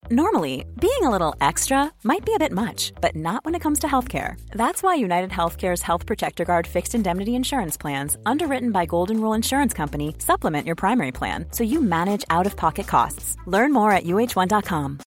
Normally, being a little extra might be a bit much, but not when it comes to healthcare. That's why United Healthcare's Health Protector Guard fixed indemnity insurance plans, underwritten by Golden Rule Insurance Company, supplement your primary plan so you manage out-of-pocket costs. Learn more at uh1.com.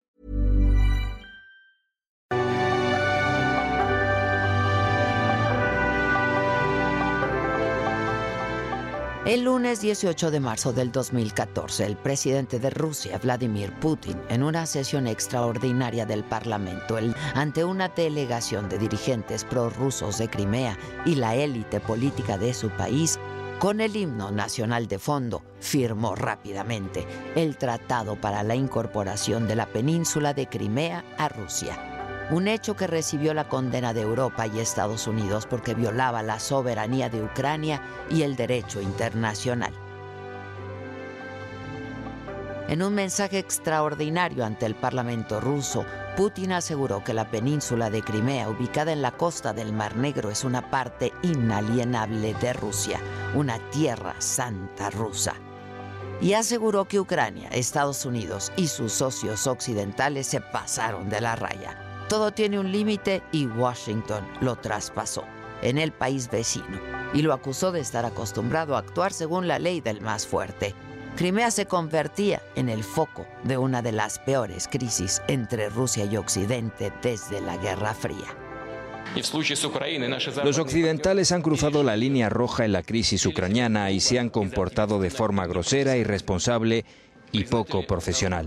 El lunes 18 de marzo del 2014, el presidente de Rusia, Vladimir Putin, en una sesión extraordinaria del Parlamento, ante una delegación de dirigentes prorrusos de Crimea y la élite política de su país, con el himno nacional de fondo, firmó rápidamente el tratado para la incorporación de la península de Crimea a Rusia. Un hecho que recibió la condena de Europa y Estados Unidos porque violaba la soberanía de Ucrania y el derecho internacional. En un mensaje extraordinario ante el Parlamento ruso, Putin aseguró que la península de Crimea, ubicada en la costa del Mar Negro, es una parte inalienable de Rusia, una tierra santa rusa. Y aseguró que Ucrania, Estados Unidos y sus socios occidentales se pasaron de la raya. Todo tiene un límite y Washington lo traspasó en el país vecino y lo acusó de estar acostumbrado a actuar según la ley del más fuerte. Crimea se convertía en el foco de una de las peores crisis entre Rusia y Occidente desde la Guerra Fría. Los occidentales han cruzado la línea roja en la crisis ucraniana y se han comportado de forma grosera, irresponsable y poco profesional.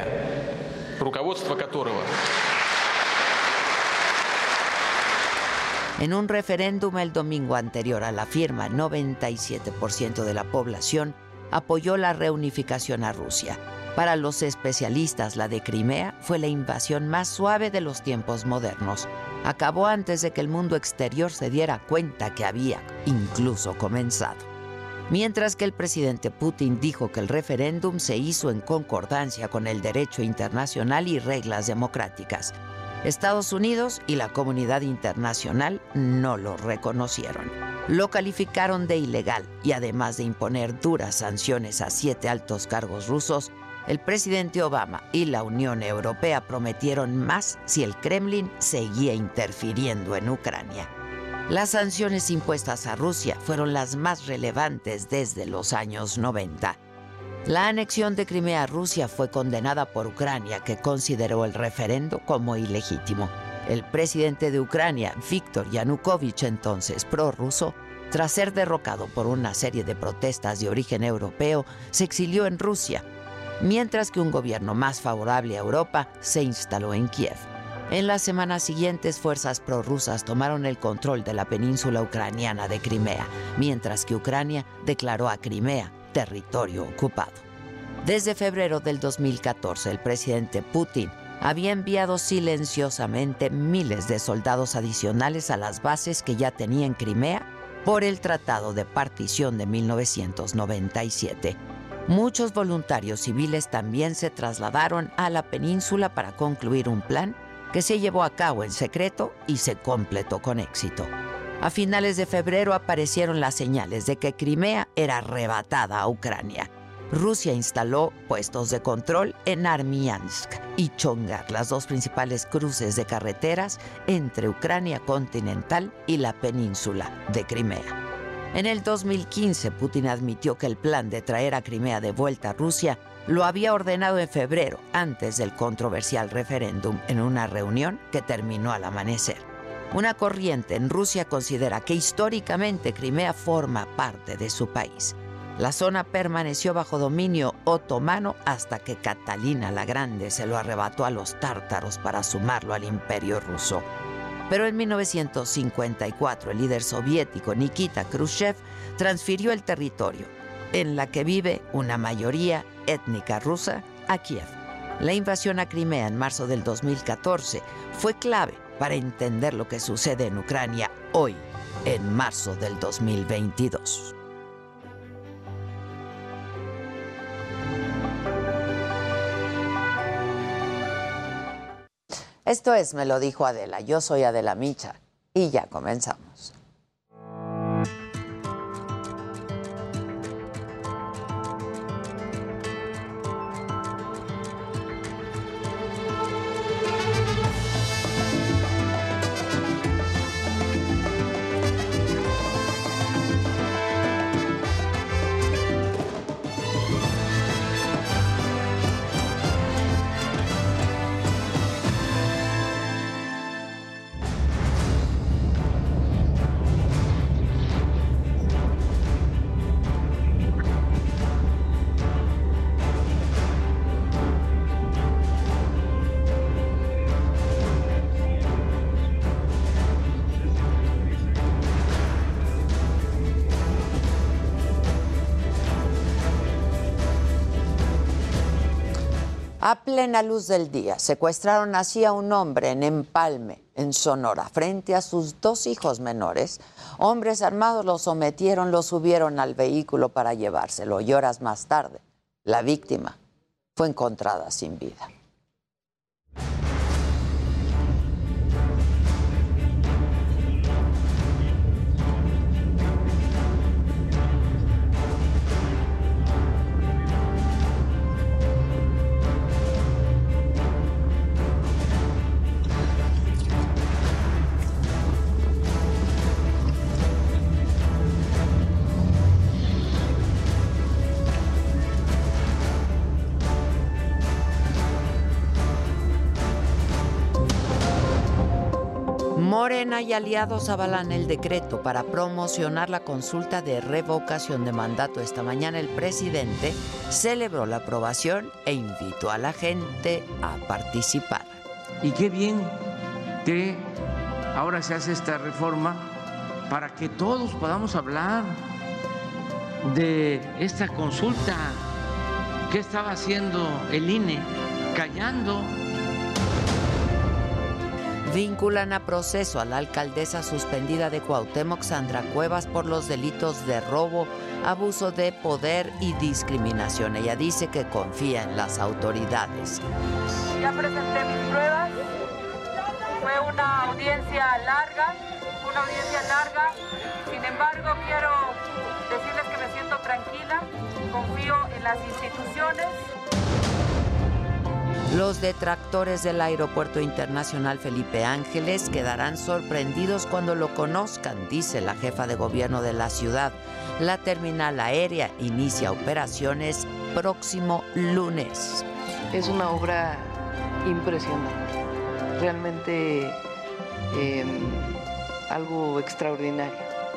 En un referéndum el domingo anterior a la firma, 97% de la población apoyó la reunificación a Rusia. Para los especialistas, la de Crimea fue la invasión más suave de los tiempos modernos. Acabó antes de que el mundo exterior se diera cuenta que había incluso comenzado. Mientras que el presidente Putin dijo que el referéndum se hizo en concordancia con el derecho internacional y reglas democráticas. Estados Unidos y la comunidad internacional no lo reconocieron. Lo calificaron de ilegal y además de imponer duras sanciones a 7 altos cargos rusos, el presidente Obama y la Unión Europea prometieron más si el Kremlin seguía interfiriendo en Ucrania. Las sanciones impuestas a Rusia fueron las más relevantes desde los años 90. La anexión de Crimea a Rusia fue condenada por Ucrania, que consideró el referendo como ilegítimo. El presidente de Ucrania, Viktor Yanukovych, entonces prorruso, tras ser derrocado por una serie de protestas de origen europeo, se exilió en Rusia, mientras que un gobierno más favorable a Europa se instaló en Kiev. En las semanas siguientes, fuerzas prorrusas tomaron el control de la península ucraniana de Crimea, mientras que Ucrania declaró a Crimea territorio ocupado. Desde febrero del 2014, el presidente Putin había enviado silenciosamente miles de soldados adicionales a las bases que ya tenía en Crimea por el Tratado de Partición de 1997. Muchos voluntarios civiles también se trasladaron a la península para concluir un plan que se llevó a cabo en secreto y se completó con éxito. A finales de febrero aparecieron las señales de que Crimea era arrebatada a Ucrania. Rusia instaló puestos de control en Armiansk y Chongar, las dos principales cruces de carreteras entre Ucrania continental y la península de Crimea. En el 2015, Putin admitió que el plan de traer a Crimea de vuelta a Rusia lo había ordenado en febrero, antes del controversial referéndum, en una reunión que terminó al amanecer. Una corriente en Rusia considera que históricamente Crimea forma parte de su país. La zona permaneció bajo dominio otomano hasta que Catalina la Grande se lo arrebató a los tártaros para sumarlo al Imperio ruso. Pero en 1954 el líder soviético Nikita Khrushchev transfirió el territorio, en la que vive una mayoría étnica rusa, a Kiev. La invasión a Crimea en marzo del 2014 fue clave para entender lo que sucede en Ucrania hoy, en marzo del 2022. Esto es Me lo dijo Adela. Yo soy Adela Micha y ya comenzamos. A plena luz del día, secuestraron así a un hombre en Empalme, en Sonora, frente a sus 2 hijos menores. Hombres armados lo sometieron, lo subieron al vehículo para llevárselo y horas más tarde, la víctima fue encontrada sin vida. Morena y aliados avalan el decreto para promocionar la consulta de revocación de mandato. Esta mañana el presidente celebró la aprobación e invitó a la gente a participar. Y qué bien que ahora se hace esta reforma para que todos podamos hablar de esta consulta. ¿Qué estaba haciendo el INE? Callando. Vinculan a proceso a la alcaldesa suspendida de Cuauhtémoc, Sandra Cuevas, por los delitos de robo, abuso de poder y discriminación. Ella dice que confía en las autoridades. Ya presenté mis pruebas. Fue una audiencia larga. Sin embargo, quiero decirles que me siento tranquila. Confío en las instituciones. Los detractores del Aeropuerto Internacional Felipe Ángeles quedarán sorprendidos cuando lo conozcan, dice la jefa de gobierno de la ciudad. La terminal aérea inicia operaciones próximo lunes. Es una obra impresionante, realmente algo extraordinario.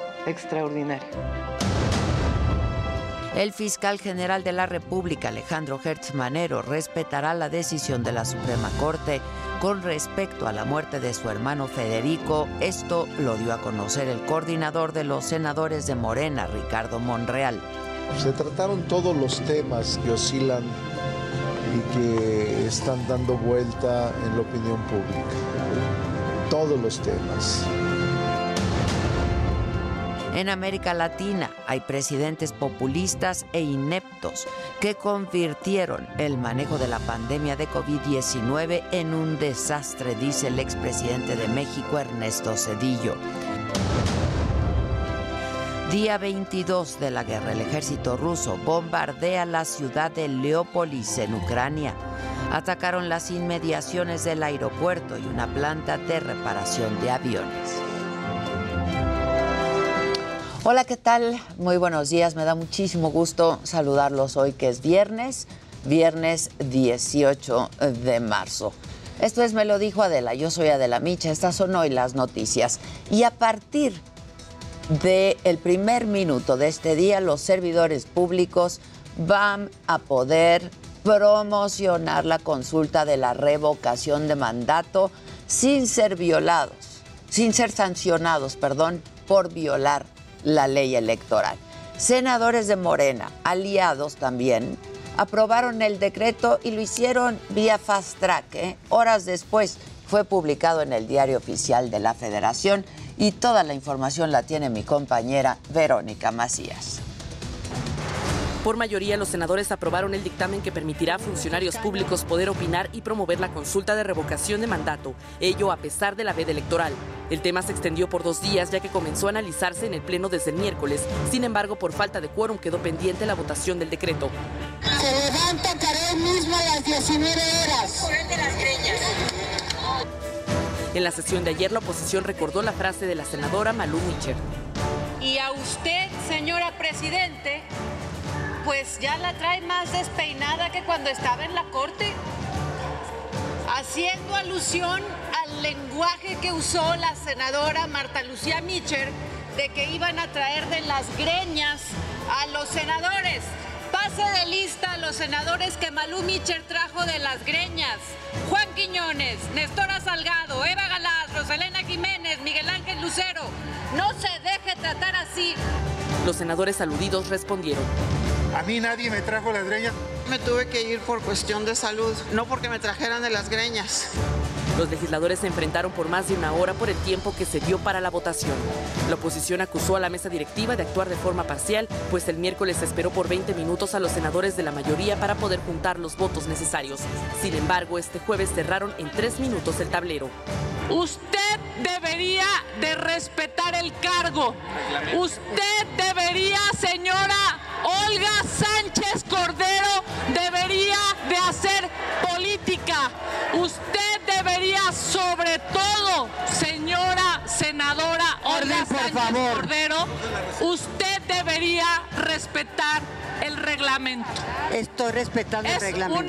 El fiscal general de la República, Alejandro Gertz Manero, respetará la decisión de la Suprema Corte con respecto a la muerte de su hermano Federico. Esto lo dio a conocer el coordinador de los senadores de Morena, Ricardo Monreal. Se trataron todos los temas que oscilan y que están dando vuelta en la opinión pública. Todos los temas. En América Latina hay presidentes populistas e ineptos que convirtieron el manejo de la pandemia de COVID-19 en un desastre, dice el expresidente de México, Ernesto Zedillo. Día 22 de la guerra, el ejército ruso bombardea la ciudad de Leópolis en Ucrania. Atacaron las inmediaciones del aeropuerto y una planta de reparación de aviones. Hola, ¿qué tal? Muy buenos días. Me da muchísimo gusto saludarlos hoy, que es viernes 18 de marzo. Esto es Me lo dijo Adela. Yo soy Adela Micha. Estas son hoy las noticias. Y a partir del primer minuto de este día, los servidores públicos van a poder promocionar la consulta de la revocación de mandato sin ser sancionados, por violar la ley electoral. Senadores de Morena, aliados también, aprobaron el decreto y lo hicieron vía fast track. Horas después fue publicado en el Diario Oficial de la Federación y toda la información la tiene mi compañera Verónica Macías. Por mayoría, los senadores aprobaron el dictamen que permitirá a funcionarios públicos poder opinar y promover la consulta de revocación de mandato, ello a pesar de la veda electoral. El tema se extendió por 2 días, ya que comenzó a analizarse en el Pleno desde el miércoles. Sin embargo, por falta de quórum quedó pendiente la votación del decreto. Se levanta Caray mismo a las 19 horas. En la sesión de ayer, la oposición recordó la frase de la senadora Malú Micher. Y a usted, señora Presidente, pues ya la trae más despeinada que cuando estaba en la Corte, haciendo alusión al lenguaje que usó la senadora Marta Lucía Micher de que iban a traer de las greñas a los senadores. Pase de lista a los senadores que Malú Micher trajo de las greñas: Juan Quiñones, Nestora Salgado, Eva Galaz, Rosalena Jiménez, Miguel Ángel Lucero. No se deje tratar así. Los senadores aludidos respondieron. A mí nadie me trajo las greñas. Me tuve que ir por cuestión de salud, no porque me trajeran de las greñas. Los legisladores se enfrentaron por más de una hora por el tiempo que se dio para la votación. La oposición acusó a la mesa directiva de actuar de forma parcial, pues el miércoles se esperó por 20 minutos a los senadores de la mayoría para poder juntar los votos necesarios. Sin embargo, este jueves cerraron en 3 minutos el tablero. Usted debería de respetar el cargo. Usted debería, señora Olga Sánchez Cordero, debería de hacer política. Usted debería, sobre todo, señora senadora Olga Sánchez Cordero, usted debería respetar el reglamento. Estoy respetando el reglamento.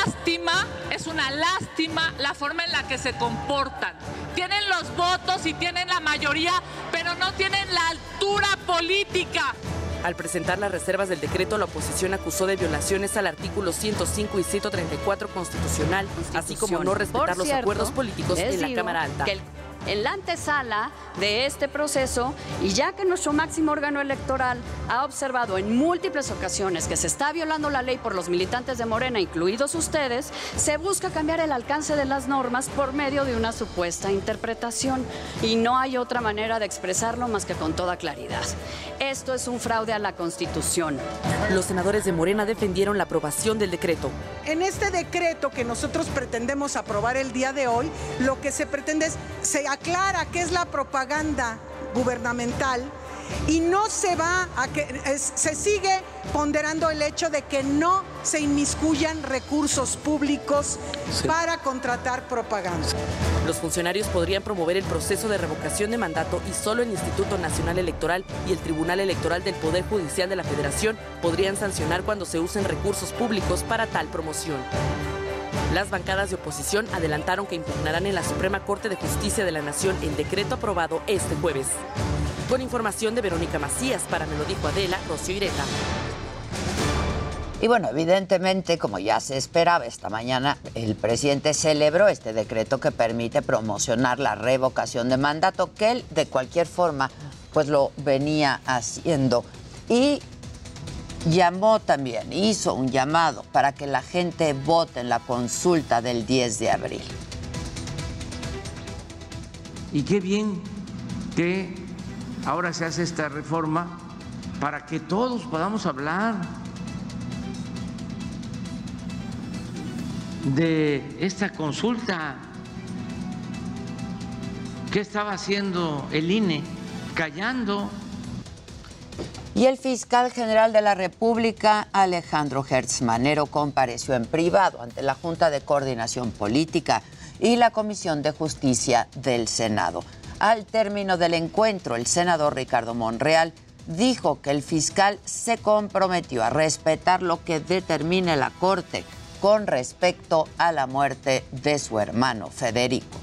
Es una lástima la forma en la que se comportan. Tienen los votos y tienen la mayoría, pero no tienen la altura política. Al presentar las reservas del decreto, la oposición acusó de violaciones al artículo 105 y 134 constitucional, así como no respetar los acuerdos políticos en la Cámara Alta. En la antesala de este proceso, y ya que nuestro máximo órgano electoral ha observado en múltiples ocasiones que se está violando la ley por los militantes de Morena, incluidos ustedes, se busca cambiar el alcance de las normas por medio de una supuesta interpretación. Y no hay otra manera de expresarlo más que con toda claridad. Esto es un fraude a la Constitución. Los senadores de Morena defendieron la aprobación del decreto. En este decreto que nosotros pretendemos aprobar el día de hoy, lo que se pretende es, se aclara qué es la propaganda gubernamental y no se va a que se sigue ponderando el hecho de que no se inmiscuyan recursos públicos para contratar propaganda. Los funcionarios podrían promover el proceso de revocación de mandato y solo el Instituto Nacional Electoral y el Tribunal Electoral del Poder Judicial de la Federación podrían sancionar cuando se usen recursos públicos para tal promoción. Las bancadas de oposición adelantaron que impugnarán en la Suprema Corte de Justicia de la Nación el decreto aprobado este jueves. Con información de Verónica Macías, para Me lo dijo Adela, Rocío Ireta. Y bueno, evidentemente, como ya se esperaba, esta mañana el presidente celebró este decreto que permite promocionar la revocación de mandato, que él de cualquier forma pues lo venía haciendo. Y llamó también, hizo un llamado para que la gente vote en la consulta del 10 de abril. Y qué bien que ahora se hace esta reforma para que todos podamos hablar de esta consulta. ¿Qué estaba haciendo el INE? Callando. Y el fiscal general de la República, Alejandro Gertz Manero, compareció en privado ante la Junta de Coordinación Política y la Comisión de Justicia del Senado. Al término del encuentro, el senador Ricardo Monreal dijo que el fiscal se comprometió a respetar lo que determine la Corte con respecto a la muerte de su hermano Federico.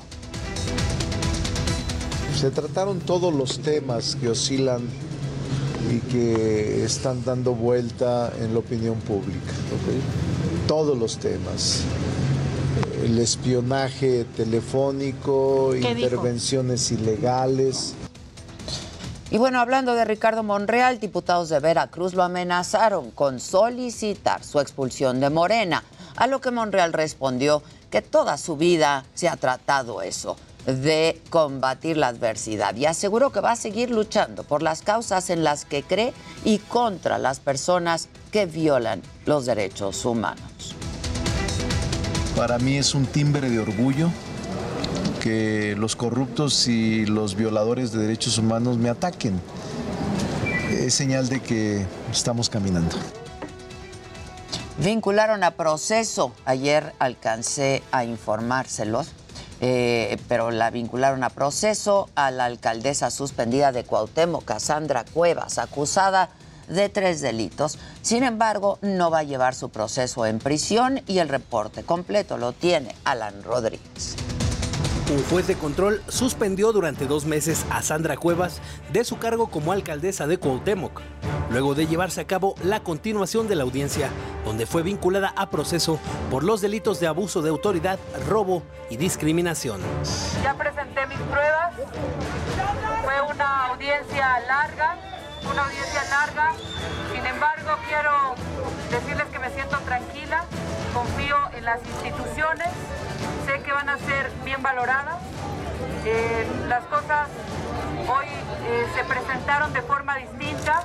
Se trataron todos los temas que oscilan y que están dando vuelta en la opinión pública, ¿okay? Todos los temas. El espionaje telefónico, intervenciones ilegales. Y bueno, hablando de Ricardo Monreal, diputados de Veracruz lo amenazaron con solicitar su expulsión de Morena, a lo que Monreal respondió que toda su vida se ha tratado eso, de combatir la adversidad, y aseguró que va a seguir luchando por las causas en las que cree y contra las personas que violan los derechos humanos. Para mí es un timbre de orgullo que los corruptos y los violadores de derechos humanos me ataquen. Es señal de que estamos caminando. Vincularon a proceso, ayer alcancé a informárselos, pero la vincularon a proceso a la alcaldesa suspendida de Cuauhtémoc, Sandra Cuevas, acusada de 3 delitos. Sin embargo, no va a llevar su proceso en prisión y el reporte completo lo tiene Alan Rodríguez. Un juez de control suspendió durante 2 meses a Sandra Cuevas de su cargo como alcaldesa de Cuauhtémoc, luego de llevarse a cabo la continuación de la audiencia, donde fue vinculada a proceso por los delitos de abuso de autoridad, robo y discriminación. Ya presenté mis pruebas, fue una audiencia larga, una audiencia larga. Sin embargo, quiero decirles que me siento tranquila, confío en las instituciones, sé que van a ser bien valoradas. Las cosas hoy se presentaron de forma distinta.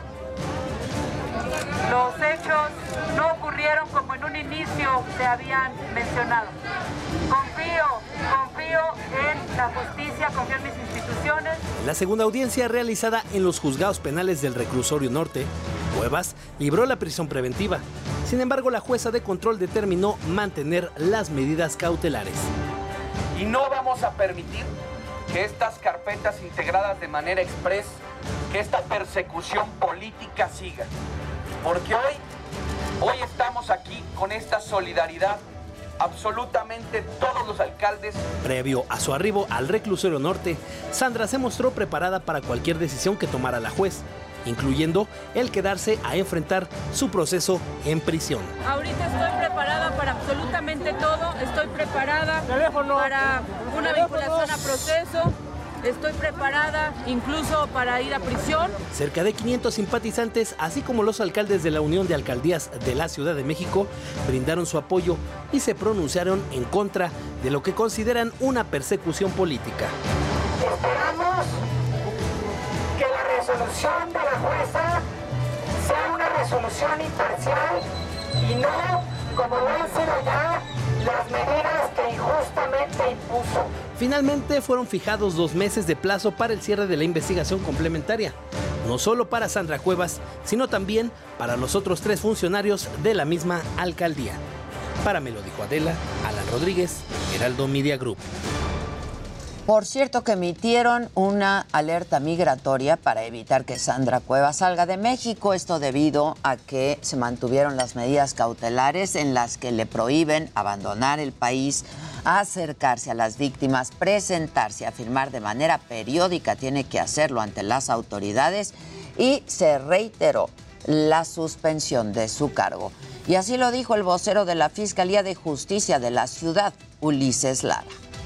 Los hechos no ocurrieron como en un inicio se habían mencionado. Confío en la justicia, confío en mis instituciones. En la segunda audiencia realizada en los juzgados penales del Reclusorio Norte, Cuevas libró la prisión preventiva. Sin embargo, la jueza de control determinó mantener las medidas cautelares. Y no vamos a permitir que estas carpetas integradas de manera express, que esta persecución política siga. Porque hoy estamos aquí con esta solidaridad, absolutamente todos los alcaldes. Previo a su arribo al Reclusorio Norte, Sandra se mostró preparada para cualquier decisión que tomara la juez, incluyendo el quedarse a enfrentar su proceso en prisión. Ahorita estoy preparada para absolutamente todo, estoy preparada para una vinculación a proceso, estoy preparada incluso para ir a prisión. Cerca de 500 simpatizantes, así como los alcaldes de la Unión de Alcaldías de la Ciudad de México, brindaron su apoyo y se pronunciaron en contra de lo que consideran una persecución política. Esperamos que la resolución de la jueza sea una resolución imparcial y no, como lo han sido ya, las medidas que injustamente impuso. Finalmente fueron fijados 2 meses de plazo para el cierre de la investigación complementaria, no solo para Sandra Cuevas, sino también para los otros 3 funcionarios de la misma alcaldía. Para Me lo dijo Adela, Alan Rodríguez, Heraldo Media Group. Por cierto, que emitieron una alerta migratoria para evitar que Sandra Cuevas salga de México. Esto debido a que se mantuvieron las medidas cautelares en las que le prohíben abandonar el país, acercarse a las víctimas, presentarse a firmar de manera periódica, tiene que hacerlo ante las autoridades, y se reiteró la suspensión de su cargo. Y así lo dijo el vocero de la Fiscalía de Justicia de la ciudad, Ulises Lara.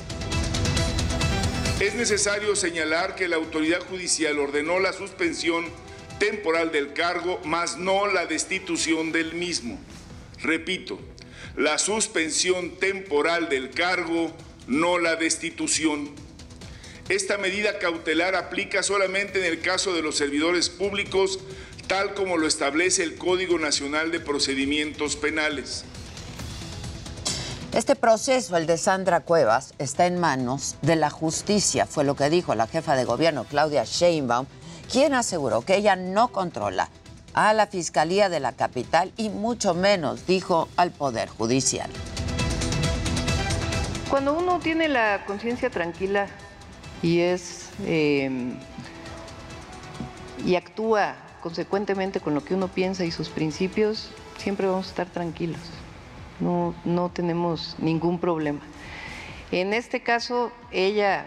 Es necesario señalar que la autoridad judicial ordenó la suspensión temporal del cargo, mas no la destitución del mismo. Repito, la suspensión temporal del cargo, no la destitución. Esta medida cautelar aplica solamente en el caso de los servidores públicos, tal como lo establece el Código Nacional de Procedimientos Penales. Este proceso, el de Sandra Cuevas, está en manos de la justicia, fue lo que dijo la jefa de gobierno, Claudia Sheinbaum, quien aseguró que ella no controla a la Fiscalía de la capital y mucho menos, dijo, al Poder Judicial. Cuando uno tiene la conciencia tranquila y y actúa consecuentemente con lo que uno piensa y sus principios, siempre vamos a estar tranquilos. No tenemos ningún problema. En este caso, ella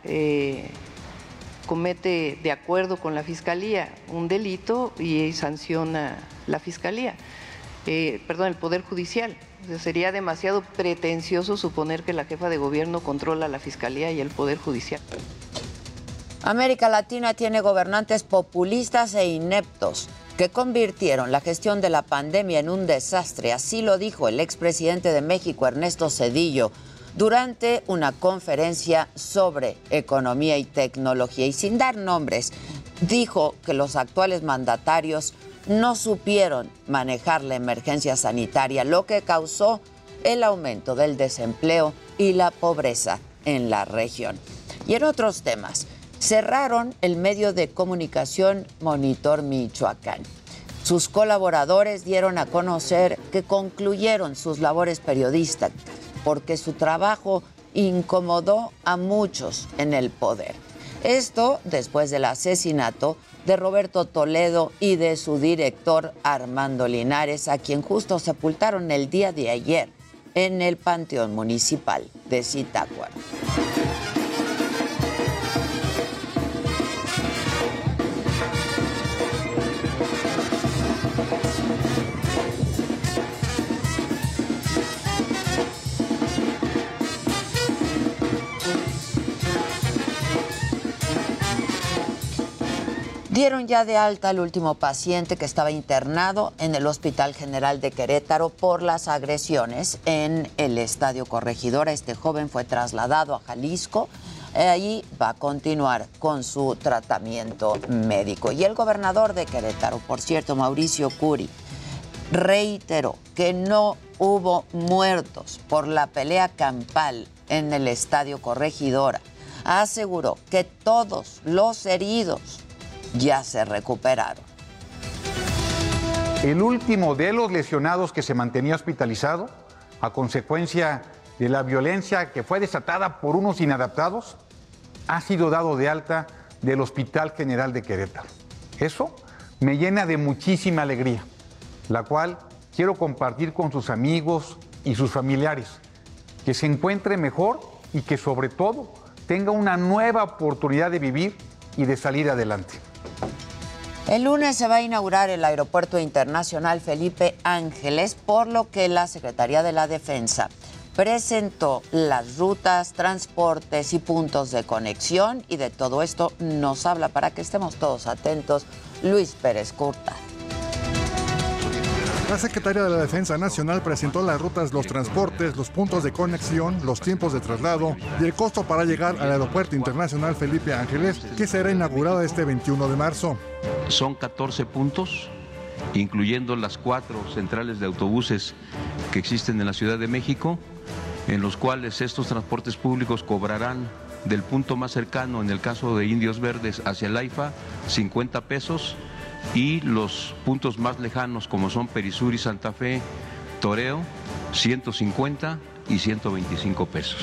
comete, de acuerdo con la Fiscalía, un delito y sanciona la Fiscalía, el Poder Judicial. O sea, sería demasiado pretencioso suponer que la jefa de gobierno controla la Fiscalía y el Poder Judicial. América Latina tiene gobernantes populistas e ineptos que convirtieron la gestión de la pandemia en un desastre. Así lo dijo el expresidente de México, Ernesto Zedillo, durante una conferencia sobre economía y tecnología. Y sin dar nombres, dijo que los actuales mandatarios no supieron manejar la emergencia sanitaria, lo que causó el aumento del desempleo y la pobreza en la región. Y en otros temas, cerraron el medio de comunicación Monitor Michoacán. Sus colaboradores dieron a conocer que concluyeron sus labores periodísticas porque su trabajo incomodó a muchos en el poder. Esto después del asesinato de Roberto Toledo y de su director Armando Linares, a quien justo sepultaron el día de ayer en el Panteón Municipal de Zitácuaro. Dieron ya de alta al último paciente que estaba internado en el Hospital General de Querétaro por las agresiones en el Estadio Corregidora. Este joven fue trasladado a Jalisco. Ahí va a continuar con su tratamiento médico. Y el gobernador de Querétaro, por cierto, Mauricio Curi, reiteró que no hubo muertos por la pelea campal en el Estadio Corregidora. Aseguró que todos los heridos ya se recuperaron. El último de los lesionados que se mantenía hospitalizado a consecuencia de la violencia que fue desatada por unos inadaptados ha sido dado de alta del Hospital General de Querétaro. Eso me llena de muchísima alegría, la cual quiero compartir con sus amigos y sus familiares, que se encuentre mejor y que sobre todo tenga una nueva oportunidad de vivir y de salir adelante. El lunes se va a inaugurar el Aeropuerto Internacional Felipe Ángeles, por lo que la Secretaría de la Defensa presentó las rutas, transportes y puntos de conexión, y de todo esto nos habla, para que estemos todos atentos, Luis Pérez Curta. La Secretaría de la Defensa Nacional presentó las rutas, los transportes, los puntos de conexión, los tiempos de traslado y el costo para llegar al Aeropuerto Internacional Felipe Ángeles, que será inaugurado este 21 de marzo. Son 14 puntos, incluyendo las 4 centrales de autobuses que existen en la Ciudad de México, en los cuales estos transportes públicos cobrarán del punto más cercano, en el caso de Indios Verdes, hacia el AIFA, 50 pesos, y los puntos más lejanos, como son Perisur y Santa Fe, Toreo, 150 y 125 pesos.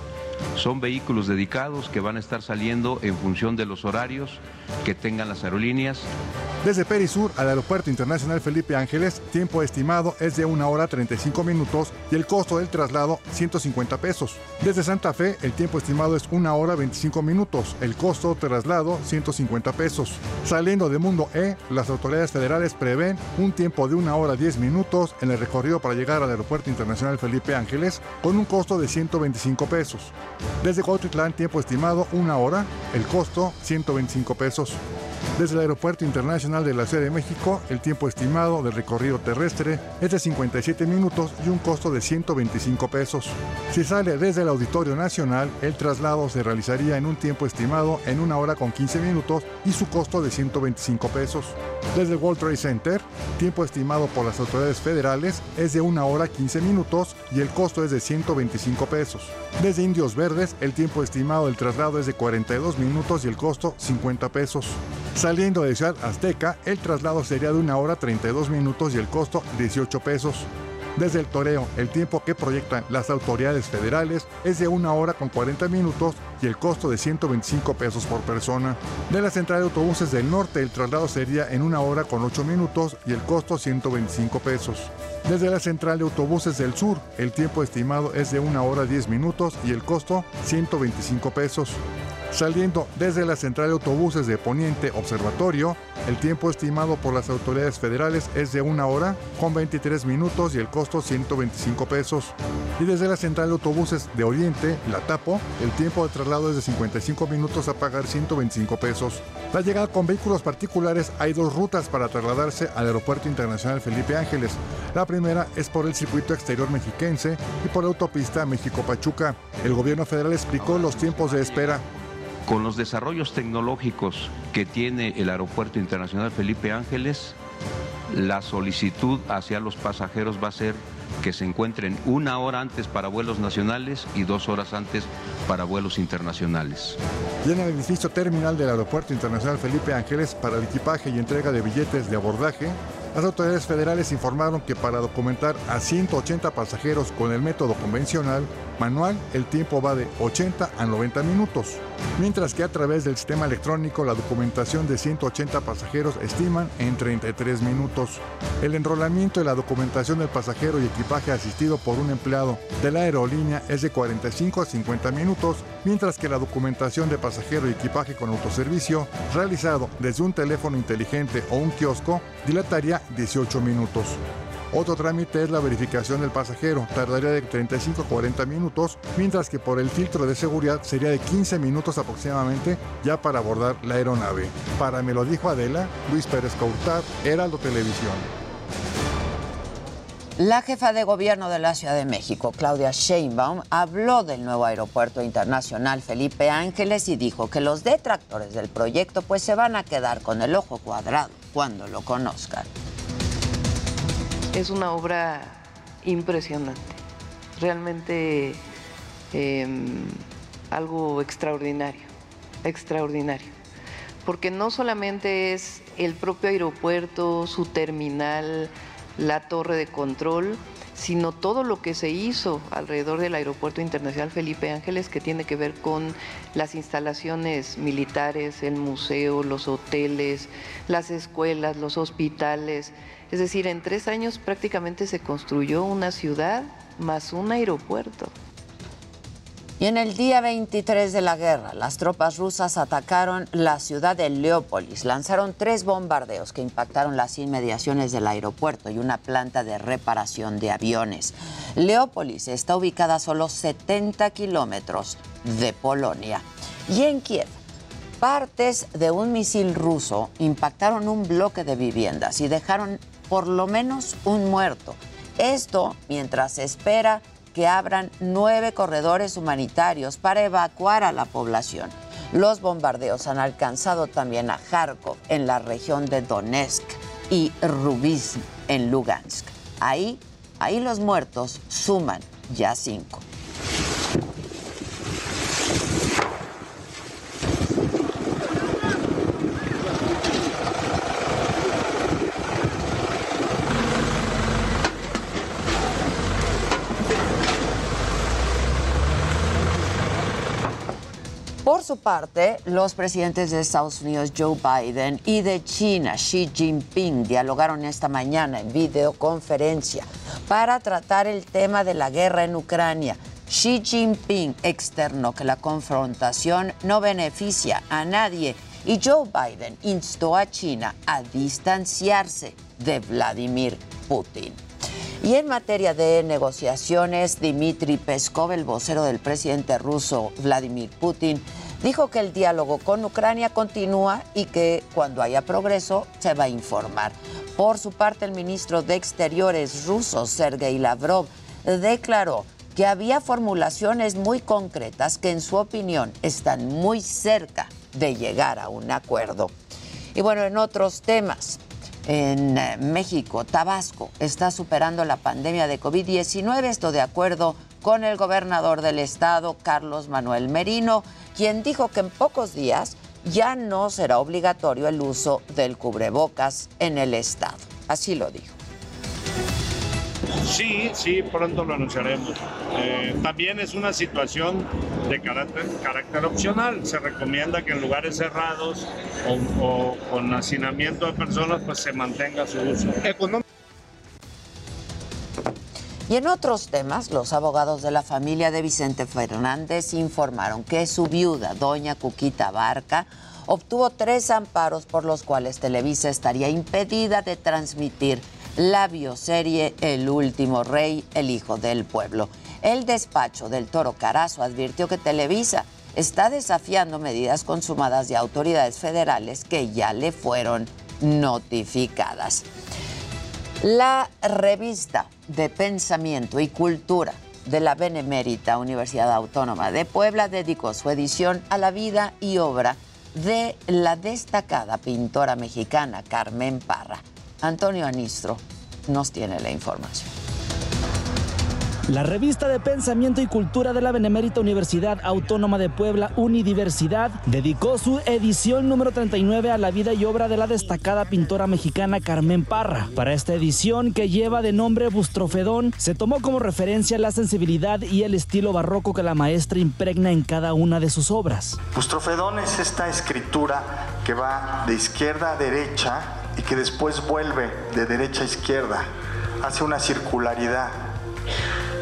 Son vehículos dedicados que van a estar saliendo en función de los horarios que tengan las aerolíneas. Desde Perisur al Aeropuerto Internacional Felipe Ángeles, tiempo estimado es de 1 hora 35 minutos y el costo del traslado 150 pesos. Desde Santa Fe, el tiempo estimado es 1 hora 25 minutos, el costo del traslado 150 pesos. Saliendo de Mundo E, las autoridades federales prevén un tiempo de 1 hora 10 minutos en el recorrido para llegar al Aeropuerto Internacional Felipe Ángeles, con un costo de 125 pesos. Desde Cuautitlán, tiempo estimado 1 hora, el costo 125 pesos. Desde el Aeropuerto Internacional de la Ciudad de México, el tiempo estimado del recorrido terrestre es de 57 minutos y un costo de 125 pesos. Si sale desde el Auditorio Nacional, el traslado se realizaría en un tiempo estimado en 1 hora con 15 minutos y su costo de 125 pesos. Desde el World Trade Center, tiempo estimado por las autoridades federales es de 1 hora 15 minutos y el costo es de 125 pesos. Desde Indios Verdes, el tiempo estimado del traslado es de 42 minutos y el costo 50 pesos. Saliendo de Ciudad Azteca, el traslado sería de 1 hora 32 minutos y el costo 18 pesos. Desde el Toreo, el tiempo que proyectan las autoridades federales es de 1 hora con 40 minutos y el costo de 125 pesos por persona. De la central de autobuses del norte, el traslado sería en 1 hora con 8 minutos y el costo 125 pesos. Desde la central de autobuses del sur, el tiempo estimado es de 1 hora 10 minutos y el costo 125 pesos. Saliendo desde la central de autobuses de Poniente Observatorio, el tiempo estimado por las autoridades federales es de 1 hora con 23 minutos y el costo 125 pesos. Y desde la central de autobuses de Oriente, La Tapo, el tiempo de traslado es de 55 minutos a pagar 125 pesos. La llegada con vehículos particulares, hay 2 rutas para trasladarse al Aeropuerto Internacional Felipe Ángeles. La primera es por el circuito exterior mexiquense y por la autopista México-Pachuca. El gobierno federal explicó los tiempos de espera. Con los desarrollos tecnológicos que tiene el Aeropuerto Internacional Felipe Ángeles, la solicitud hacia los pasajeros va a ser que se encuentren 1 hora antes para vuelos nacionales y 2 horas antes para vuelos internacionales. Y en el edificio terminal del Aeropuerto Internacional Felipe Ángeles, para el equipaje y entrega de billetes de abordaje, las autoridades federales informaron que para documentar a 180 pasajeros con el método convencional, manual, el tiempo va de 80 a 90 minutos, mientras que a través del sistema electrónico la documentación de 180 pasajeros estiman en 33 minutos. El enrolamiento y la documentación del pasajero y equipaje asistido por un empleado de la aerolínea es de 45 a 50 minutos, mientras que la documentación de pasajero y equipaje con autoservicio, realizado desde un teléfono inteligente o un kiosco, dilataría 18 minutos. Otro trámite es la verificación del pasajero, tardaría de 35 a 40 minutos, mientras que por el filtro de seguridad sería de 15 minutos aproximadamente ya para abordar la aeronave. Para Me lo dijo Adela, Luis Pérez Coutar, Heraldo Televisión. La jefa de gobierno de la Ciudad de México, Claudia Sheinbaum, habló del nuevo aeropuerto internacional Felipe Ángeles y dijo que los detractores del proyecto pues se van a quedar con el ojo cuadrado cuando lo conozcan. Es una obra impresionante, realmente algo extraordinario, porque no solamente es el propio aeropuerto, su terminal, la torre de control, sino todo lo que se hizo alrededor del Aeropuerto Internacional Felipe Ángeles, que tiene que ver con las instalaciones militares, el museo, los hoteles, las escuelas, los hospitales. Es decir, en 3 años prácticamente se construyó una ciudad más un aeropuerto. Y en el día 23 de la guerra, las tropas rusas atacaron la ciudad de Leópolis. Lanzaron 3 bombardeos que impactaron las inmediaciones del aeropuerto y una planta de reparación de aviones. Leópolis está ubicada a solo 70 kilómetros de Polonia. Y en Kiev, partes de un misil ruso impactaron un bloque de viviendas y dejaron por lo menos un muerto. Esto mientras se espera que abran 9 corredores humanitarios para evacuar a la población. Los bombardeos han alcanzado también a Kharkov, en la región de Donetsk, y Rubizn, en Lugansk. Ahí los muertos suman ya 5. Por su parte, los presidentes de Estados Unidos, Joe Biden, y de China, Xi Jinping, dialogaron esta mañana en videoconferencia para tratar el tema de la guerra en Ucrania. Xi Jinping externó que la confrontación no beneficia a nadie y Joe Biden instó a China a distanciarse de Vladimir Putin. Y en materia de negociaciones, Dmitry Peskov, el vocero del presidente ruso Vladimir Putin, dijo que el diálogo con Ucrania continúa y que cuando haya progreso se va a informar. Por su parte, el ministro de Exteriores ruso, Sergei Lavrov, declaró que había formulaciones muy concretas que en su opinión están muy cerca de llegar a un acuerdo. Y bueno, en otros temas, en México, Tabasco está superando la pandemia de COVID-19, esto de acuerdo con el gobernador del estado, Carlos Manuel Merino, quien dijo que en pocos días ya no será obligatorio el uso del cubrebocas en el estado. Así lo dijo. Sí, pronto lo anunciaremos. También es una situación de carácter opcional. Se recomienda que en lugares cerrados o con hacinamiento de personas pues se mantenga su uso. Y en otros temas, los abogados de la familia de Vicente Fernández informaron que su viuda, doña Cuquita Barca, obtuvo 3 amparos por los cuales Televisa estaría impedida de transmitir la bioserie El último rey, el hijo del pueblo. El despacho del Toro Carazo advirtió que Televisa está desafiando medidas consumadas de autoridades federales que ya le fueron notificadas. La revista de Pensamiento y Cultura de la Benemérita Universidad Autónoma de Puebla dedicó su edición a la vida y obra de la destacada pintora mexicana Carmen Parra. Antonio Anistro nos tiene la información. La revista de Pensamiento y Cultura de la Benemérita Universidad Autónoma de Puebla, Unidiversidad, dedicó su edición número 39 a la vida y obra de la destacada pintora mexicana Carmen Parra. Para esta edición, que lleva de nombre Bustrofedón, se tomó como referencia la sensibilidad y el estilo barroco que la maestra impregna en cada una de sus obras. Bustrofedón es esta escritura que va de izquierda a derecha y que después vuelve de derecha a izquierda. Hace una circularidad.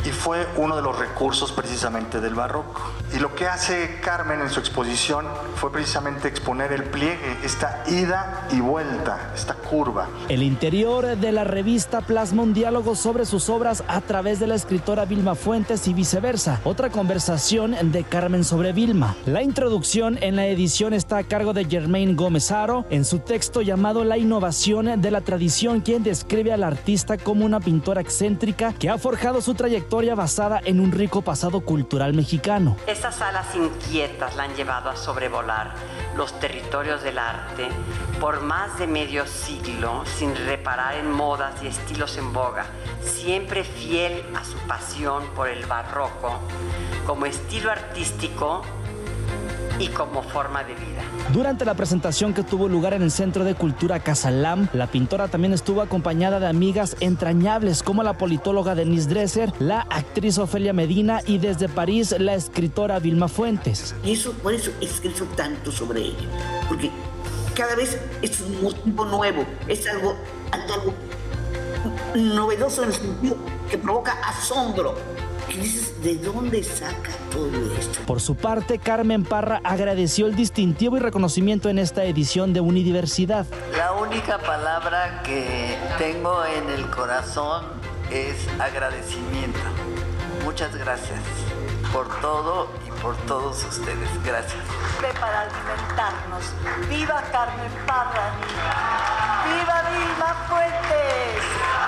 y fue uno de los recursos precisamente del barroco. Y lo que hace Carmen en su exposición fue precisamente exponer el pliegue, esta ida y vuelta, esta curva. El interior de la revista plasma un diálogo sobre sus obras a través de la escritora Vilma Fuentes y viceversa. Otra conversación de Carmen sobre Vilma. La introducción en la edición está a cargo de Germain Gómez Haro en su texto llamado La innovación de la tradición, quien describe al artista como una pintora excéntrica que ha forjado su trayectoria basada en un rico pasado cultural mexicano. Estas alas inquietas la han llevado a sobrevolar los territorios del arte por más de medio siglo sin reparar en modas y estilos en boga, siempre fiel a su pasión por el barroco como estilo artístico y como forma de vida. Durante la presentación que tuvo lugar en el Centro de Cultura Casalam, la pintora también estuvo acompañada de amigas entrañables como la politóloga Denise Dresser, la actriz Ofelia Medina y desde París la escritora Vilma Fuentes. Y eso, por eso he escrito tanto sobre ella, porque cada vez es un motivo nuevo, es algo novedoso en el sentido que provoca asombro. ¿Qué dices? ¿De dónde saca todo esto? Por su parte, Carmen Parra agradeció el distintivo y reconocimiento en esta edición de Unidiversidad. La única palabra que tengo en el corazón es agradecimiento. Muchas gracias por todo y por todos ustedes. Gracias. Para alimentarnos. ¡Viva Carmen Parra! ¡Viva Vilma Fuentes!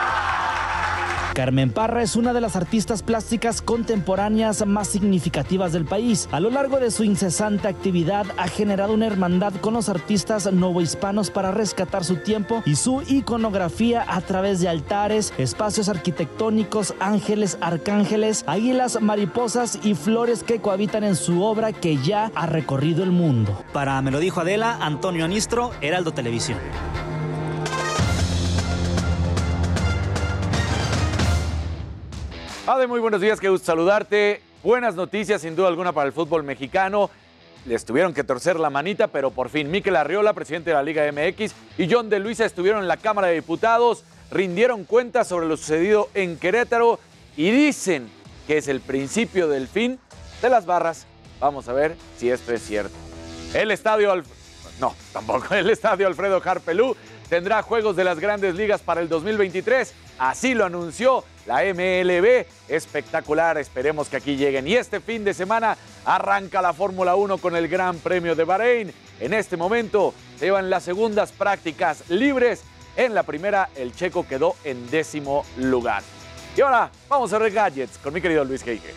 Carmen Parra es una de las artistas plásticas contemporáneas más significativas del país. A lo largo de su incesante actividad ha generado una hermandad con los artistas novohispanos para rescatar su tiempo y su iconografía a través de altares, espacios arquitectónicos, ángeles, arcángeles, águilas, mariposas y flores que cohabitan en su obra que ya ha recorrido el mundo. Para Me lo dijo Adela, Antonio Anistro, Heraldo Televisión. Ade, muy buenos días, qué gusto saludarte. Buenas noticias, sin duda alguna, para el fútbol mexicano. Les tuvieron que torcer la manita, pero por fin Mikel Arriola, presidente de la Liga MX, y John de Luisa estuvieron en la Cámara de Diputados, rindieron cuentas sobre lo sucedido en Querétaro y dicen que es el principio del fin de las barras. Vamos a ver si esto es cierto. El estadio Alfredo Harpelú tendrá juegos de las Grandes Ligas para el 2023. Así lo anunció la MLB. Espectacular, esperemos que aquí lleguen. Y este fin de semana arranca la Fórmula 1 con el Gran Premio de Bahrein. En este momento se llevan las segundas prácticas libres. En la primera, el checo quedó en 10º lugar. Y ahora vamos a ver gadgets con mi querido Luis Geige.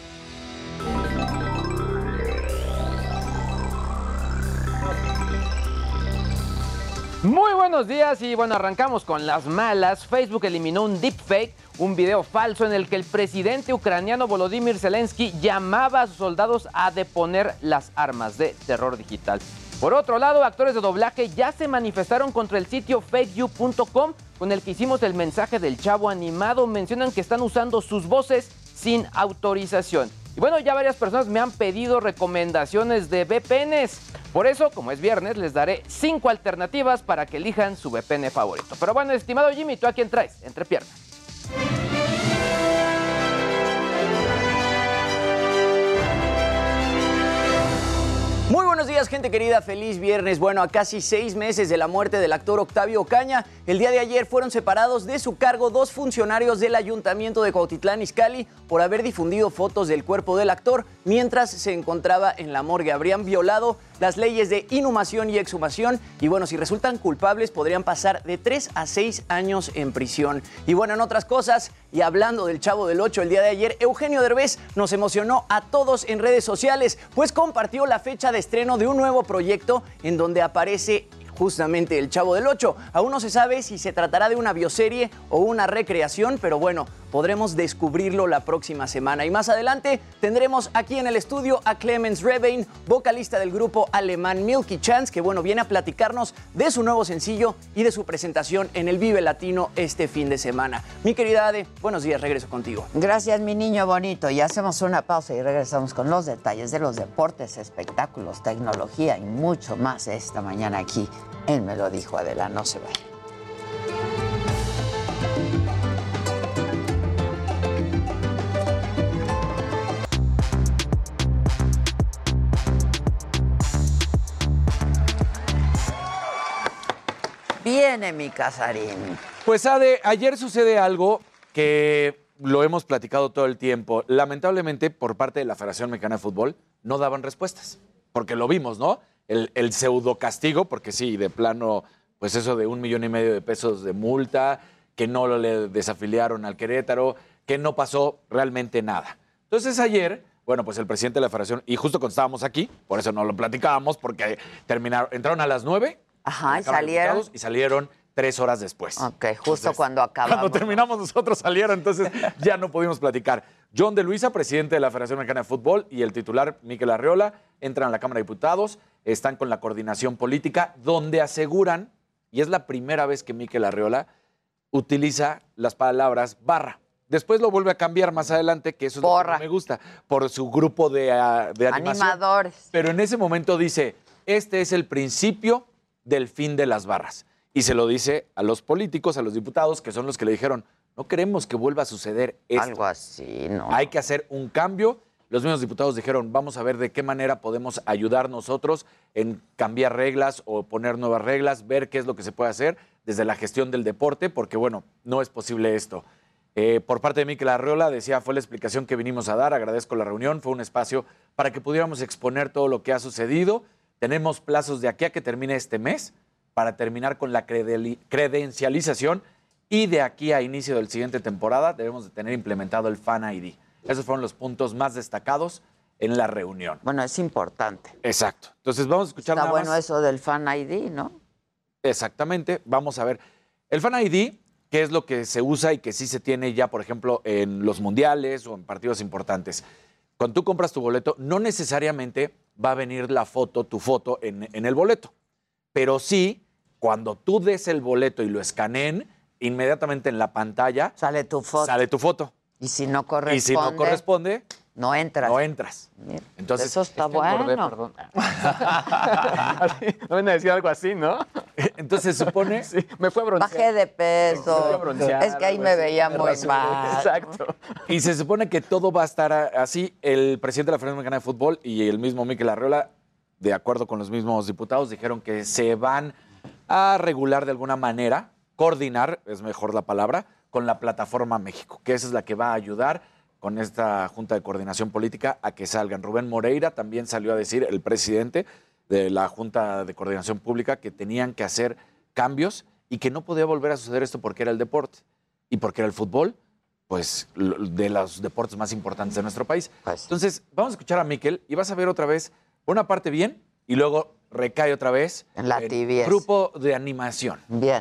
Muy buenos días y bueno, arrancamos con las malas. Facebook eliminó un deepfake, un video falso en el que el presidente ucraniano Volodymyr Zelensky llamaba a sus soldados a deponer las armas de terror digital. Por otro lado, actores de doblaje ya se manifestaron contra el sitio fakeyou.com con el que hicimos el mensaje del Chavo animado. Mencionan que están usando sus voces sin autorización. Y bueno, ya varias personas me han pedido recomendaciones de VPNs. Por eso, como es viernes, les daré 5 alternativas para que elijan su VPN favorito. Pero bueno, estimado Jimmy, ¿tú a quién traes entre piernas? Muy buenos días, gente querida, feliz viernes. Bueno, a casi 6 meses de la muerte del actor Octavio Ocaña, el día de ayer fueron separados de su cargo 2 funcionarios del Ayuntamiento de Cuautitlán Izcalli por haber difundido fotos del cuerpo del actor mientras se encontraba en la morgue. Habrían violado las leyes de inhumación y exhumación y bueno, si resultan culpables podrían pasar de 3 a 6 años en prisión. Y bueno, en otras cosas, y hablando del Chavo del Ocho, el día de ayer Eugenio Derbez nos emocionó a todos en redes sociales, pues compartió la fecha de estreno de un nuevo proyecto en donde aparece justamente el Chavo del Ocho. Aún no se sabe si se tratará de una bioserie o una recreación, pero bueno, podremos descubrirlo la próxima semana. Y más adelante tendremos aquí en el estudio a Clemens Rebane, vocalista del grupo alemán Milky Chance, que bueno, viene a platicarnos de su nuevo sencillo y de su presentación en el Vive Latino este fin de semana. Mi querida Ade, buenos días, regreso contigo. Gracias, mi niño bonito. Y hacemos una pausa y regresamos con los detalles de los deportes, espectáculos, tecnología y mucho más esta mañana aquí en Me lo dijo Adela. No se vayan. viene, mi Casarín? Pues, Ade, ayer sucede algo que lo hemos platicado todo el tiempo. Lamentablemente, por parte de la Federación Mexicana de Fútbol, no daban respuestas. Porque lo vimos, ¿no? El pseudo castigo, porque sí, de plano, pues eso de 1,5 millones de pesos de multa, que no le desafiliaron al Querétaro, que no pasó realmente nada. Entonces ayer, bueno, pues el presidente de la Federación, y justo cuando estábamos aquí, por eso no lo platicábamos, porque entraron a las 9. Ajá, y salieron 3 horas después. Ok, justo cuando acabamos. Cuando terminamos nosotros salieron, entonces ya no pudimos platicar. John de Luisa, presidente de la Federación Mexicana de Fútbol, y el titular, Mikel Arriola, entran a la Cámara de Diputados, están con la coordinación política, donde aseguran, y es la primera vez que Mikel Arriola utiliza las palabras barra. Después lo vuelve a cambiar más adelante, que eso es lo que no me gusta, por su grupo de animadores. Pero en ese momento dice, este es el principio del fin de las barras. Y se lo dice a los políticos, a los diputados, que son los que le dijeron, no queremos que vuelva a suceder esto. Algo así, ¿no? Hay que hacer un cambio. Los mismos diputados dijeron, vamos a ver de qué manera podemos ayudar nosotros en cambiar reglas o poner nuevas reglas, ver qué es lo que se puede hacer desde la gestión del deporte, porque, bueno, no es posible esto. Por parte de Mikel Arriola, decía, fue la explicación que vinimos a dar, agradezco la reunión, fue un espacio para que pudiéramos exponer todo lo que ha sucedido. Tenemos plazos de aquí a que termine este mes para terminar con la credencialización y de aquí a inicio del siguiente temporada debemos de tener implementado el Fan ID. Esos fueron los puntos más destacados en la reunión. Bueno, es importante. Exacto. Entonces vamos a escuchar Está bueno eso del Fan ID, ¿no? Exactamente. Vamos a ver. El Fan ID, que es lo que se usa y que sí se tiene ya, por ejemplo, en los mundiales o en partidos importantes. Cuando tú compras tu boleto, no necesariamente va a venir la foto, tu foto, en el boleto. Pero sí, cuando tú des el boleto y lo escaneen, inmediatamente en la pantalla sale tu foto. Sale tu foto. Y si no corresponde, no entras. No entras. Entonces, eso está bueno. Perdón. No viene a decir algo así, ¿no? Entonces se supone... Sí, me fue a broncear. Bajé de peso. Es que ahí me veía muy mal. Exacto. Y se supone que todo va a estar así. El presidente de la Federación Mexicana de Fútbol y el mismo Mikel Arriola, de acuerdo con los mismos diputados, dijeron que se van a regular de alguna manera, coordinar, es mejor la palabra, con la Plataforma México, que esa es la que va a ayudar con esta Junta de Coordinación Política a que salgan. Rubén Moreira también salió a decir, el presidente de la Junta de Coordinación Pública, que tenían que hacer cambios y que no podía volver a suceder esto porque era el deporte y porque era el fútbol, pues de los deportes más importantes de nuestro país. Entonces, vamos a escuchar a Mikel y vas a ver otra vez una parte bien y luego recae otra vez en la tibieza. Grupo de animación. Bien.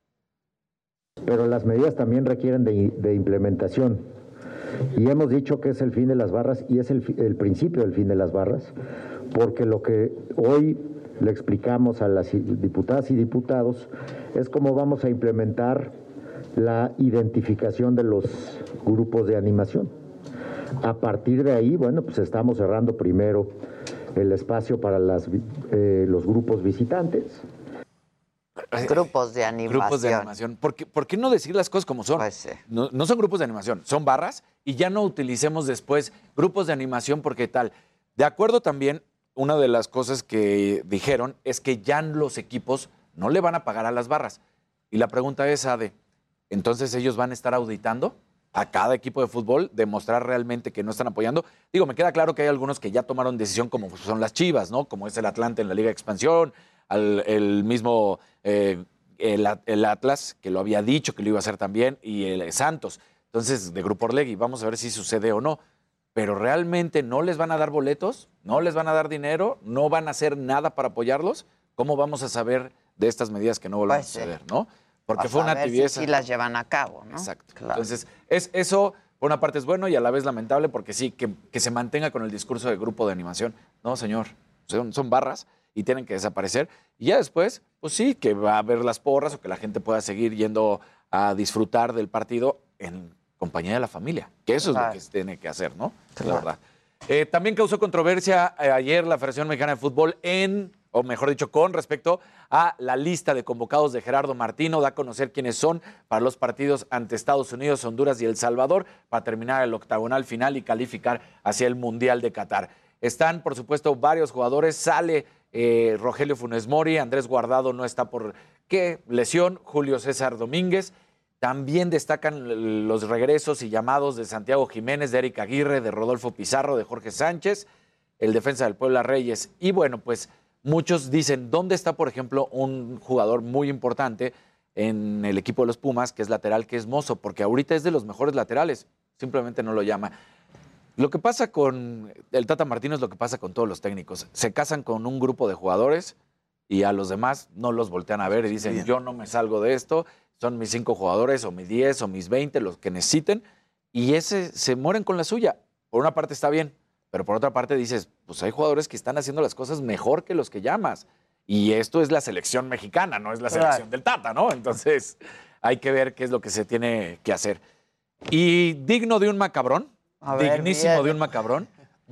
Pero las medidas también requieren de implementación. Y hemos dicho que es el fin de las barras y es el principio del fin de las barras, porque lo que hoy le explicamos a las diputadas y diputados es cómo vamos a implementar la identificación de los grupos de animación. A partir de ahí, bueno, pues estamos cerrando primero el espacio para los grupos visitantes. Grupos de animación. Grupos de animación. ¿Por qué no decir las cosas como son? Pues sí. No son grupos de animación, son barras y ya no utilicemos después grupos de animación porque tal. De acuerdo también, una de las cosas que dijeron es que ya los equipos no le van a pagar a las barras. Y la pregunta es, Ade, ¿entonces ellos van a estar auditando a cada equipo de fútbol, demostrar realmente que no están apoyando? Digo, me queda claro que hay algunos que ya tomaron decisión, como son las Chivas, ¿no? Como es el Atlante en la Liga de Expansión, el mismo el Atlas, que lo había dicho que lo iba a hacer también, y el Santos. Entonces, de Grupo Orlegui, vamos a ver si sucede o no. Pero realmente no les van a dar boletos, no les van a dar dinero, no van a hacer nada para apoyarlos. ¿Cómo vamos a saber de estas medidas que no vuelvan a suceder, no? Porque fue una tibieza. Si las llevan a cabo, ¿no? Exacto. Claro. Entonces, eso, por una parte es bueno y a la vez lamentable, porque sí, que se mantenga con el discurso de grupo de animación. No, señor, son barras y tienen que desaparecer. Y ya después, pues sí, que va a haber las porras o que la gente pueda seguir yendo a disfrutar del partido en compañía de la familia, que eso es lo que se tiene que hacer, ¿no? La verdad. También causó controversia ayer la Federación Mexicana de Fútbol o mejor dicho, con respecto a la lista de convocados de Gerardo Martino, da a conocer quiénes son para los partidos ante Estados Unidos, Honduras y El Salvador, para terminar el octagonal final y calificar hacia el Mundial de Qatar. Están, por supuesto, varios jugadores, sale Rogelio Funes Mori, Andrés Guardado no está por qué lesión, Julio César Domínguez. También destacan los regresos y llamados de Santiago Jiménez, de Eric Aguirre, de Rodolfo Pizarro, de Jorge Sánchez, el defensa del Puebla Reyes. Y bueno, pues muchos dicen, ¿dónde está, por ejemplo, un jugador muy importante en el equipo de los Pumas, que es lateral, que es Mozo? Porque ahorita es de los mejores laterales, simplemente no lo llama. Lo que pasa con el Tata Martino es lo que pasa con todos los técnicos. Se casan con un grupo de jugadores y a los demás no los voltean a ver y dicen, yo no me salgo de esto, son mis 5 jugadores o mis 10 o mis 20, los que necesiten, y se mueren con la suya. Por una parte está bien, pero por otra parte dices, pues hay jugadores que están haciendo las cosas mejor que los que llamas. Y esto es la selección mexicana, no es la selección del Tata, ¿no? Entonces hay que ver qué es lo que se tiene que hacer. Y digno de un macabrón, dignísimo de un macabrón,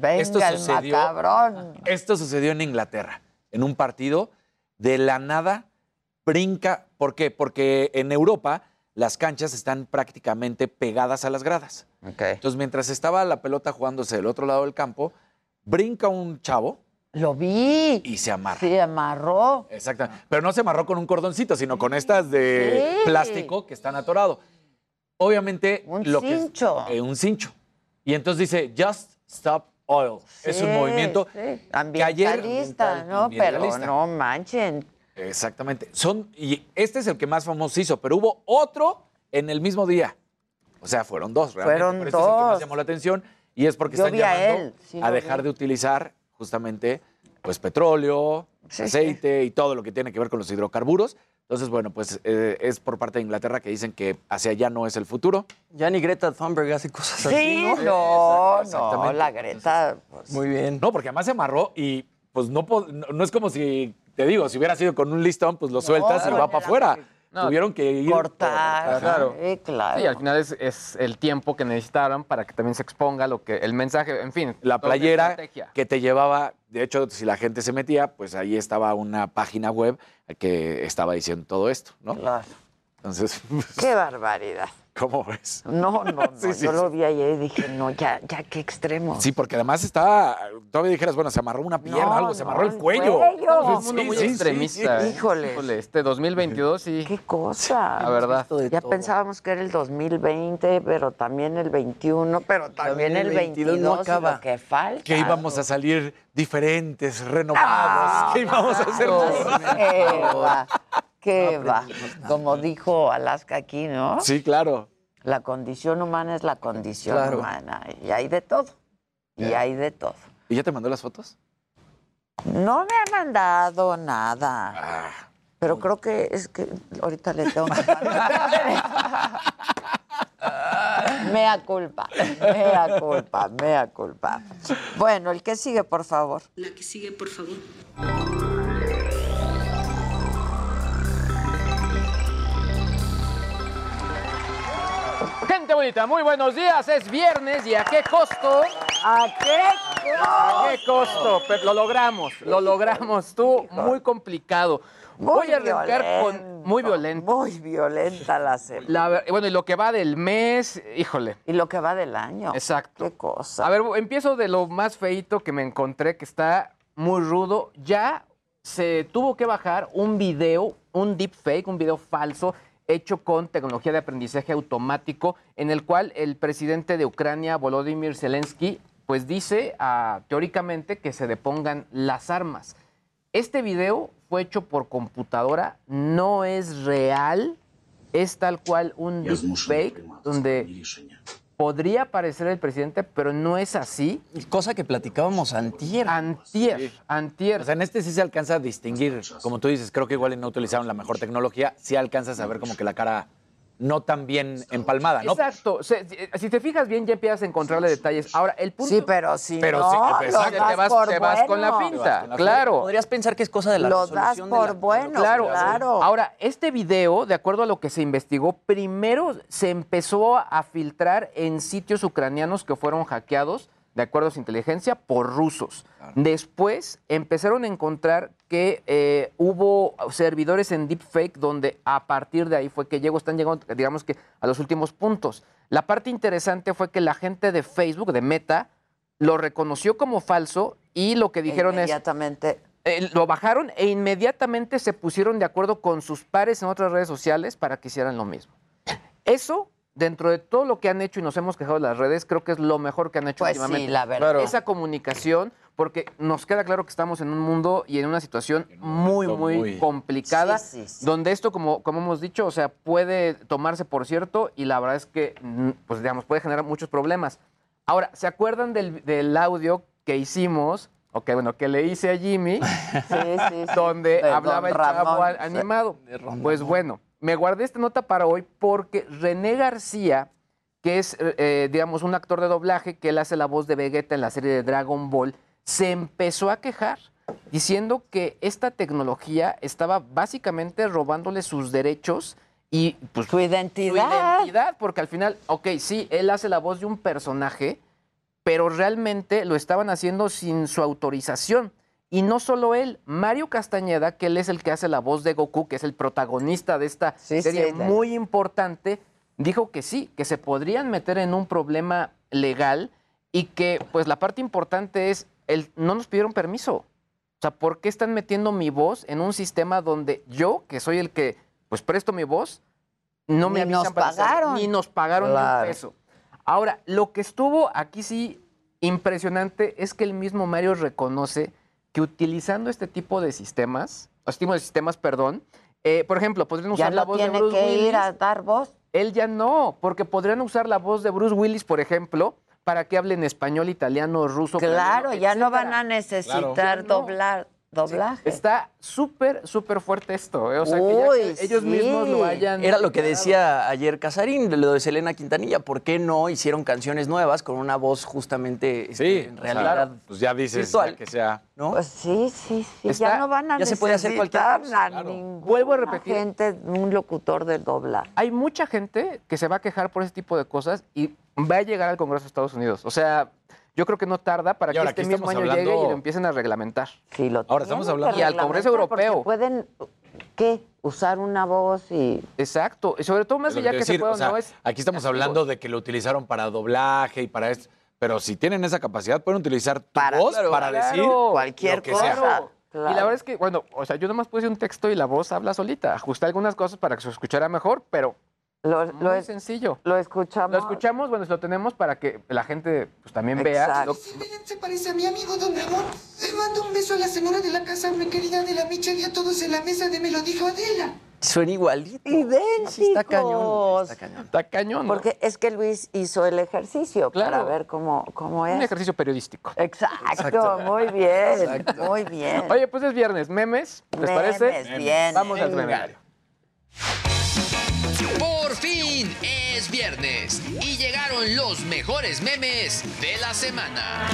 esto sucedió en Inglaterra, en un partido de la nada brinca. ¿Por qué? Porque en Europa las canchas están prácticamente pegadas a las gradas. Entonces, mientras estaba la pelota jugándose del otro lado del campo, brinca un chavo. Lo vi. Y se amarra. Se amarró. Exacto. Pero no se amarró con un cordoncito, sino con estas de plástico que están atorados. Obviamente. Un cincho. Un cincho. Y entonces dice, just stop oil. Es un movimiento ambientalista, ¿no? Pero no manchen. Exactamente. Y este es el que más famoso hizo, pero hubo otro en el mismo día. O sea, fueron 2 realmente. Fueron pero 2. Este es el que más llamó la atención y es porque están llamando a dejar de utilizar justamente pues petróleo, aceite y todo lo que tiene que ver con los hidrocarburos. Entonces, bueno, pues es por parte de Inglaterra que dicen que hacia allá no es el futuro. Ya ni Greta Thunberg hace cosas así, Sí, ¿no? no, la Greta. Pues, muy bien. No, porque además se amarró y pues no es como si, te digo, si hubiera sido con un listón, pues lo sueltas y va para afuera. No, tuvieron que ir cortar. Claro. Claro. Sí, al final es el tiempo que necesitaron para que también se exponga el mensaje, en fin. La playera que te llevaba, de hecho, si la gente se metía, pues ahí estaba una página web que estaba diciendo todo esto, ¿no? Claro. Entonces. Qué barbaridad. ¿Cómo ves? No, Sí, yo lo vi ayer y dije, no, ya qué extremo. Sí, porque además todavía dijeras, bueno, se amarró una pierna, algo, se amarró el cuello. Todo el mundo muy extremista. Híjole. Este 2022 sí. Qué cosa. La verdad. Ya pensábamos que era el 2020, pero también el 21, pero también el 22 no acaba. Lo que falta. Que íbamos a salir diferentes, renovados, que íbamos a hacer ¿Qué va? Como dijo Alaska aquí, ¿no? Sí, claro. La condición humana es la condición humana. Y hay de todo. Y hay de todo. ¿Y ya te mandó las fotos? No me ha mandado nada. Pero creo que es que ahorita le tengo que mandar. Mea culpa. Bueno, el que sigue, por favor. La que sigue, por favor. Gente bonita, muy buenos días. Es viernes y ¿a qué costo? ¿A qué costo? Pero lo logramos. Tú, muy complicado. Voy a arrancar con muy violento. Muy violenta la semana. Bueno, y lo que va del mes, híjole. Y lo que va del año. Exacto. Qué cosa. A ver, empiezo de lo más feito que me encontré, que está muy rudo. Ya se tuvo que bajar un video, un deepfake, un video falso, hecho con tecnología de aprendizaje automático, en el cual el presidente de Ucrania, Volodymyr Zelensky, pues dice teóricamente que se depongan las armas. Este video fue hecho por computadora, no es real, es tal cual un deepfake donde podría aparecer el presidente, pero no es así. Cosa que platicábamos antier. Antier. O sea, en este sí se alcanza a distinguir, como tú dices, creo que igual no utilizaron la mejor tecnología, sí alcanzas a ver como que la cara no tan bien empalmada, ¿no? Exacto. Si te fijas bien, ya empiezas a encontrarle detalles. Ahora, el punto... Sí, pero si no, te vas con la finta. Claro. Podrías pensar que es cosa de la resolución. Lo das por bueno, claro. Claro. Ahora, este video, de acuerdo a lo que se investigó, primero se empezó a filtrar en sitios ucranianos que fueron hackeados, de acuerdo a su inteligencia, por rusos. Claro. Después empezaron a encontrar que hubo servidores en deepfake donde a partir de ahí fue que están llegando, digamos que a los últimos puntos. La parte interesante fue que la gente de Facebook, de Meta, lo reconoció como falso y lo que dijeron inmediatamente Lo bajaron e inmediatamente se pusieron de acuerdo con sus pares en otras redes sociales para que hicieran lo mismo. Eso, dentro de todo lo que han hecho y nos hemos quejado de las redes, creo que es lo mejor que han hecho últimamente. Sí, la verdad. Esa comunicación, porque nos queda claro que estamos en un mundo y en una situación muy complicada, Sí. donde esto, como hemos dicho, o sea, puede tomarse por cierto y la verdad es que, pues digamos, puede generar muchos problemas. Ahora, ¿se acuerdan del audio que hicimos? Que le hice a Jimmy, donde hablaba el chavo animado. Pues bueno, me guardé esta nota para hoy porque René García, que es, digamos, un actor de doblaje, que él hace la voz de Vegeta en la serie de Dragon Ball, se empezó a quejar diciendo que esta tecnología estaba básicamente robándole sus derechos y pues, su identidad. Su identidad, porque al final, sí, él hace la voz de un personaje, pero realmente lo estaban haciendo sin su autorización. Y no solo él, Mario Castañeda, que él es el que hace la voz de Goku, que es el protagonista de esta serie muy importante, dijo que sí, que se podrían meter en un problema legal y que pues la parte importante es, no nos pidieron permiso. O sea, ¿por qué están metiendo mi voz en un sistema donde yo, que soy el que pues presto mi voz, no me avisan para hacerlo, ni nos pagaron ni un peso? Ahora, lo que estuvo aquí sí impresionante es que el mismo Mario reconoce que utilizando este tipo de sistemas, por ejemplo, podrían usar la voz de Bruce Willis. ¿Ya no tiene que ir a dar voz? Él ya no, porque podrían usar la voz de Bruce Willis, por ejemplo, para que hable en español, italiano, ruso. Claro, coreano, ya no van a necesitar doblaje. Sí, está súper fuerte esto. O sea, que ellos mismos lo hayan... Era lo que decía ayer Casarín, lo de Selena Quintanilla. ¿Por qué no hicieron canciones nuevas con una voz justamente en realidad? Claro. Pues ya dices ya que sea... ¿no? Pues sí. Ya no van a ya se puede hacer cualquier cosa. Vuelvo a repetir. Un locutor del doblaje. Hay mucha gente que se va a quejar por ese tipo de cosas y va a llegar al Congreso de Estados Unidos. O sea... Yo creo que no tarda para que este mismo año llegue y lo empiecen a reglamentar. Sí, ahora estamos hablando. Y al Congreso Europeo. Pueden, usar una voz y... Exacto. Y sobre todo más allá que se pueda o no es... Aquí estamos hablando de que lo utilizaron para doblaje y para esto. Pero si tienen esa capacidad, pueden utilizar tu voz para decir cualquier lo que cosa. Sea. Claro. Y la verdad es que, yo nomás puse un texto y la voz habla solita. Ajusté algunas cosas para que se escuchara mejor, pero... Muy sencillo. Lo escuchamos. Lo escuchamos, lo tenemos para que la gente pues, también vea. Se parece a mi amigo Don Ramón. Le mando un beso a la señora de la casa, mi querida Adela Michel, y a todos en la mesa de Me lo dijo Adela. Suena igualito. Idénticos. Está cañón. Está cañón. ¿No? Porque es que Luis hizo el ejercicio para ver cómo es. Un ejercicio periodístico. Exacto. Muy bien. Muy bien. Oye, pues es viernes. ¿Memes? ¿Les parece? Bien. Vamos al memenario. Por fin es viernes y llegaron los mejores memes de la semana.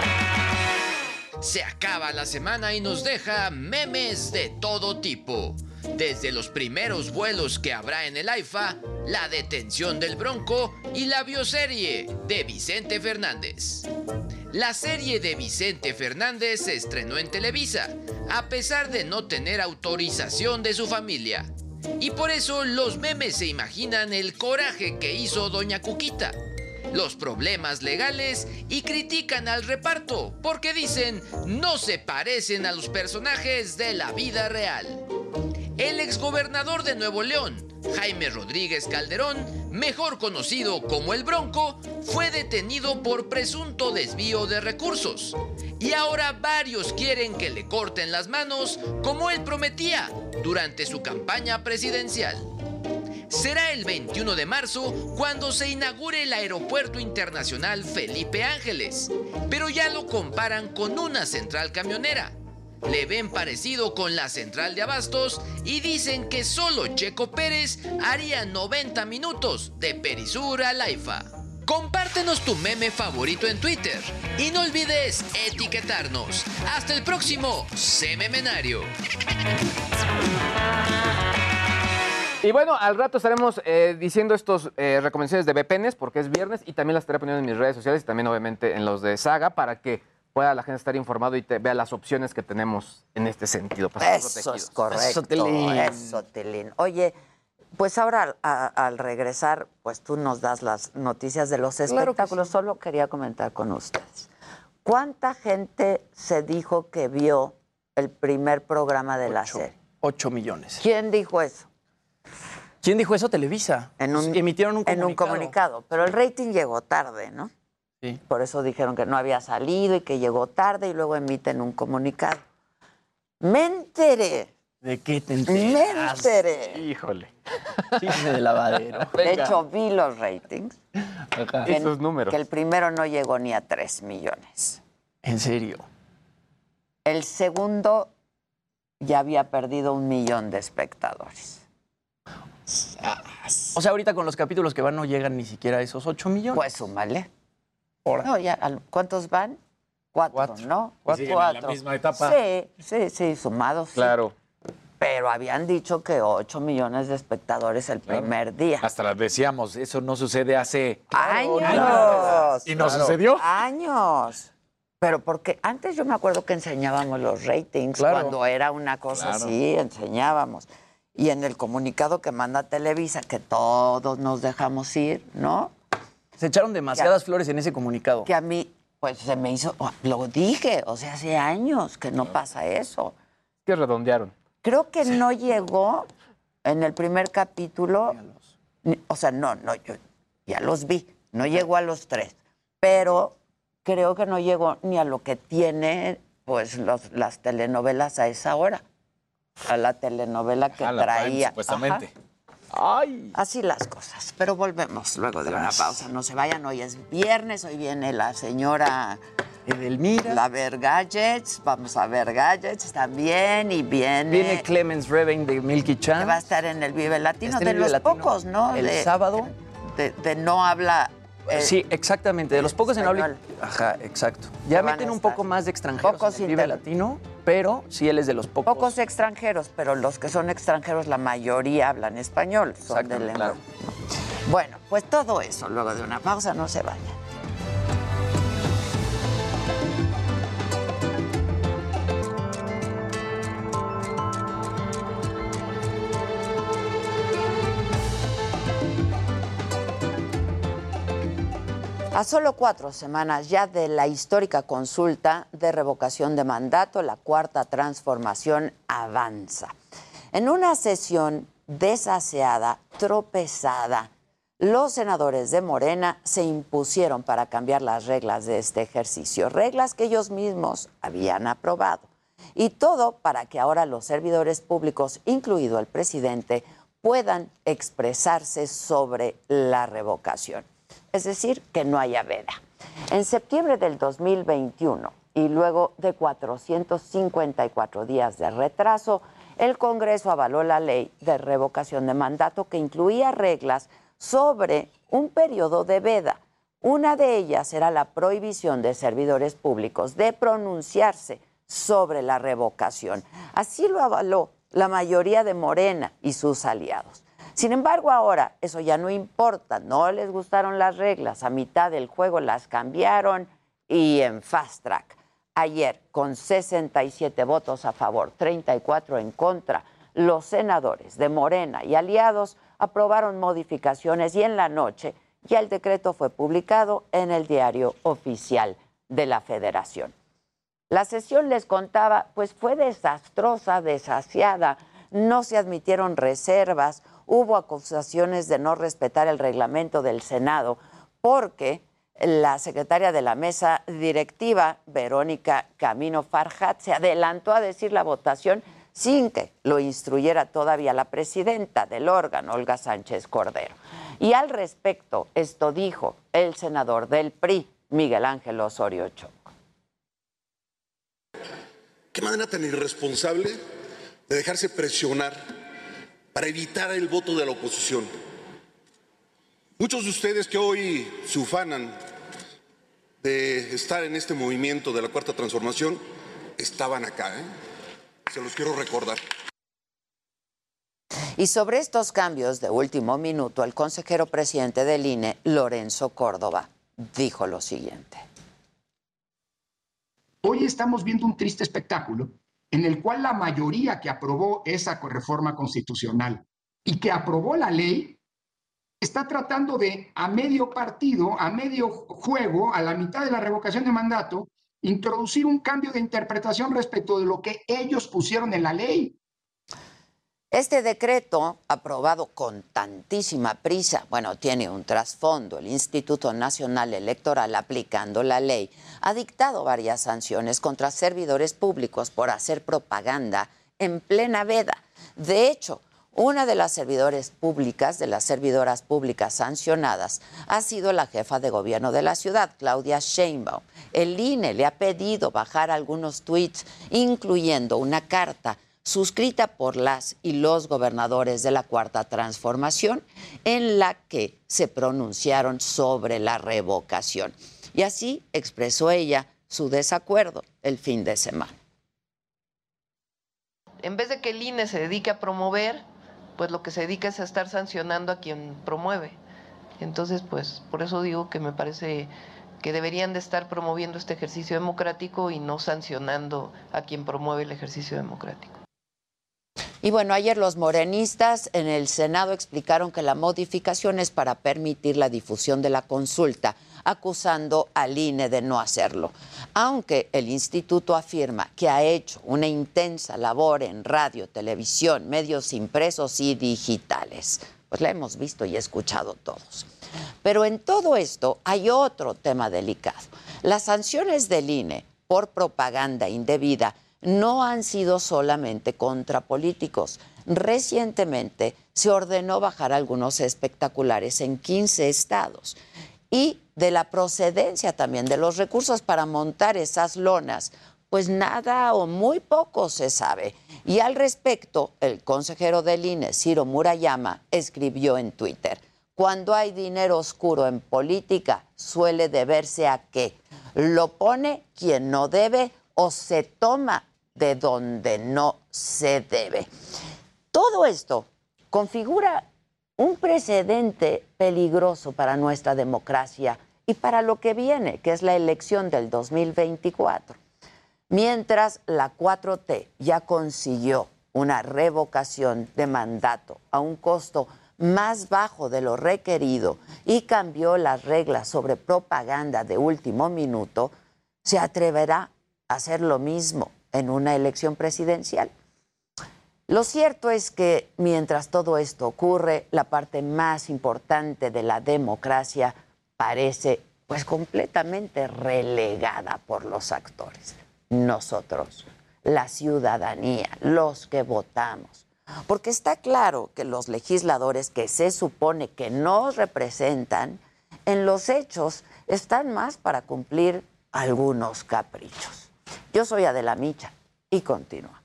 Se acaba la semana y nos deja memes de todo tipo. Desde los primeros vuelos que habrá en el AIFA, la detención del Bronco y la bioserie de Vicente Fernández. La serie de Vicente Fernández se estrenó en Televisa, a pesar de no tener autorización de su familia. Y por eso los memes se imaginan el coraje que hizo Doña Cuquita, los problemas legales y critican al reparto porque dicen no se parecen a los personajes de la vida real. El exgobernador de Nuevo León, Jaime Rodríguez Calderón, mejor conocido como el Bronco, fue detenido por presunto desvío de recursos. Y ahora varios quieren que le corten las manos como él prometía durante su campaña presidencial. Será el 21 de marzo cuando se inaugure el Aeropuerto Internacional Felipe Ángeles, pero ya lo comparan con una central camionera. Le ven parecido con la central de Abastos y dicen que solo Checo Pérez haría 90 minutos de Perisur a Laifa. Compártenos tu meme favorito en Twitter y no olvides etiquetarnos. Hasta el próximo Sememenario. Y bueno, al rato estaremos diciendo estos recomendaciones de VPNs porque es viernes y también las estaré poniendo en mis redes sociales y también obviamente en los de Saga para que pueda la gente estar informado y vea las opciones que tenemos en este sentido. Para Eso es correcto. Eso, Tilín. Oye, pues ahora al regresar, pues tú nos das las noticias de los espectáculos. Claro sí. Solo quería comentar con ustedes. ¿Cuánta gente se dijo que vio el primer programa de la serie. 8 millones. ¿Quién dijo eso? ¿Quién dijo eso? Televisa. Emitieron un comunicado. En un comunicado. Pero el rating llegó tarde, ¿no? Sí. Por eso dijeron que no había salido y que llegó tarde y luego emiten un comunicado. Me enteré. ¿De qué te enteras? Me enteré. Híjole. Chiste de lavadero. De hecho, vi los ratings. Ajá. Esos números. Que el primero no llegó ni a 3 millones. ¿En serio? El segundo ya había perdido 1 millón de espectadores. O sea, ahorita con los capítulos que van no llegan ni siquiera a esos 8 millones. Pues súmale. Ahora. No, ya, ¿cuántos van? 4, ¿no? Siguen en la misma etapa. Sí, sumados. Claro. Sí. Pero habían dicho que 8 millones de espectadores el primer día. Hasta las decíamos, eso no sucede hace ¡años! ¿Y no sucedió? ¡Años! Pero porque antes yo me acuerdo que enseñábamos los ratings, cuando era una cosa así, enseñábamos. Y en el comunicado que manda Televisa, que todos nos dejamos ir, ¿no? Se echaron demasiadas flores en ese comunicado. Que a mí, pues se me hizo, lo dije, o sea, hace años que no pasa eso. Que redondearon. Creo que no llegó en el primer capítulo, o sea, no, yo ya los vi, no llegó a los 3, pero creo que no llegó ni a lo que tiene, pues, las telenovelas a esa hora, a la telenovela que traía. Prime, supuestamente. Ay. Así las cosas, pero volvemos luego de una pausa. No se vayan, hoy es viernes, hoy viene la señora Edelmira. A ver gadgets, vamos a ver gadgets también y viene Clemens Reven de Milky Chance. Que va a estar en el Vive Latino, de los pocos, ¿no? El sábado. De no habla... sí, exactamente, de los pocos español. en habla... Ajá, exacto. Ya meten un poco más de extranjeros pocos en el Vive Latino, pero sí él es de los pocos. Pocos extranjeros, pero los que son extranjeros, la mayoría hablan español. Son de lengua. Claro. Bueno, pues todo eso, luego de una pausa, no se vayan. A solo 4 semanas ya de la histórica consulta de revocación de mandato, la Cuarta Transformación avanza. En una sesión desaseada, tropezada, los senadores de Morena se impusieron para cambiar las reglas de este ejercicio, reglas que ellos mismos habían aprobado. Y todo para que ahora los servidores públicos, incluido el presidente, puedan expresarse sobre la revocación. Es decir, que no haya veda. En septiembre del 2021 y luego de 454 días de retraso, el Congreso avaló la ley de revocación de mandato que incluía reglas sobre un periodo de veda. Una de ellas era la prohibición de servidores públicos de pronunciarse sobre la revocación. Así lo avaló la mayoría de Morena y sus aliados. Sin embargo, ahora eso ya no importa, no les gustaron las reglas, a mitad del juego las cambiaron y en fast track. Ayer, con 67 votos a favor, 34 en contra, los senadores de Morena y aliados aprobaron modificaciones y en la noche ya el decreto fue publicado en el Diario Oficial de la Federación. La sesión, les contaba, pues fue desastrosa, desasiada, no se admitieron reservas. Hubo acusaciones de no respetar el reglamento del Senado porque la secretaria de la mesa directiva, Verónica Camino Farjat, se adelantó a decir la votación sin que lo instruyera todavía la presidenta del órgano, Olga Sánchez Cordero. Y al respecto, esto dijo el senador del PRI, Miguel Ángel Osorio Chong. ¿Qué manera tan irresponsable de dejarse presionar para evitar el voto de la oposición? Muchos de ustedes que hoy se ufanan de estar en este movimiento de la Cuarta Transformación estaban acá, Se los quiero recordar. Y sobre estos cambios de último minuto, el consejero presidente del INE, Lorenzo Córdoba, dijo lo siguiente. Hoy estamos viendo un triste espectáculo en el cual la mayoría que aprobó esa reforma constitucional y que aprobó la ley está tratando de, a medio partido, a medio juego, a la mitad de la revocación de mandato, introducir un cambio de interpretación respecto de lo que ellos pusieron en la ley. Este decreto, aprobado con tantísima prisa, tiene un trasfondo. El Instituto Nacional Electoral, aplicando la ley, ha dictado varias sanciones contra servidores públicos por hacer propaganda en plena veda. De hecho, una de las servidoras públicas sancionadas ha sido la jefa de gobierno de la ciudad, Claudia Sheinbaum. El INE le ha pedido bajar algunos tuits, incluyendo una carta suscrita por las y los gobernadores de la Cuarta Transformación, en la que se pronunciaron sobre la revocación. Y así expresó ella su desacuerdo el fin de semana. En vez de que el INE se dedique a promover, pues lo que se dedica es a estar sancionando a quien promueve. Entonces, pues por eso digo que me parece que deberían de estar promoviendo este ejercicio democrático y no sancionando a quien promueve el ejercicio democrático. Y ayer los morenistas en el Senado explicaron que la modificación es para permitir la difusión de la consulta, acusando al INE de no hacerlo. Aunque el instituto afirma que ha hecho una intensa labor en radio, televisión, medios impresos y digitales. Pues la hemos visto y escuchado todos. Pero en todo esto hay otro tema delicado. Las sanciones del INE por propaganda indebida no han sido solamente contra políticos. Recientemente se ordenó bajar algunos espectaculares en 15 estados y de la procedencia también de los recursos para montar esas lonas, pues nada o muy poco se sabe. Y al respecto, el consejero del INE, Ciro Murayama, escribió en Twitter: cuando hay dinero oscuro en política, suele deberse a que lo pone quien no debe o se toma de donde no se debe. Todo esto configura un precedente peligroso para nuestra democracia y para lo que viene, que es la elección del 2024. Mientras la 4T ya consiguió una revocación de mandato a un costo más bajo de lo requerido y cambió las reglas sobre propaganda de último minuto, ¿se atreverá a hacer lo mismo en una elección presidencial? Lo cierto es que mientras todo esto ocurre, la parte más importante de la democracia parece pues completamente relegada por los actores. Nosotros, la ciudadanía, los que votamos. Porque está claro que los legisladores que se supone que nos representan, en los hechos están más para cumplir algunos caprichos. Yo soy Adela Micha y continuamos.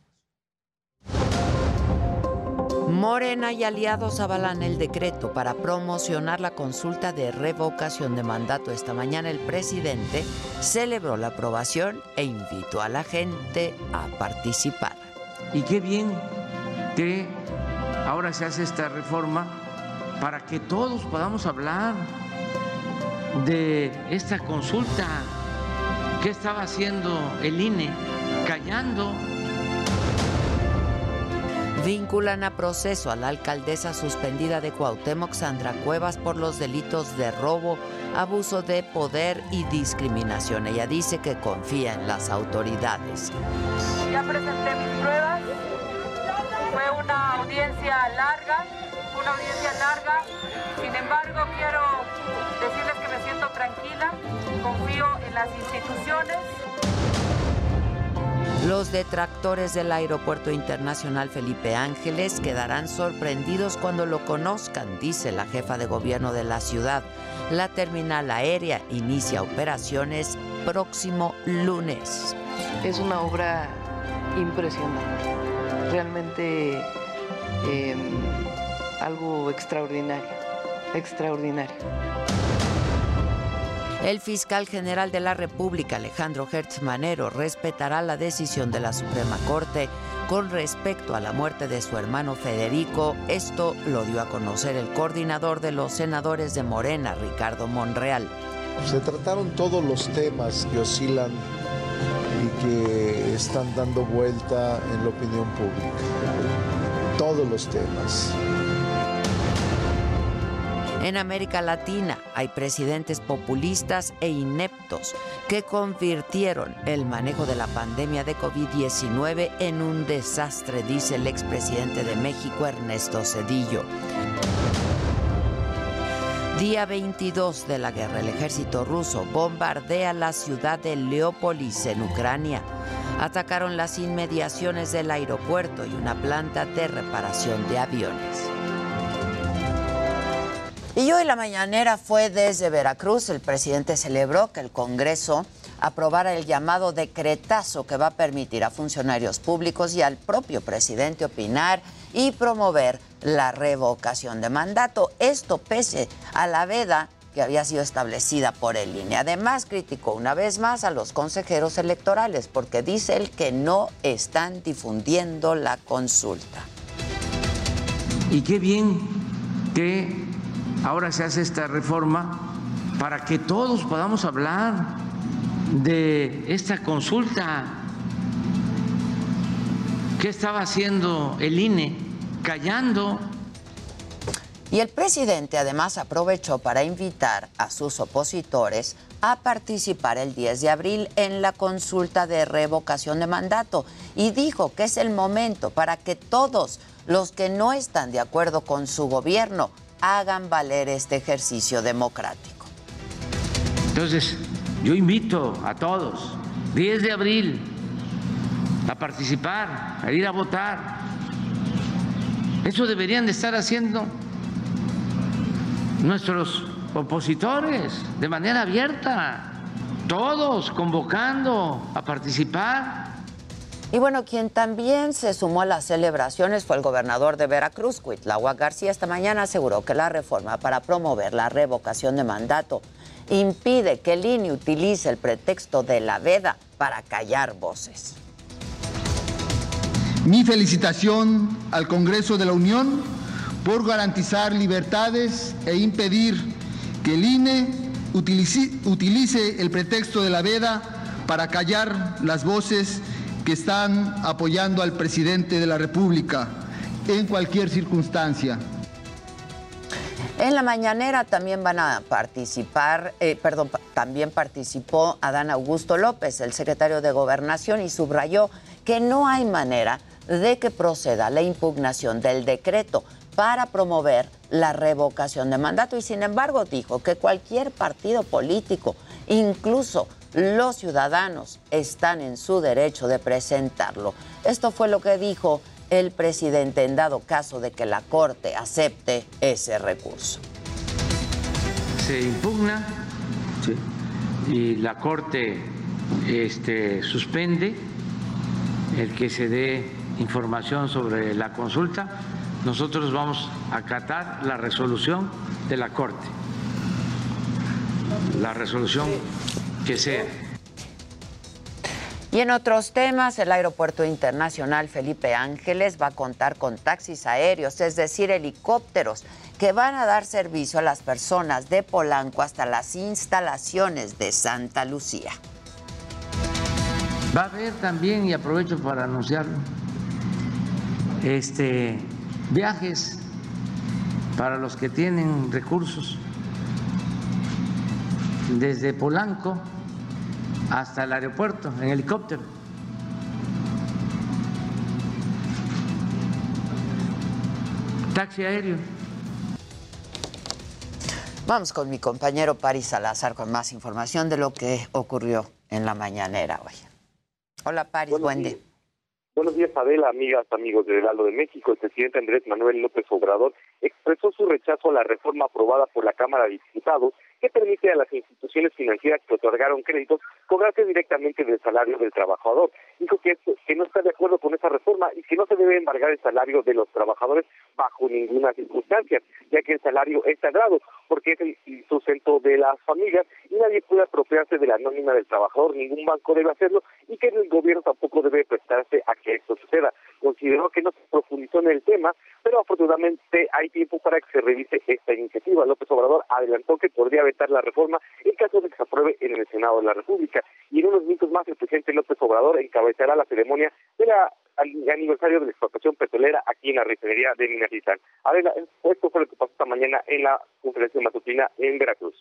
Morena y aliados avalan el decreto para promocionar la consulta de revocación de mandato. Esta mañana el presidente celebró la aprobación e invitó a la gente a participar. Y qué bien que ahora se hace esta reforma para que todos podamos hablar de esta consulta. ¿Qué estaba haciendo el INE? Callando. Vinculan a proceso a la alcaldesa suspendida de Cuauhtémoc, Sandra Cuevas, por los delitos de robo, abuso de poder y discriminación. Ella dice que confía en las autoridades. Ya presenté mis pruebas. Fue una audiencia larga, Sin embargo, quiero decirles que me siento tranquila, confío en las instituciones. Los detractores del Aeropuerto Internacional Felipe Ángeles quedarán sorprendidos cuando lo conozcan, dice la jefa de gobierno de la ciudad. La terminal aérea inicia operaciones próximo lunes. Es una obra impresionante, realmente algo extraordinario. El fiscal general de la República, Alejandro Gertz Manero, respetará la decisión de la Suprema Corte con respecto a la muerte de su hermano Federico. Esto lo dio a conocer el coordinador de los senadores de Morena, Ricardo Monreal. Se trataron todos los temas que oscilan y que están dando vuelta en la opinión pública. Todos los temas. En América Latina hay presidentes populistas e ineptos que convirtieron el manejo de la pandemia de COVID-19 en un desastre, dice el expresidente de México, Ernesto Zedillo. Día 22 de la guerra, el ejército ruso bombardea la ciudad de Leópolis en Ucrania. Atacaron las inmediaciones del aeropuerto y una planta de reparación de aviones. Y hoy la mañanera fue desde Veracruz. El presidente celebró que el Congreso aprobara el llamado decretazo que va a permitir a funcionarios públicos y al propio presidente opinar y promover la revocación de mandato. Esto pese a la veda que había sido establecida por el INE. Además, criticó una vez más a los consejeros electorales porque dice él que no están difundiendo la consulta. Y qué bien que ahora se hace esta reforma para que todos podamos hablar de esta consulta. ¿Qué estaba haciendo el INE? Callando. Y el presidente además aprovechó para invitar a sus opositores a participar el 10 de abril en la consulta de revocación de mandato y dijo que es el momento para que todos los que no están de acuerdo con su gobierno hagan valer este ejercicio democrático. Entonces, yo invito a todos, 10 de abril, a participar, a ir a votar. Eso deberían de estar haciendo nuestros opositores de manera abierta, todos convocando a participar. Y bueno, quien también se sumó a las celebraciones fue el gobernador de Veracruz, Cuitláhuac García. Esta mañana aseguró que la reforma para promover la revocación de mandato impide que el INE utilice el pretexto de la veda para callar voces. Mi felicitación al Congreso de la Unión por garantizar libertades e impedir que el INE utilice el pretexto de la veda para callar las voces que están apoyando al presidente de la República en cualquier circunstancia. En la mañanera también van a participar, también participó Adán Augusto López, el secretario de Gobernación, y subrayó que no hay manera de que proceda la impugnación del decreto para promover la revocación de mandato y sin embargo dijo que cualquier partido político, incluso los ciudadanos, están en su derecho de presentarlo. Esto fue lo que dijo el presidente en dado caso de que la Corte acepte ese recurso. Se impugna, sí, y la Corte suspende el que se dé información sobre la consulta. Nosotros vamos a acatar la resolución de la Corte, la resolución que sea. Y en otros temas, el Aeropuerto Internacional Felipe Ángeles va a contar con taxis aéreos, es decir, helicópteros, que van a dar servicio a las personas de Polanco hasta las instalaciones de Santa Lucía. Va a haber también, y aprovecho para anunciarlo, viajes para los que tienen recursos desde Polanco hasta el aeropuerto en helicóptero. Taxi aéreo. Vamos con mi compañero Paris Salazar con más información de lo que ocurrió en la mañanera hoy. Hola Paris, buen día. Buenos días, Adela, amigas, amigos del Heraldo de México. El presidente Andrés Manuel López Obrador expresó su rechazo a la reforma aprobada por la Cámara de Diputados que permite a las instituciones financieras que otorgaron créditos cobrarse directamente del salario del trabajador. Dijo que no está de acuerdo con esa reforma y que no se debe embargar el salario de los trabajadores bajo ninguna circunstancia, ya que el salario es sagrado, porque es el sustento de las familias y nadie puede apropiarse de la nómina del trabajador, ningún banco debe hacerlo y que el gobierno tampoco debe prestarse a que esto suceda. Consideró que no se profundizó en el tema, pero afortunadamente hay tiempo para que se revise esta iniciativa. López Obrador adelantó que podría vetar la reforma en caso de que se apruebe en el Senado de la República. Y en unos minutos más el presidente López Obrador encabezará la ceremonia de la aniversario de la explotación petrolera aquí en la refinería de Minatitlán. Adela, esto fue lo que pasó esta mañana en la conferencia matutina en Veracruz.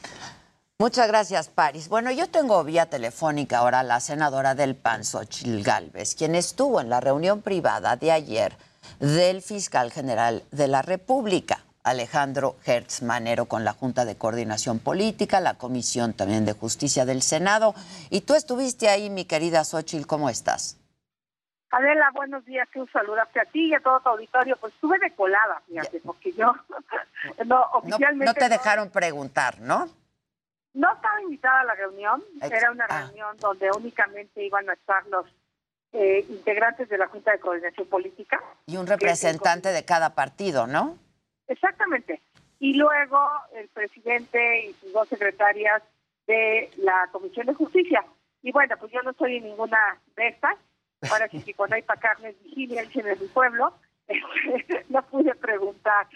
Muchas gracias, Paris. Bueno, yo tengo vía telefónica ahora a la senadora del PAN, Xóchitl Gálvez, quien estuvo en la reunión privada de ayer del fiscal general de la República, Alejandro Gertz Manero, con la Junta de Coordinación Política, la Comisión también de Justicia del Senado. Y tú estuviste ahí, mi querida Xóchitl, ¿cómo estás? Adela, buenos días, un saludarte a ti y a todo tu auditorio. Pues estuve de colada, fíjate, porque yo oficialmente... No te dejaron preguntar, ¿no? No estaba invitada a la reunión, era una reunión donde únicamente iban a estar los integrantes de la Junta de Coordinación Política. Y un representante de cada partido, ¿no? Exactamente. Y luego el presidente y sus dos secretarias de la Comisión de Justicia. Y bueno, pues yo no estoy en ninguna de estas. Ahora sí que cuando hay para carne es vigilia, dicen en mi pueblo. No pude preguntar.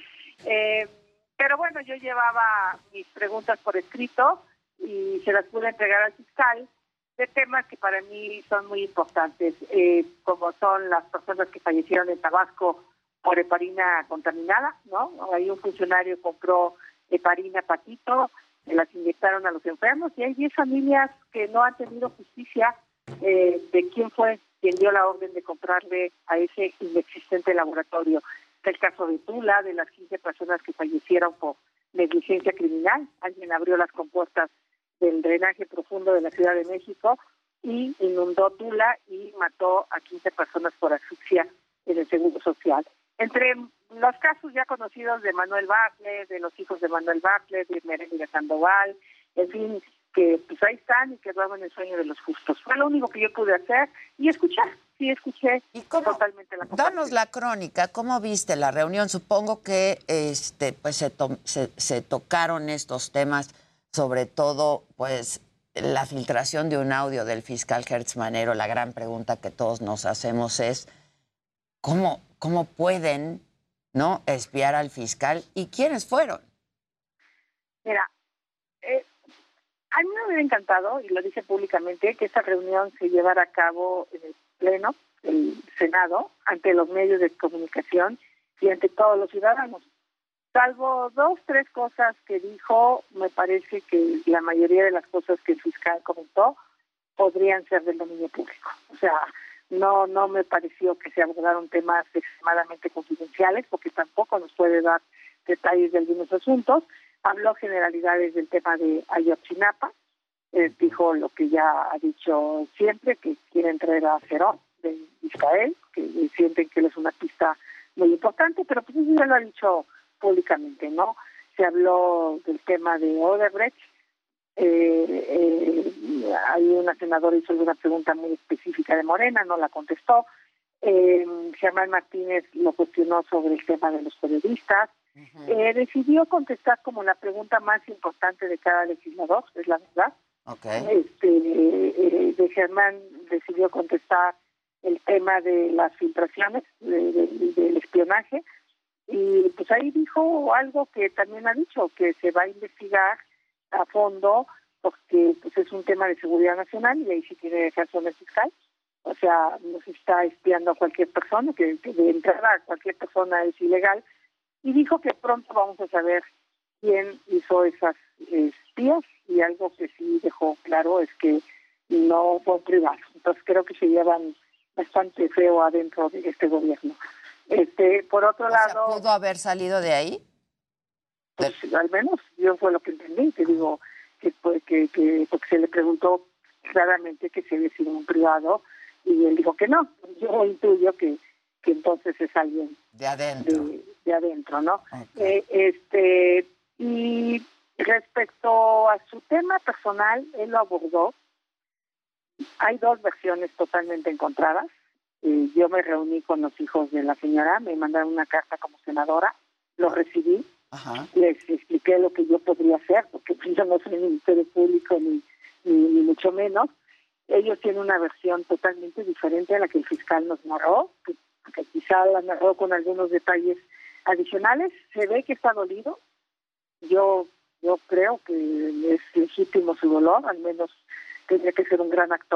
Pero bueno, yo llevaba mis preguntas por escrito y se las pude entregar al fiscal de temas que para mí son muy importantes, como son las personas que fallecieron en Tabasco por heparina contaminada, ¿no? Ahí un funcionario compró heparina patito, las inyectaron a los enfermos y hay 10 familias que no han tenido justicia de quién fue quien dio la orden de comprarle a ese inexistente laboratorio. El caso de Tula, de las 15 personas que fallecieron por negligencia criminal. Alguien abrió las compuertas del drenaje profundo de la Ciudad de México y inundó Tula y mató a 15 personas por asfixia en el Seguro Social. Entre los casos ya conocidos de Manuel Bartlett, de los hijos de Manuel Bartlett, de Meréndira Sandoval, en fin, que pues ahí están y que duermen el sueño de los justos. Fue lo único que yo pude hacer y escuchar. Sí, escuché totalmente la conversación. Danos la crónica, ¿cómo viste la reunión? Supongo que pues se tocaron estos temas, sobre todo pues la filtración de un audio del fiscal Gertz Manero. La gran pregunta que todos nos hacemos es ¿cómo pueden espiar al fiscal y quiénes fueron? Mira, a mí me hubiera encantado, y lo dije públicamente, que esta reunión se llevara a cabo en el Pleno, el Senado, ante los medios de comunicación y ante todos los ciudadanos. Salvo 2, 3 cosas que dijo, me parece que la mayoría de las cosas que el fiscal comentó podrían ser del dominio público. O sea, no me pareció que se abordaron temas extremadamente confidenciales, porque tampoco nos puede dar detalles de algunos asuntos. Habló generalidades del tema de Ayotzinapa, dijo lo que ya ha dicho siempre, que quieren traer a Cerón de Israel, que sienten que él es una pista muy importante, pero pues eso ya lo ha dicho públicamente, ¿no? Se habló del tema de Odebrecht, hay una senadora hizo alguna pregunta muy específica de Morena, no la contestó. Germán Martínez lo cuestionó sobre el tema de los periodistas. Decidió contestar como la pregunta más importante de cada legislador, es la verdad. De Germán decidió contestar el tema de las filtraciones, del espionaje, y pues ahí dijo algo que también ha dicho, que se va a investigar a fondo, porque pues es un tema de seguridad nacional y ahí sí tiene razón el fiscal. O sea, nos está espiando a cualquier persona, que de entrada a cualquier persona es ilegal, y dijo que pronto vamos a saber quién hizo esas espías, y algo que sí dejó claro es que no fue privado. Entonces creo que se llevan bastante feo adentro de este gobierno. Por otro lado... ¿Pudo haber salido de ahí? Pues, al menos yo fue lo que entendí, que digo que porque se le preguntó claramente que se había sido un privado y él dijo que no. Yo intuyo que entonces es alguien de adentro, de adentro, ¿no? Okay. Y respecto a su tema personal, él lo abordó. Hay 2 versiones totalmente encontradas. Yo me reuní con los hijos de la señora, me mandaron una carta como senadora, lo recibí. Les expliqué lo que yo podría hacer, porque yo no soy Ministerio Público ni mucho menos. Ellos tienen una versión totalmente diferente a la que el fiscal nos narró, que quizá la narró con algunos detalles adicionales. Se ve que está dolido. Yo creo que es legítimo su dolor, al menos tendría que ser un gran actor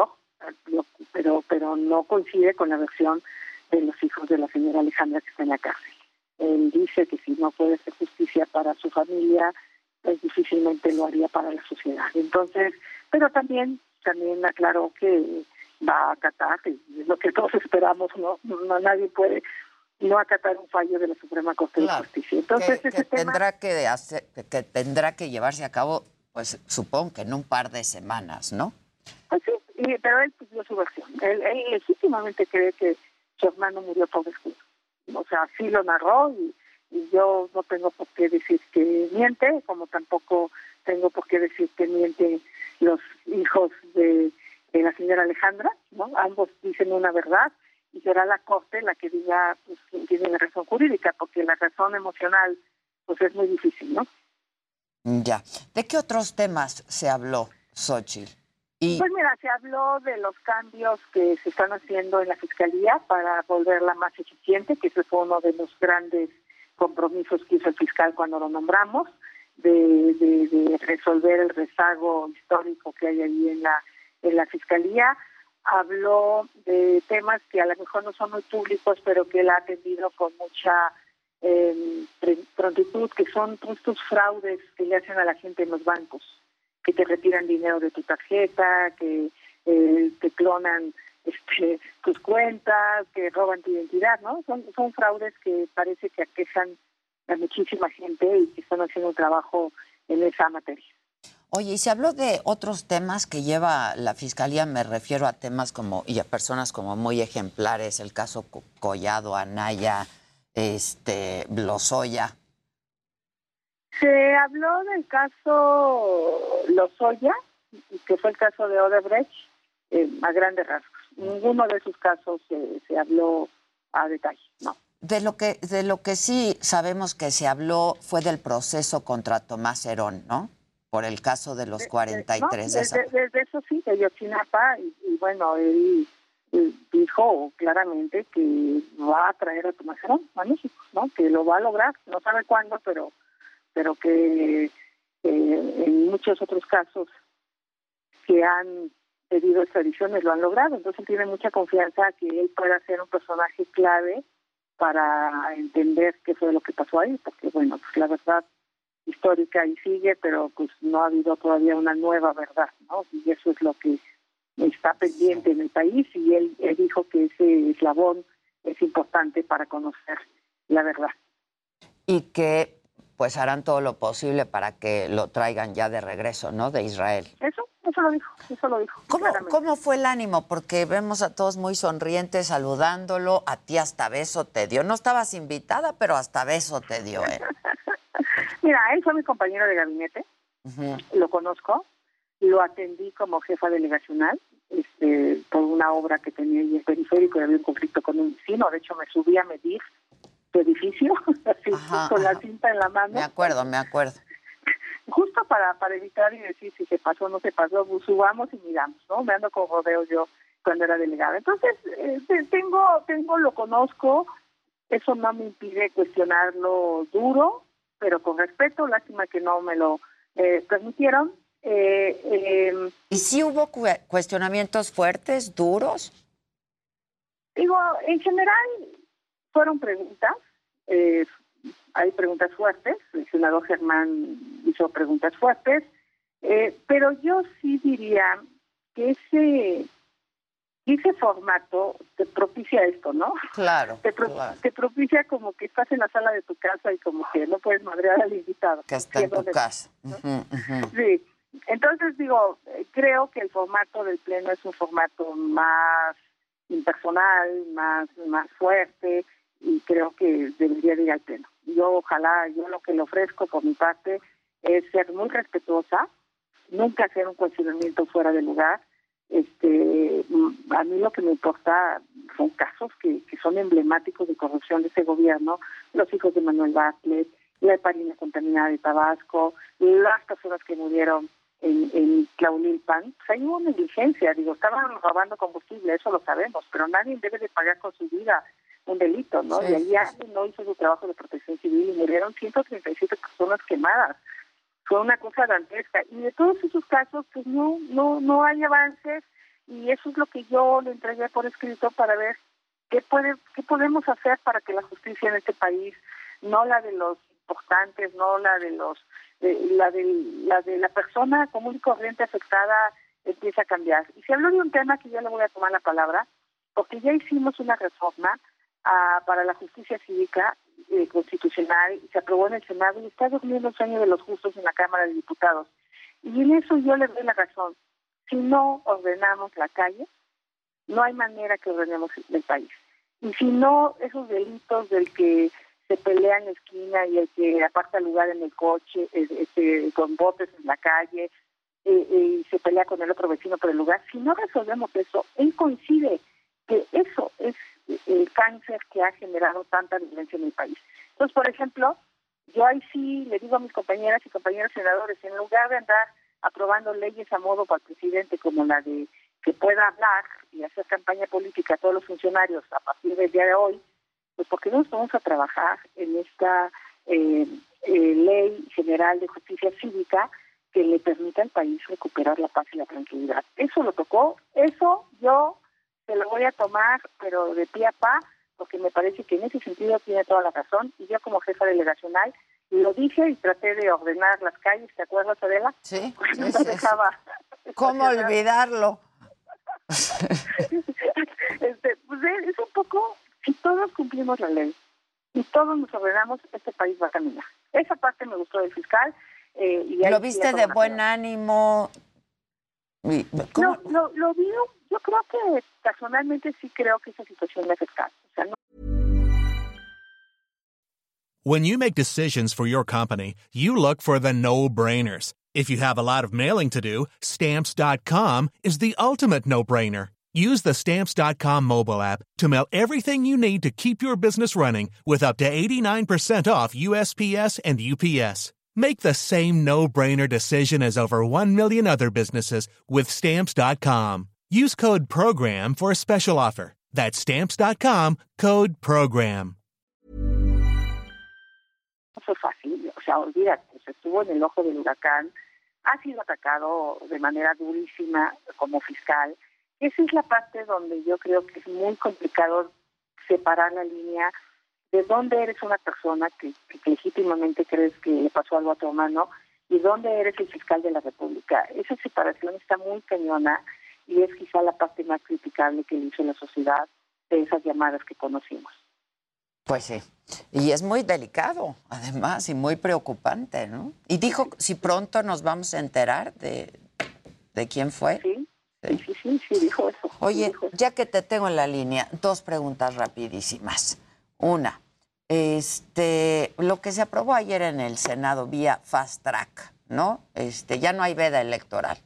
pero no coincide con la versión de los hijos de la señora Alejandra que está en la cárcel. Él dice que si no puede hacer justicia para su familia, pues difícilmente lo haría para la sociedad. Entonces, pero también aclaró que va a acatar, que es lo que todos esperamos, no nadie puede no acatar un fallo de la Suprema Corte de Justicia. Entonces, que tendrá que llevarse a cabo, pues supongo que en un par de semanas, ¿no? Pues sí, pero él dio su versión. Él legítimamente cree que su hermano murió por descuido. O sea, sí lo narró y yo no tengo por qué decir que miente, como tampoco tengo por qué decir que mienten los hijos de la señora Alejandra, ¿no? Ambos dicen una verdad y será la Corte la que diga pues, quién tiene la razón jurídica, porque la razón emocional pues es muy difícil, ¿no? Ya. ¿De qué otros temas se habló, Xóchitl? Pues mira, se habló de los cambios que se están haciendo en la Fiscalía para volverla más eficiente, que ese fue uno de los grandes compromisos que hizo el fiscal cuando lo nombramos, de resolver el rezago histórico que hay ahí en la Fiscalía. Habló de temas que a lo mejor no son muy públicos, pero que él ha atendido con mucha prontitud, que son estos fraudes que le hacen a la gente en los bancos, que te retiran dinero de tu tarjeta, que te clonan tus cuentas, que roban tu identidad, ¿no? Son fraudes que parece que aquejan a muchísima gente y que están haciendo un trabajo en esa materia. Oye, y se habló de otros temas que lleva la Fiscalía, me refiero a temas y a personas como muy ejemplares, el caso Collado, Anaya, Lozoya. Se habló del caso Lozoya, que fue el caso de Odebrecht, a grandes rasgos. Ninguno de esos casos se habló a detalle, no. De lo que sí sabemos que se habló fue del proceso contra Tomás Herón, ¿no? Por el caso de los 43. Desde eso sí, de Ayotzinapa, y bueno, él dijo claramente que va a traer a Tomás Herón a México, ¿no? Que lo va a lograr, no sabe cuándo, pero que en muchos otros casos que han pedido extradiciones lo han logrado. Entonces él tiene mucha confianza que él pueda ser un personaje clave para entender qué fue lo que pasó ahí, porque bueno, pues la verdad histórica ahí sigue, pero pues no ha habido todavía una nueva verdad, ¿no? Y eso es lo que está pendiente en el país, y él dijo que ese eslabón es importante para conocer la verdad. Y que pues harán todo lo posible para que lo traigan ya de regreso, ¿no? De Israel. Eso lo dijo. ¿Cómo fue el ánimo? Porque vemos a todos muy sonrientes saludándolo, a ti hasta beso te dio. No estabas invitada, pero hasta beso te dio, ¿eh? Mira, él fue mi compañero de gabinete, lo conozco, lo atendí como jefa delegacional, por una obra que tenía en el periférico y había un conflicto con un vecino. De hecho, me subí a medir su edificio, así, con la cinta en la mano. Me acuerdo. Justo para evitar y decir si se pasó o no se pasó, pues subamos y miramos, ¿no? Me ando con rodeos yo cuando era delegada. Entonces, lo conozco, eso no me impide cuestionarlo duro, pero con respeto. Lástima que no me lo permitieron. ¿Y sí hubo cuestionamientos fuertes, duros? Digo, en general fueron preguntas. Hay preguntas fuertes. El senador Germán hizo preguntas fuertes, pero yo sí diría que ese formato te propicia esto, ¿no? Claro, te propicia como que estás en la sala de tu casa y como que no puedes madrear al invitado. Que está en tu casa. ¿No? Sí. Entonces, digo, creo que el formato del Pleno es un formato más impersonal, más fuerte, y creo que debería ir al Pleno. Yo lo que le ofrezco por mi parte es ser muy respetuosa, nunca hacer un cuestionamiento fuera de lugar. A mí lo que me importa son casos que son emblemáticos de corrupción de ese gobierno: los hijos de Manuel Bartlett, la heparina contaminada de Tabasco, las personas que murieron en Tlaulilpan. Pues hay una negligencia, estaban robando combustible, eso lo sabemos, pero nadie debe de pagar con su vida un delito, ¿no? Sí, y ahí alguien no hizo su trabajo de protección civil y murieron 137 personas quemadas. Fue una cosa dantesca. Y de todos esos casos, pues no hay avances, y eso es lo que yo le entregué por escrito para ver qué podemos hacer para que la justicia en este país, no la de los importantes, no la de la de la persona común y corriente afectada, empieza a cambiar. Y se habló de un tema que ya le voy a tomar la palabra, porque ya hicimos una reforma para la justicia cívica constitucional, y se aprobó en el Senado y está durmiendo el sueño de los justos en la Cámara de Diputados. Y en eso yo le doy la razón. Si no ordenamos la calle, no hay manera que ordenemos el país. Y si no, esos delitos del que se pelea en la esquina y el que aparta lugar en el coche, con botes en la calle, y se pelea con el otro vecino por el lugar, si no resolvemos eso, él coincide que eso es el cáncer que ha generado tanta violencia en el país. Entonces, por ejemplo, yo ahí sí le digo a mis compañeras y compañeros senadores, en lugar de andar aprobando leyes a modo para el presidente como la de que pueda hablar y hacer campaña política a todos los funcionarios a partir del día de hoy, pues ¿por qué no nos vamos a trabajar en esta ley general de justicia cívica que le permita al país recuperar la paz y la tranquilidad? Eso lo tocó, eso yo se lo voy a tomar, pero de pie a pa, porque me parece que en ese sentido tiene toda la razón, y yo como jefa delegacional lo dije y traté de ordenar las calles, ¿te acuerdas, Adela? Sí. No dejaba. ¿Cómo olvidarlo? Pues es un poco, si todos cumplimos la ley y todos nos ordenamos, este país va a caminar. Esa parte me gustó del fiscal. ¿Lo viste de buen ánimo? No, lo vi, yo creo que personalmente sí creo que esa situación le afecta. O sea, no. When you make decisions for your company, you look for the no-brainers. If you have a lot of mailing to do, Stamps.com is the ultimate no-brainer. Use the Stamps.com mobile app to mail everything you need to keep your business running with up to 89% off USPS and UPS. Make the same no-brainer decision as over 1 million other businesses with Stamps.com. Use code PROGRAM for a special offer. That's Stamps.com, code PROGRAM. No fue fácil, o sea, olvídate, estuvo en el ojo del huracán, ha sido atacado de manera durísima como fiscal. Esa es la parte donde yo creo que es muy complicado separar la línea de dónde eres una persona que legítimamente crees que le pasó algo a tu hermano y dónde eres el fiscal de la República. Esa separación está muy cañona y es quizá la parte más criticable que le hizo la sociedad de esas llamadas que conocimos. Pues sí, y es muy delicado, además, y muy preocupante, ¿no? Y dijo, si pronto nos vamos a enterar de quién fue. Sí, dijo eso. Oye, dijo eso. Ya que te tengo en la línea, dos preguntas rapidísimas. Una, lo que se aprobó ayer en el Senado vía Fast Track, ¿no? Ya no hay veda electoral.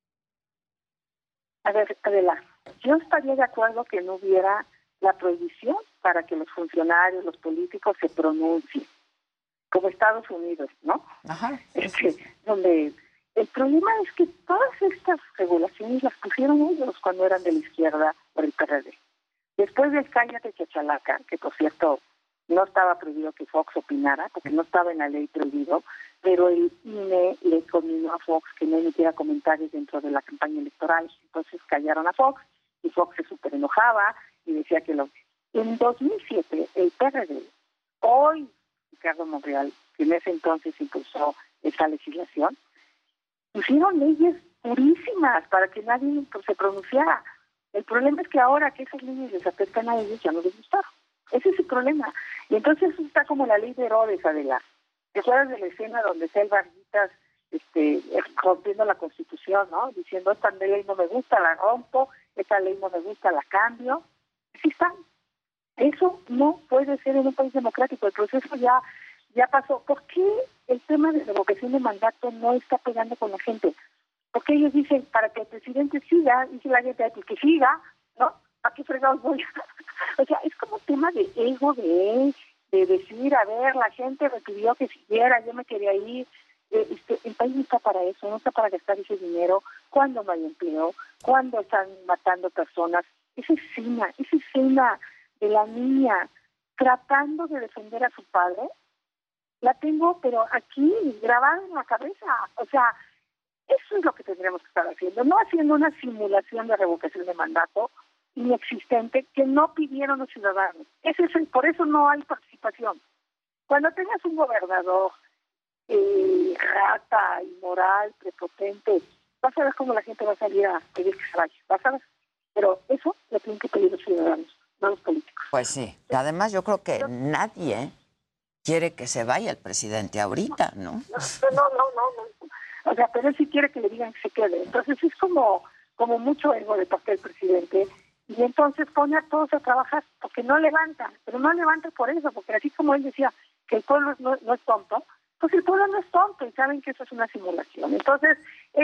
A ver, Adela, yo estaría de acuerdo que no hubiera la prohibición para que los funcionarios, los políticos se pronuncien, como Estados Unidos, ¿no? Ajá. Donde el problema es que todas estas regulaciones las pusieron ellos cuando eran de la izquierda por el PRD. Después del cállate chachalaca, que por cierto no estaba prohibido que Fox opinara, porque no estaba en la ley prohibido, pero el INE le conminó a Fox que no emitiera comentarios dentro de la campaña electoral. Entonces callaron a Fox y Fox se súper enojaba y decía que En 2007, el PRD, hoy Ricardo Monreal, que en ese entonces impulsó esa legislación, pusieron leyes purísimas para que nadie se pronunciara. El problema es que ahora que esas leyes les afectan a ellos, ya no les gustaron. Ese es el problema. Y entonces eso está como la ley de Herodes, Adela. ¿Te acuerdas de la escena donde está el Varguitas rompiendo la Constitución, ¿no? Diciendo, esta ley no me gusta, la rompo, esta ley no me gusta, la cambio. Así están. Eso no puede ser en un país democrático. El proceso ya pasó. ¿Por qué el tema de revocación de mandato no está pegando con la gente? Porque ellos dicen, para que el presidente siga, dice la gente, pues que siga, ¿no? ¿A qué fregados voy? O sea, es como tema de ego de él, de decir, a ver, la gente me pidió que siguiera, yo me quería ir. El país no está para eso, no está para gastar ese dinero cuando no hay empleo, cuando están matando personas. Esa escena de la niña tratando de defender a su padre, la tengo, pero aquí, grabada en la cabeza. O sea, Eso es lo que tendríamos que estar haciendo, no haciendo una simulación de revocación de mandato inexistente que no pidieron los ciudadanos. Por eso no hay participación. Cuando tengas un gobernador rata, inmoral, prepotente, vas a ver cómo la gente va a salir a pedir que se vaya, vas a ver. Pero eso lo tienen que pedir los ciudadanos, no los políticos. Pues sí, y además yo creo que nadie quiere que se vaya el presidente ahorita, ¿no? No. O sea, pero él sí quiere que le digan que se quede. Entonces es como mucho ego de parte del presidente, y entonces pone a todos a trabajar, porque no levanta, pero no levanta por eso, porque así como él decía que el pueblo no es tonto, pues el pueblo no es tonto y saben que eso es una simulación. Entonces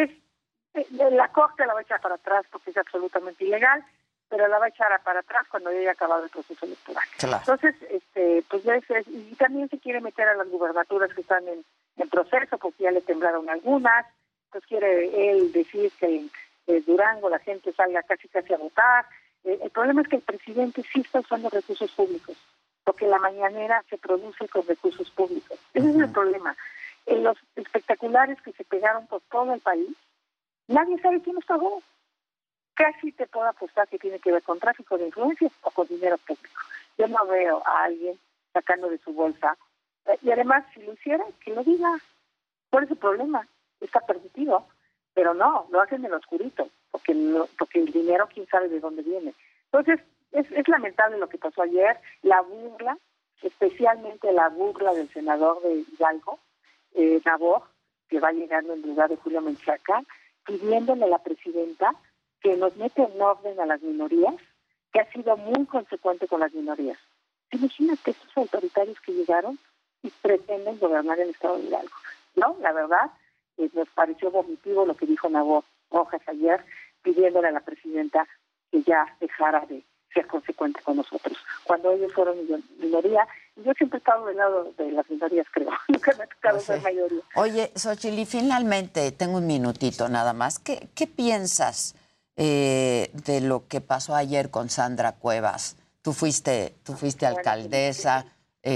la Corte la va a echar para atrás porque es absolutamente ilegal, pero la va a echar para atrás cuando haya acabado el proceso electoral. Claro. Entonces, pues ya y también se quiere meter a las gubernaturas que están en proceso, porque ya le temblaron algunas. Pues quiere él decir que en Durango la gente salga casi a votar. El problema es que el presidente sí está usando recursos públicos, porque la mañanera se produce con recursos públicos. Ese es el problema. En los espectaculares que se pegaron por todo el país, nadie sabe quién los pagó. Casi te puedo apostar que tiene que ver con tráfico de influencias o con dinero público. Yo no veo a alguien sacando de su bolsa. Y además, si lo hiciera, que lo diga. ¿Cuál es el problema? Está permitido, pero no, lo hacen en lo oscurito, porque el dinero, quién sabe de dónde viene. Entonces, es lamentable lo que pasó ayer, la burla, especialmente la burla del senador de Hidalgo, Nabor, que va llegando en lugar de Julio Menchaca, pidiéndole a la presidenta que nos mete en orden a las minorías, que ha sido muy consecuente con las minorías. Imagínate estos autoritarios que llegaron y pretenden gobernar el estado de Hidalgo. No, la verdad, nos pareció vomitivo lo que dijo Nabor Rojas ayer, pidiéndole a la presidenta que ya dejara de ser consecuente con nosotros. Cuando ellos fueron minoría, y yo siempre he estado del lado de las minorías, creo. Nunca me ha tocado ser mayoría. Oye, Xóchitl, y finalmente, tengo un minutito nada más. ¿Qué piensas de lo que pasó ayer con Sandra Cuevas? Tú fuiste alcaldesa,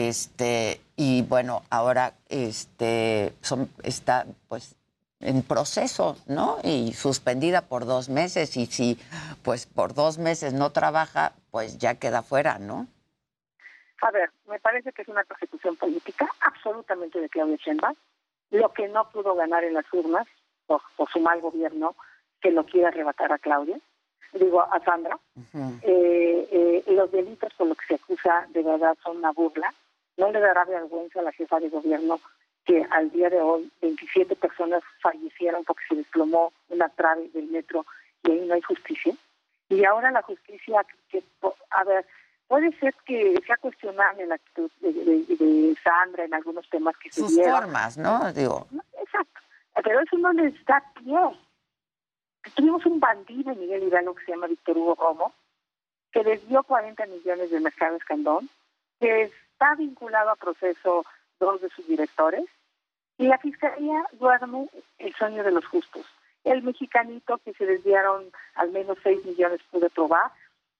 y bueno, ahora está pues en proceso, ¿no? Y suspendida por 2 meses, y si pues por 2 meses no trabaja, pues ya queda fuera, ¿no? A ver, me parece que es una persecución política absolutamente de Claudia Sheinbaum, lo que no pudo ganar en las urnas por su mal gobierno, que lo quiere arrebatar a Sandra. Los delitos por los que se acusa de verdad son una burla. No le dará vergüenza a la jefa de gobierno que al día de hoy 27 personas fallecieron porque se desplomó una trave del metro y ahí no hay justicia. Y ahora la justicia, puede ser que sea cuestionable la actitud de Sandra en algunos temas que se dieron. Sus formas, ¿no? Digo. Exacto. Pero eso no les da pie. Tuvimos un bandido en Miguel Hidalgo que se llama Víctor Hugo Romo, que desvió 40 millones del mercado Escandón, que está vinculado a proceso 2 de sus directores, y la Fiscalía duerme el sueño de los justos. El mexicanito que se desviaron al menos 6 millones pude probar,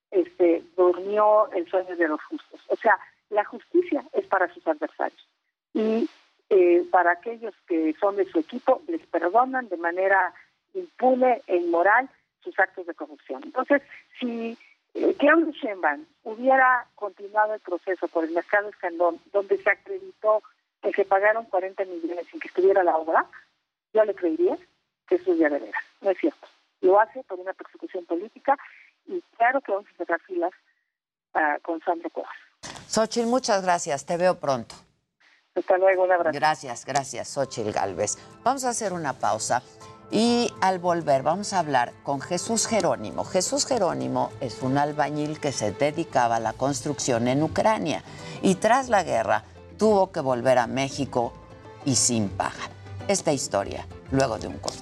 durmió el sueño de los justos. O sea, la justicia es para sus adversarios. Y para aquellos que son de su equipo, les perdonan de manera impune e inmoral sus actos de corrupción. Entonces, si Claudia Sheinbaum hubiera continuado el proceso por el mercado Escandón, donde se acreditó que se pagaron 40 millones sin que estuviera la obra, yo le creería que eso es de veras. No es cierto. Lo hace por una persecución política, y claro que vamos a cerrar filas con Sandra Cuevas. Xóchitl, muchas gracias. Te veo pronto. Hasta luego, un abrazo. Gracias, Xóchitl Gálvez. Vamos a hacer una pausa. Y al volver vamos a hablar con Jesús Jerónimo. Jesús Jerónimo es un albañil que se dedicaba a la construcción en Ucrania y tras la guerra tuvo que volver a México y sin paga. Esta historia luego de un corte.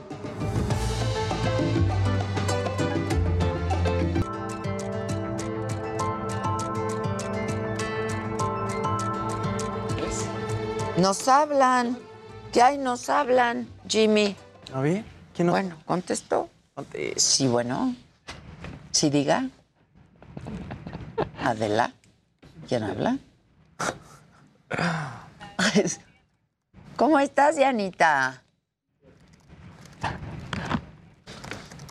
Nos hablan. ¿Qué hay? Nos hablan, Jimmy. A ver, ¿quién nos... Bueno, ¿contestó? Sí, bueno. Sí, diga. Adela. ¿Quién habla? ¿Cómo estás, Dianita?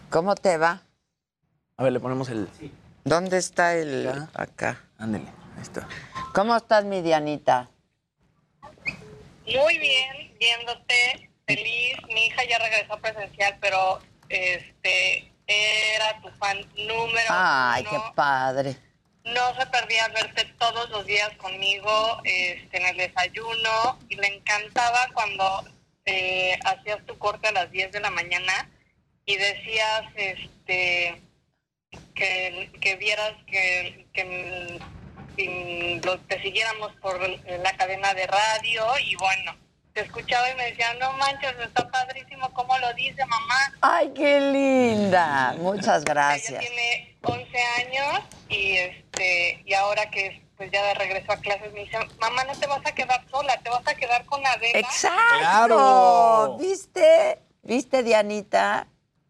¿Cómo te va? A ver, le ponemos el... ¿Dónde está el...? Acá. Ándele, ahí está. ¿Cómo estás, mi Dianita? Muy bien, viéndote, feliz. Mi hija ya regresó presencial, pero era tu fan número Ay, uno. qué padre. No se perdía verte todos los días conmigo en el desayuno y le encantaba cuando hacías tu corte a las 10 de la mañana y decías que vieras que te siguiéramos por la cadena de radio y bueno, te escuchaba y me decía, no manches, está padrísimo cómo lo dice mamá. Ay, qué linda. Muchas gracias. Ella tiene 11 años y ahora que pues ya de regreso a clases me dice, mamá, no te vas a quedar sola, te vas a quedar con Adela. ¡Exacto! ¡Claro! ¿Viste, Dianita?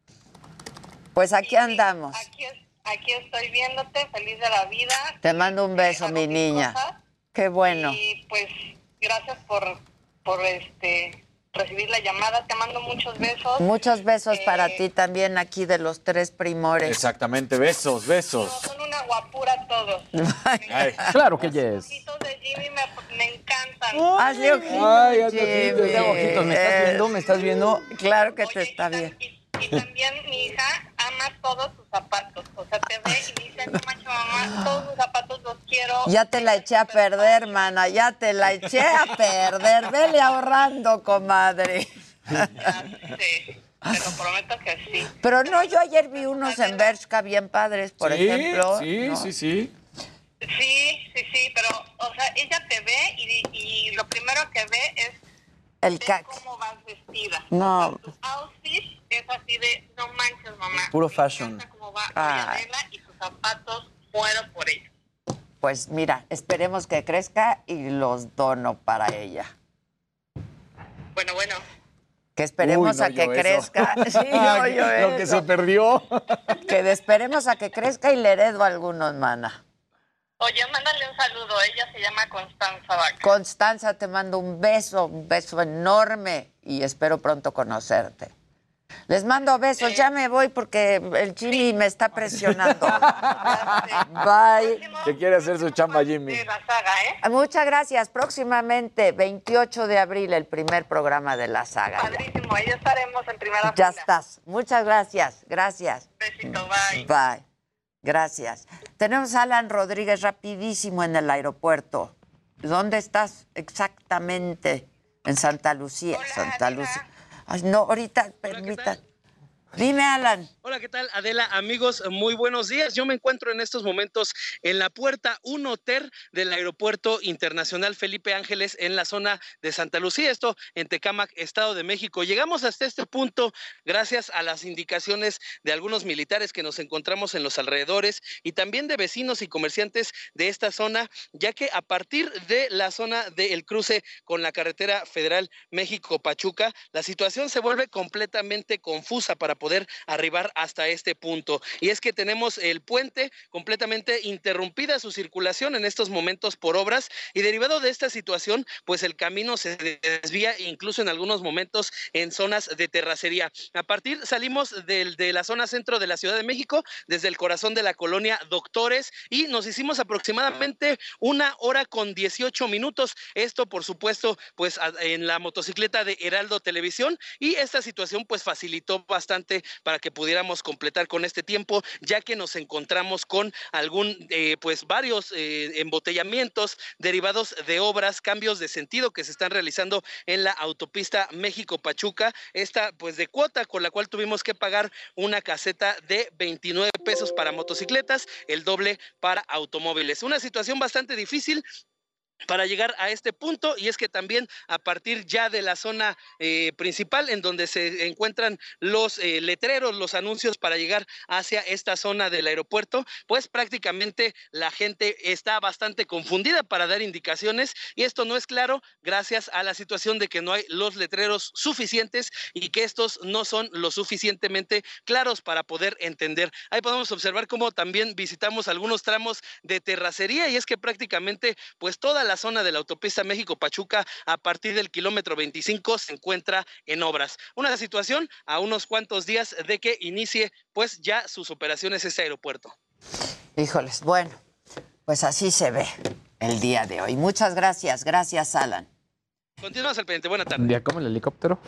Pues aquí andamos. Aquí estoy viéndote, feliz de la vida. Te mando un beso, mi niña. Qué bueno. Y pues gracias por recibir la llamada. Te mando muchos besos. Muchos besos para ti también aquí de los tres primores. Exactamente, besos, besos. Son una guapura todos. Claro que yes. Los ojitos de Jimmy me encantan. Hazle ojitos, Ay, hazle Jimmy. ojitos, hazle ojitos. ¿Me estás viendo? ¿Me estás viendo? Claro que te está bien. Y también mi hija ama todos sus zapatos. O sea, te ve y dice, no manches, mamá, todos sus zapatos los quiero. Ya te la eché a perder, mana, ya te la eché a perder. Vele ahorrando, comadre. Sí, te lo prometo que sí. Pero no, yo ayer vi unos en Bershka bien padres, por ejemplo. Sí, ¿no? sí. Sí, pero, o sea, ella te ve y lo primero que ve es el cómo vas vestida. No. Tu outfit es así de, no manches, mamá. Puro fashion. Cómo va Adela y sus zapatos, muero por ellos. Pues mira, esperemos que crezca y los dono para ella. Bueno. Que esperemos a que crezca. Sí, no, yo lo que se perdió. Que esperemos a que crezca y le heredo a algunos, mana. Oye, mándale un saludo. Ella se llama Constanza Vaca. Constanza, te mando un beso enorme y espero pronto conocerte. Les mando besos, ya me voy porque el Jimmy me está presionando. Bye. Que quiere hacer su chamba, Jimmy. La saga, Muchas gracias. Próximamente, 28 de abril, el primer programa de la saga. Padrísimo, ahí estaremos en primera Ya fila. estás. Muchas gracias. Gracias. Besito, bye. Bye. Gracias. Tenemos a Alan Rodríguez rapidísimo en el aeropuerto. ¿Dónde estás exactamente? En Santa Lucía. Hola, Santa Adela. Lucía. Ay, no, ahorita, permita. Dime, Alan. Hola, ¿qué tal, Adela? Amigos, muy buenos días. Yo me encuentro en estos momentos en la puerta 1 TER del Aeropuerto Internacional Felipe Ángeles en la zona de Santa Lucía, esto en Tecámac, Estado de México. Llegamos hasta este punto gracias a las indicaciones de algunos militares que nos encontramos en los alrededores y también de vecinos y comerciantes de esta zona, ya que a partir de la zona del cruce con la carretera federal México-Pachuca, la situación se vuelve completamente confusa para poder arribar hasta este punto. Y es que tenemos el puente completamente interrumpida su circulación en estos momentos por obras y derivado de esta situación, pues el camino se desvía incluso en algunos momentos en zonas de terracería. A partir salimos de la zona centro de la Ciudad de México, desde el corazón de la colonia Doctores, y nos hicimos aproximadamente 1 hora con 18 minutos. Esto, por supuesto, pues en la motocicleta de Heraldo Televisión, y esta situación pues facilitó bastante para que pudiéramos completar con este tiempo, ya que nos encontramos con varios embotellamientos derivados de obras, cambios de sentido que se están realizando en la autopista México-Pachuca, esta pues de cuota con la cual tuvimos que pagar una caseta de 29 pesos para motocicletas, el doble para automóviles. Una situación bastante difícil para llegar a este punto, y es que también a partir ya de la zona principal en donde se encuentran los letreros, los anuncios para llegar hacia esta zona del aeropuerto, pues prácticamente la gente está bastante confundida para dar indicaciones, y esto no es claro gracias a la situación de que no hay los letreros suficientes y que estos no son lo suficientemente claros para poder entender. Ahí podemos observar cómo también visitamos algunos tramos de terracería, y es que prácticamente pues toda la zona de la autopista México-Pachuca a partir del kilómetro 25 se encuentra en obras. Una situación a unos cuantos días de que inicie pues ya sus operaciones este aeropuerto. Híjoles, bueno, pues así se ve el día de hoy. Muchas gracias. Gracias, Alan. Continuamos al pendiente. Buena tarde. ¿Ya como el helicóptero?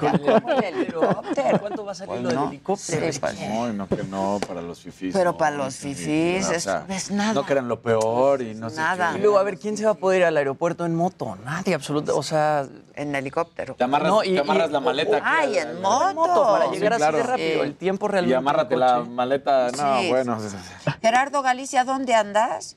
¿Cuánto va a salir lo del helicóptero? Sí, pues, No, que no, para los fifís. pero no, para los fifís es nada. No crean lo peor y no Nada. sé qué. Y luego, a ver, ¿quién se va a poder ir al aeropuerto en moto? Nadie, absolutamente. O sea, en helicóptero. Te amarras la maleta. Ay, en moto. para llegar así de rápido. Sí. El tiempo realmente. Y amárrate la maleta. No, Sí. bueno. Gerardo Galicia, ¿dónde andas?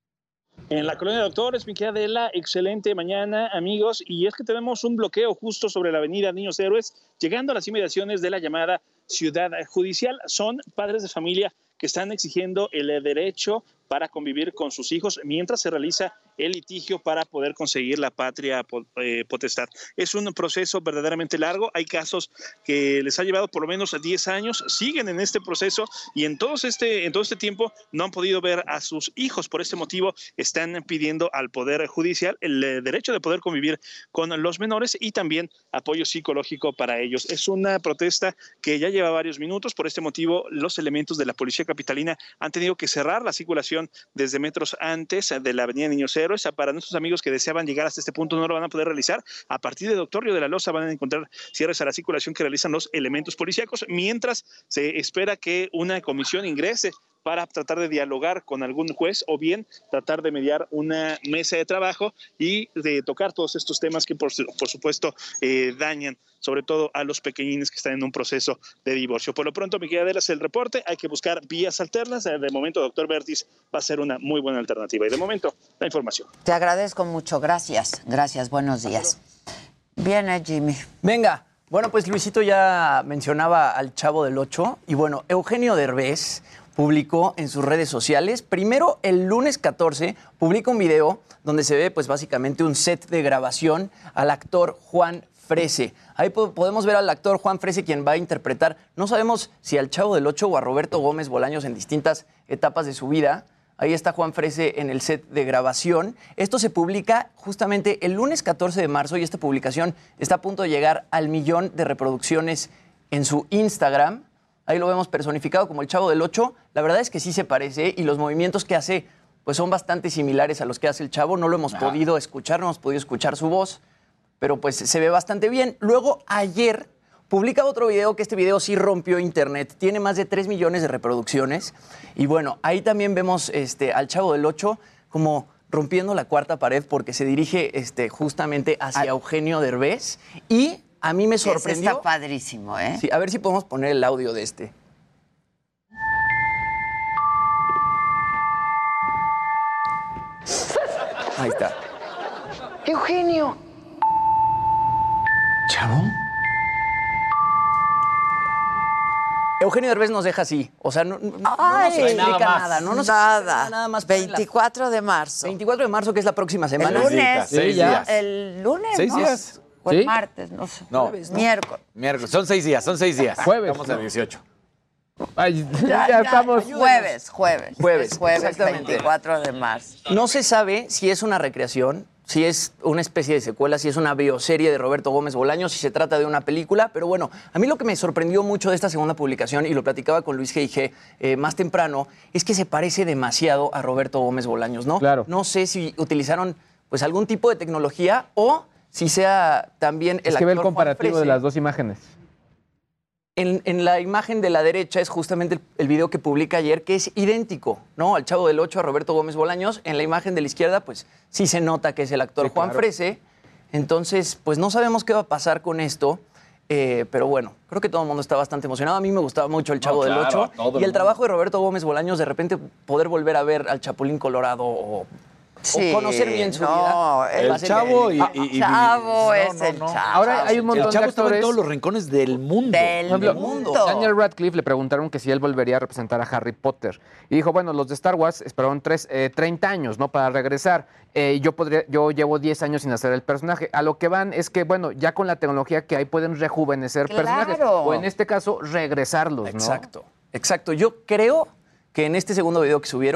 En la colonia de Doctores, mi querida Adela, excelente mañana, amigos. Y es que tenemos un bloqueo justo sobre la avenida Niños Héroes, llegando a las inmediaciones de la llamada Ciudad Judicial. Son padres de familia que están exigiendo el derecho para convivir con sus hijos mientras se realiza el litigio para poder conseguir la patria potestad. Es un proceso verdaderamente largo, hay casos que les ha llevado por lo menos 10 años, siguen en este proceso y en todo este tiempo no han podido ver a sus hijos. Por este motivo están pidiendo al Poder Judicial el derecho de poder convivir con los menores y también apoyo psicológico para ellos. Es una protesta que ya lleva varios minutos. Por este motivo, los elementos de la Policía Capitalina han tenido que cerrar la circulación desde metros antes de la avenida Niños Héroes. Para nuestros amigos que deseaban llegar hasta este punto no lo van a poder realizar. A partir de Doctor Río de la Loza van a encontrar cierres a la circulación que realizan los elementos policíacos, mientras se espera que una comisión ingrese para tratar de dialogar con algún juez o bien tratar de mediar una mesa de trabajo y de tocar todos estos temas que por supuesto dañan sobre todo a los pequeñines que están en un proceso de divorcio. Por lo pronto, mi querida Adela, es el reporte. Hay que buscar vías alternas. De momento, doctor Bertis va a ser una muy buena alternativa. Y de momento, la información. Te agradezco mucho. Gracias. Gracias. Buenos días. Viene Jimmy. Venga. Bueno, pues Luisito ya mencionaba al Chavo del Ocho. Y bueno, Eugenio Derbez publicó en sus redes sociales, primero el lunes 14, publica un video donde se ve pues básicamente un set de grabación al actor Juan Frese. Ahí podemos ver al actor Juan Frese, quien va a interpretar, no sabemos si al Chavo del Ocho o a Roberto Gómez Bolaños en distintas etapas de su vida. Ahí está Juan Frese en el set de grabación. Esto se publica justamente el lunes 14 de marzo y esta publicación está a punto de llegar al 1,000,000 de reproducciones en su Instagram. Ahí lo vemos personificado como el Chavo del Ocho. La verdad es que sí se parece y los movimientos que hace pues son bastante similares a los que hace el Chavo. No lo hemos podido escuchar, no hemos podido escuchar su voz, pero pues se ve bastante bien. Luego, ayer, publica otro video, que este video sí rompió internet. Tiene más de 3 millones de reproducciones. Y bueno, ahí también vemos al Chavo del Ocho como rompiendo la cuarta pared porque se dirige justamente hacia Eugenio Derbez. Y a mí me sorprendió. Está padrísimo, ¿eh? Sí, a ver si podemos poner el audio de este. Ahí está. Eugenio. ¿Chavo? Eugenio Derbez nos deja así. O sea, no nos explica nada. No nos explica nada más. 24 de marzo. 24 de marzo, que es la próxima semana. El lunes. 6 días. El lunes. 6 días. O el martes, no sé. No. Miércoles. Son 6 días, son 6 días. Jueves. Estamos a 18. Ay, ya estamos. Jueves. Jueves, exactamente. 24 de marzo. No se sabe si es una recreación, si es una especie de secuela, si es una bioserie de Roberto Gómez Bolaños, si se trata de una película, pero bueno, a mí lo que me sorprendió mucho de esta segunda publicación, y lo platicaba con Luis G.I.G. Más temprano, es que se parece demasiado a Roberto Gómez Bolaños, ¿no? Claro. No sé si utilizaron pues algún tipo de tecnología o si sea también el Es que ve el actor comparativo Juan de Frese. las dos imágenes. En la imagen de la derecha es justamente el video que publica ayer, que es idéntico, ¿no? Al Chavo del Ocho, a Roberto Gómez Bolaños. En la imagen de la izquierda, pues sí se nota que es el actor Juan Frese. Entonces, pues no sabemos qué va a pasar con esto. Pero bueno, creo que todo el mundo está bastante emocionado. A mí me gustaba mucho el Chavo del Ocho. Y el trabajo de Roberto Gómez Bolaños, de repente poder volver a ver al Chapulín Colorado o conocer bien su vida. El Chavo Chavo es el Chavo. Ahora hay un montón el Chavo de estaba en actores. todos los rincones del mundo. Del mundo. Daniel Radcliffe le preguntaron que si él volvería a representar a Harry Potter. Y dijo, bueno, los de Star Wars esperaron 30 años, ¿no? Para regresar. Yo llevo 10 años sin hacer el personaje. A lo que van es que, bueno, ya con la tecnología que hay pueden rejuvenecer personajes. O en este caso, regresarlos, ¿no? Exacto. Yo creo que en este segundo video que subieron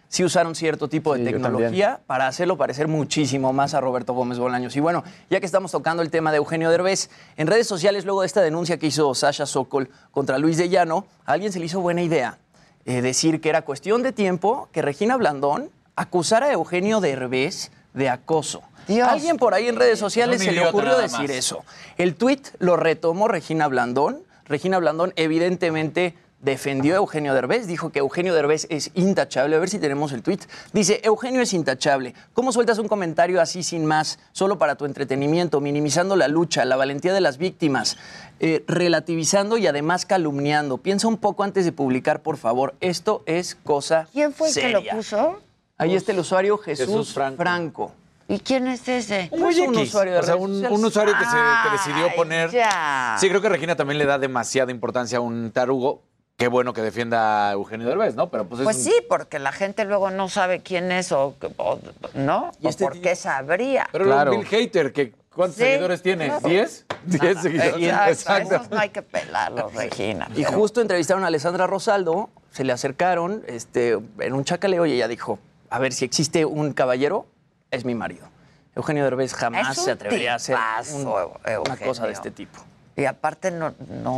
sí usaron cierto tipo de tecnología para hacerlo parecer muchísimo más a Roberto Gómez Bolaños. Y bueno, ya que estamos tocando el tema de Eugenio Derbez, en redes sociales, luego de esta denuncia que hizo Sasha Sokol contra Luis de Llano, a alguien se le hizo buena idea decir que era cuestión de tiempo que Regina Blandón acusara a Eugenio Derbez de acoso. Alguien por ahí en redes sociales se le ocurrió decir eso. El tuit lo retomó Regina Blandón. Regina Blandón evidentemente defendió a Eugenio Derbez, dijo que Eugenio Derbez es intachable. A ver si tenemos el tuit. Dice, Eugenio es intachable. ¿Cómo sueltas un comentario así sin más, solo para tu entretenimiento, minimizando la lucha, la valentía de las víctimas, relativizando y además calumniando? Piensa un poco antes de publicar, por favor. Esto es cosa seria. ¿Quién fue el que lo puso? Ahí está el usuario Jesús Franco. ¿Y quién es ese? Pues un usuario de o sea, un usuario que decidió poner... Ya. Sí, creo que Regina también le da demasiada importancia a un tarugo. Qué bueno que defienda a Eugenio Derbez, ¿no? Pero pues sí, porque la gente luego no sabe quién es o ¿no? ¿Y por qué sabría? Pero claro. Bill Hater, que ¿cuántos seguidores tiene? Claro. ¿10? 10 seguidores. Exacto. Esos no hay que pelarlos, Regina. Y justo entrevistaron a Alessandra Rosaldo, se le acercaron en un chacaleo y ella dijo, a ver, si existe un caballero, es mi marido. Eugenio Derbez jamás se atrevería a hacer una cosa de este tipo. Y aparte, no.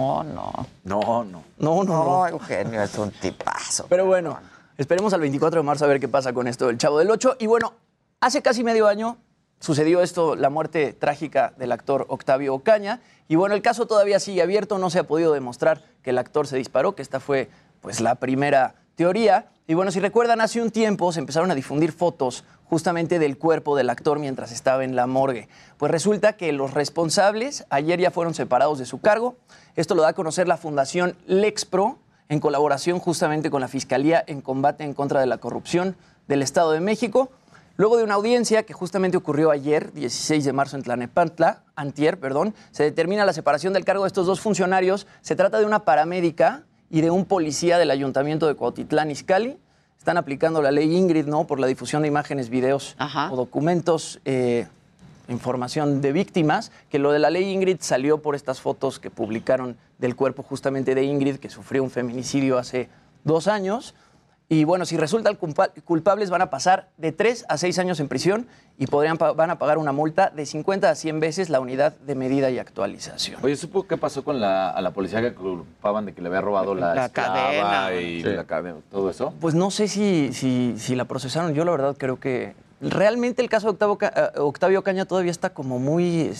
No, Eugenio es un tipazo. Pero bueno, esperemos al 24 de marzo a ver qué pasa con esto del Chavo del Ocho. Y bueno, hace casi medio año sucedió esto, la muerte trágica del actor Octavio Ocaña. Y bueno, el caso todavía sigue abierto, no se ha podido demostrar que el actor se disparó, que esta fue pues la primera teoría. Y bueno, si recuerdan, hace un tiempo se empezaron a difundir fotos justamente del cuerpo del actor mientras estaba en la morgue. Pues resulta que los responsables ayer ya fueron separados de su cargo. Esto lo da a conocer la Fundación Lexpro, en colaboración justamente con la Fiscalía en Combate en contra de la Corrupción del Estado de México. Luego de una audiencia que justamente ocurrió ayer, 16 de marzo en Tlalnepantla, se determina la separación del cargo de estos dos funcionarios. Se trata de una paramédica y de un policía del Ayuntamiento de Cuautitlán Izcalli. Están aplicando la ley Ingrid, ¿no? Por la difusión de imágenes, videos o documentos, información de víctimas, que lo de la ley Ingrid salió por estas fotos que publicaron del cuerpo justamente de Ingrid, que sufrió un feminicidio hace 2 años. Y bueno, si resultan culpables van a pasar de 3 a 6 años en prisión y van a pagar una multa de 50 a 100 veces la unidad de medida y actualización. Oye, ¿supo qué pasó con a la policía que culpaban de que le había robado la cadena y la cadena, todo eso? Pues no sé si la procesaron. Yo la verdad creo que realmente el caso de Octavio Ocaña todavía está como muy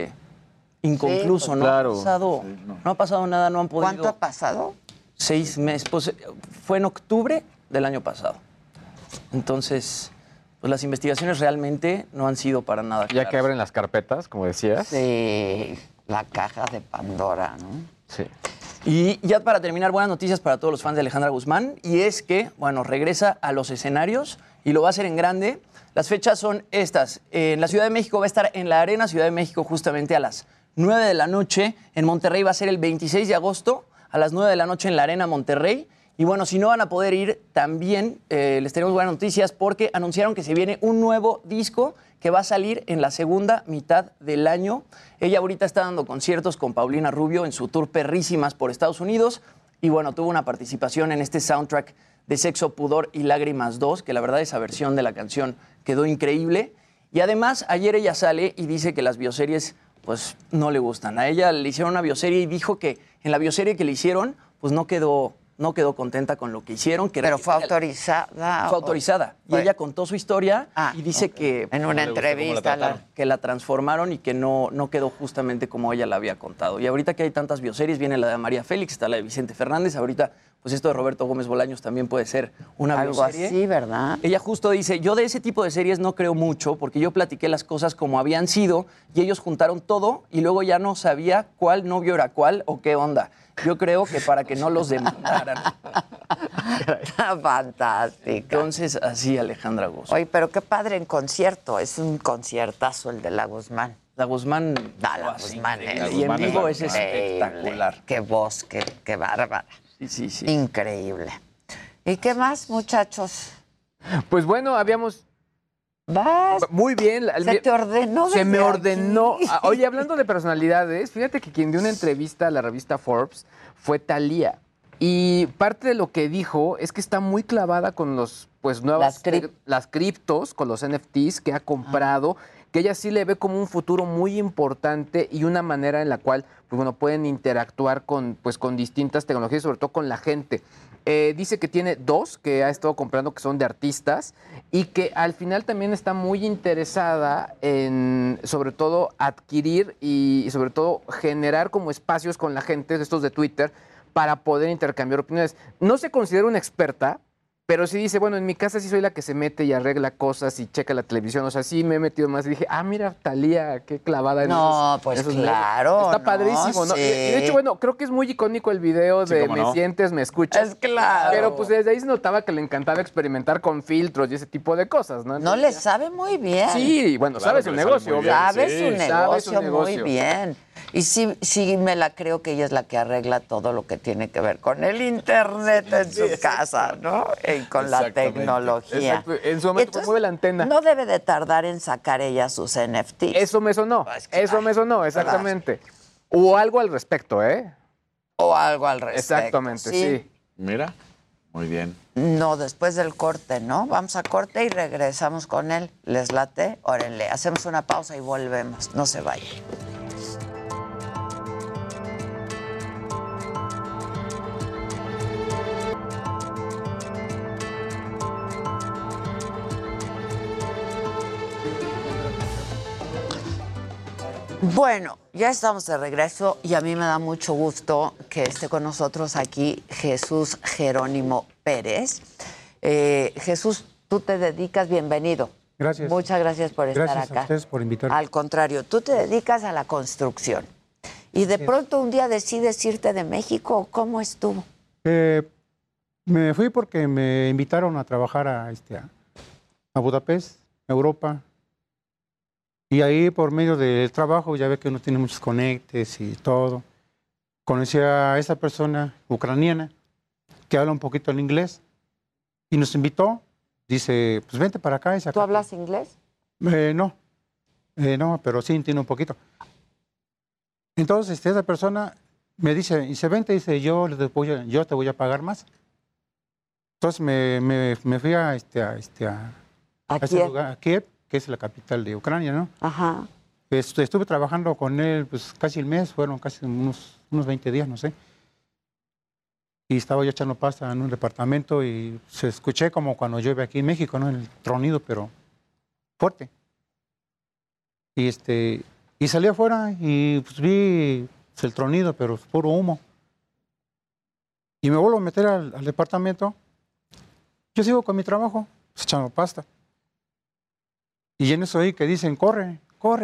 inconcluso, sí, ¿no? Claro. No ha pasado nada, no han podido. ¿Cuánto ha pasado? 6 meses. Pues fue en octubre del año pasado. Entonces, pues las investigaciones realmente no han sido para nada claras. Ya que abren las carpetas, como decías. Sí, la caja de Pandora, ¿no? Sí. Y ya para terminar, buenas noticias para todos los fans de Alejandra Guzmán, y es que, bueno, regresa a los escenarios y lo va a hacer en grande. Las fechas son estas. En la Ciudad de México va a estar en la Arena Ciudad de México justamente a las 9 de la noche. En Monterrey va a ser el 26 de agosto a las 9 de la noche en la Arena Monterrey. Y bueno, si no van a poder ir, también les tenemos buenas noticias porque anunciaron que se viene un nuevo disco que va a salir en la segunda mitad del año. Ella ahorita está dando conciertos con Paulina Rubio en su tour Perrísimas por Estados Unidos. Y bueno, tuvo una participación en este soundtrack de Sexo, Pudor y Lágrimas 2, que la verdad esa versión de la canción quedó increíble. Y además, ayer ella sale y dice que las bioseries pues no le gustan. A ella le hicieron una bioserie y dijo que en la bioserie que le hicieron pues no quedó contenta con lo que hicieron. ¿Pero fue autorizada? Fue autorizada. Y ella contó su historia y dice que... En una entrevista. Que la transformaron y que no quedó justamente como ella la había contado. Y ahorita que hay tantas bioseries, viene la de María Félix, está la de Vicente Fernández. Ahorita, pues esto de Roberto Gómez Bolaños también puede ser una bioserie. Algo así, ¿verdad? Ella justo dice, yo de ese tipo de series no creo mucho porque yo platiqué las cosas como habían sido y ellos juntaron todo y luego ya no sabía cuál novio era cuál o qué onda. Yo creo que para que no los demandaran. Fantástico. Entonces, así Alejandra Guzmán. Oye, pero qué padre en concierto. Es un conciertazo el de la Guzmán. La Guzmán. La Guzmán. Y en vivo es espectacular. Qué voz, qué bárbara. Sí. Increíble. ¿Y qué más, muchachos? Pues bueno, habíamos... Vas. Muy bien. Se te ordenó. Se me ordenó. Oye, hablando de personalidades, fíjate que quien dio una entrevista a la revista Forbes fue Thalía. Y parte de lo que dijo es que está muy clavada con los las criptos, con los NFTs que ha comprado, que ella sí le ve como un futuro muy importante y una manera en la cual pueden interactuar con distintas tecnologías, sobre todo con la gente. Dice que tiene 2 que ha estado comprando que son de artistas y que al final también está muy interesada en, sobre todo, adquirir y sobre todo generar como espacios con la gente, estos de Twitter, para poder intercambiar opiniones. No se considera una experta, pero sí dice, bueno, en mi casa sí soy la que se mete y arregla cosas y checa la televisión. O sea, sí me he metido más y dije, mira, Thalía, qué clavada en esos claro. Está padrísimo, ¿no? Sí. Y de hecho, bueno, creo que es muy icónico el video de me sientes, me escuchas. Es claro. Pero pues desde ahí se notaba que le encantaba experimentar con filtros y ese tipo de cosas, ¿no? No le sabe muy bien. Sí, bueno, sabe su negocio. Sabe su negocio muy bien. Y sí me la creo que ella es la que arregla todo lo que tiene que ver con el internet en su casa, ¿no? Y con la tecnología. Exacto. En su momento mueve la antena. No debe de tardar en sacar ella sus NFTs. Eso me sonó. Eso me sonó, exactamente. O algo al respecto, ¿eh? O algo al respecto. Exactamente, sí. Mira, muy bien. No, después del corte, ¿no? Vamos a corte y regresamos con él. ¿Les late? Órenle, hacemos una pausa y volvemos. No se vayan. Bueno, ya estamos de regreso y a mí me da mucho gusto que esté con nosotros aquí Jesús Jerónimo Pérez. Jesús, tú te dedicas, bienvenido. Gracias. Muchas gracias por estar acá. Gracias a ustedes por invitarme. Al contrario, tú te dedicas a la construcción y de pronto un día decides irte de México. ¿Cómo estuvo? Me fui porque me invitaron a trabajar a Budapest, Europa. Y ahí, por medio del trabajo, ya ve que uno tiene muchos conectes y todo. Conocí a esa persona ucraniana que habla un poquito el inglés y nos invitó. Dice, pues vente para acá. ¿Tú hablas inglés? No, pero sí entiendo un poquito. Entonces, esa persona me dice, vente, dice, yo te voy a pagar más. Entonces me fui a ese lugar, a Kiev, que es la capital de Ucrania, ¿no? Ajá. Estuve trabajando con él pues casi el mes, fueron casi unos 20 días, no sé. Y estaba yo echando pasta en un departamento y se escuché como cuando llueve aquí en México, ¿no? El tronido, pero fuerte. Y salí afuera y pues vi el tronido, pero puro humo. Y me vuelvo a meter al departamento. Yo sigo con mi trabajo, pues, echando pasta. Y en eso oí que dicen, corran.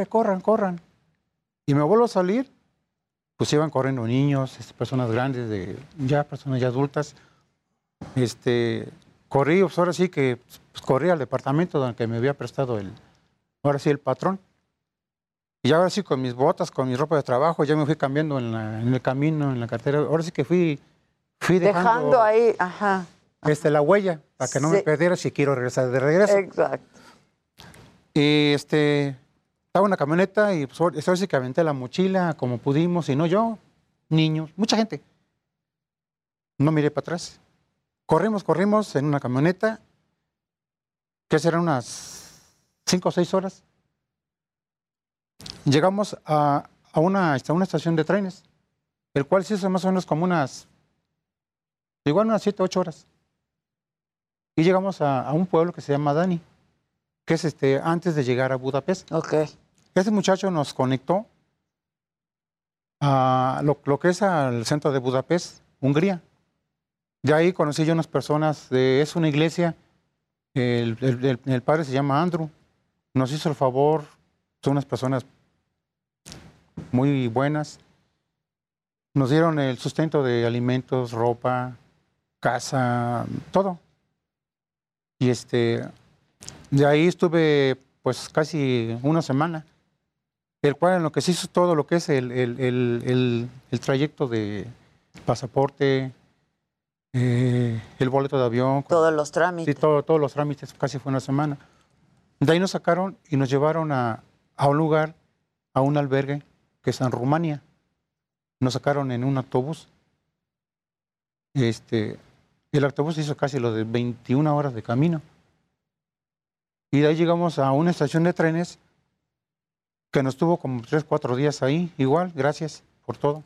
Y me vuelvo a salir, pues iban corriendo niños, personas grandes, personas ya adultas. Corrí, pues ahora sí que corrí al departamento donde me había prestado el patrón. Y ahora sí con mis botas, con mi ropa de trabajo, ya me fui cambiando en el camino, en la cartera. Ahora sí que fui dejando ahí, ajá. La huella, para que no me perdiera si quiero regresar de regreso. Exacto. Y estaba en la camioneta y pues ahora sí que aventé la mochila como pudimos, y no yo, niños, mucha gente. No miré para atrás. Corrimos en una camioneta, que serán unas 5 o 6 horas. Llegamos a una estación de trenes, el cual se hizo más o menos como unas 7 o 8 horas. Y llegamos a un pueblo que se llama Dani, que es antes de llegar a Budapest. Okay. Este muchacho nos conectó a lo que es al centro de Budapest, Hungría. De ahí conocí yo unas personas, es una iglesia, el padre se llama Andrew, nos hizo el favor, son unas personas muy buenas, nos dieron el sustento de alimentos, ropa, casa, todo. Y de ahí estuve pues casi una semana, el cual en lo que se hizo todo lo que es el trayecto de pasaporte, el boleto de avión. Todos los trámites. Sí, todos los trámites, casi fue una semana. De ahí nos sacaron y nos llevaron a un lugar, a un albergue que es en Rumania. Nos sacaron en un autobús. el autobús hizo casi lo de 21 horas de camino. Y de ahí llegamos a una estación de trenes que nos tuvo como 3, 4 días ahí. Igual, gracias por todo.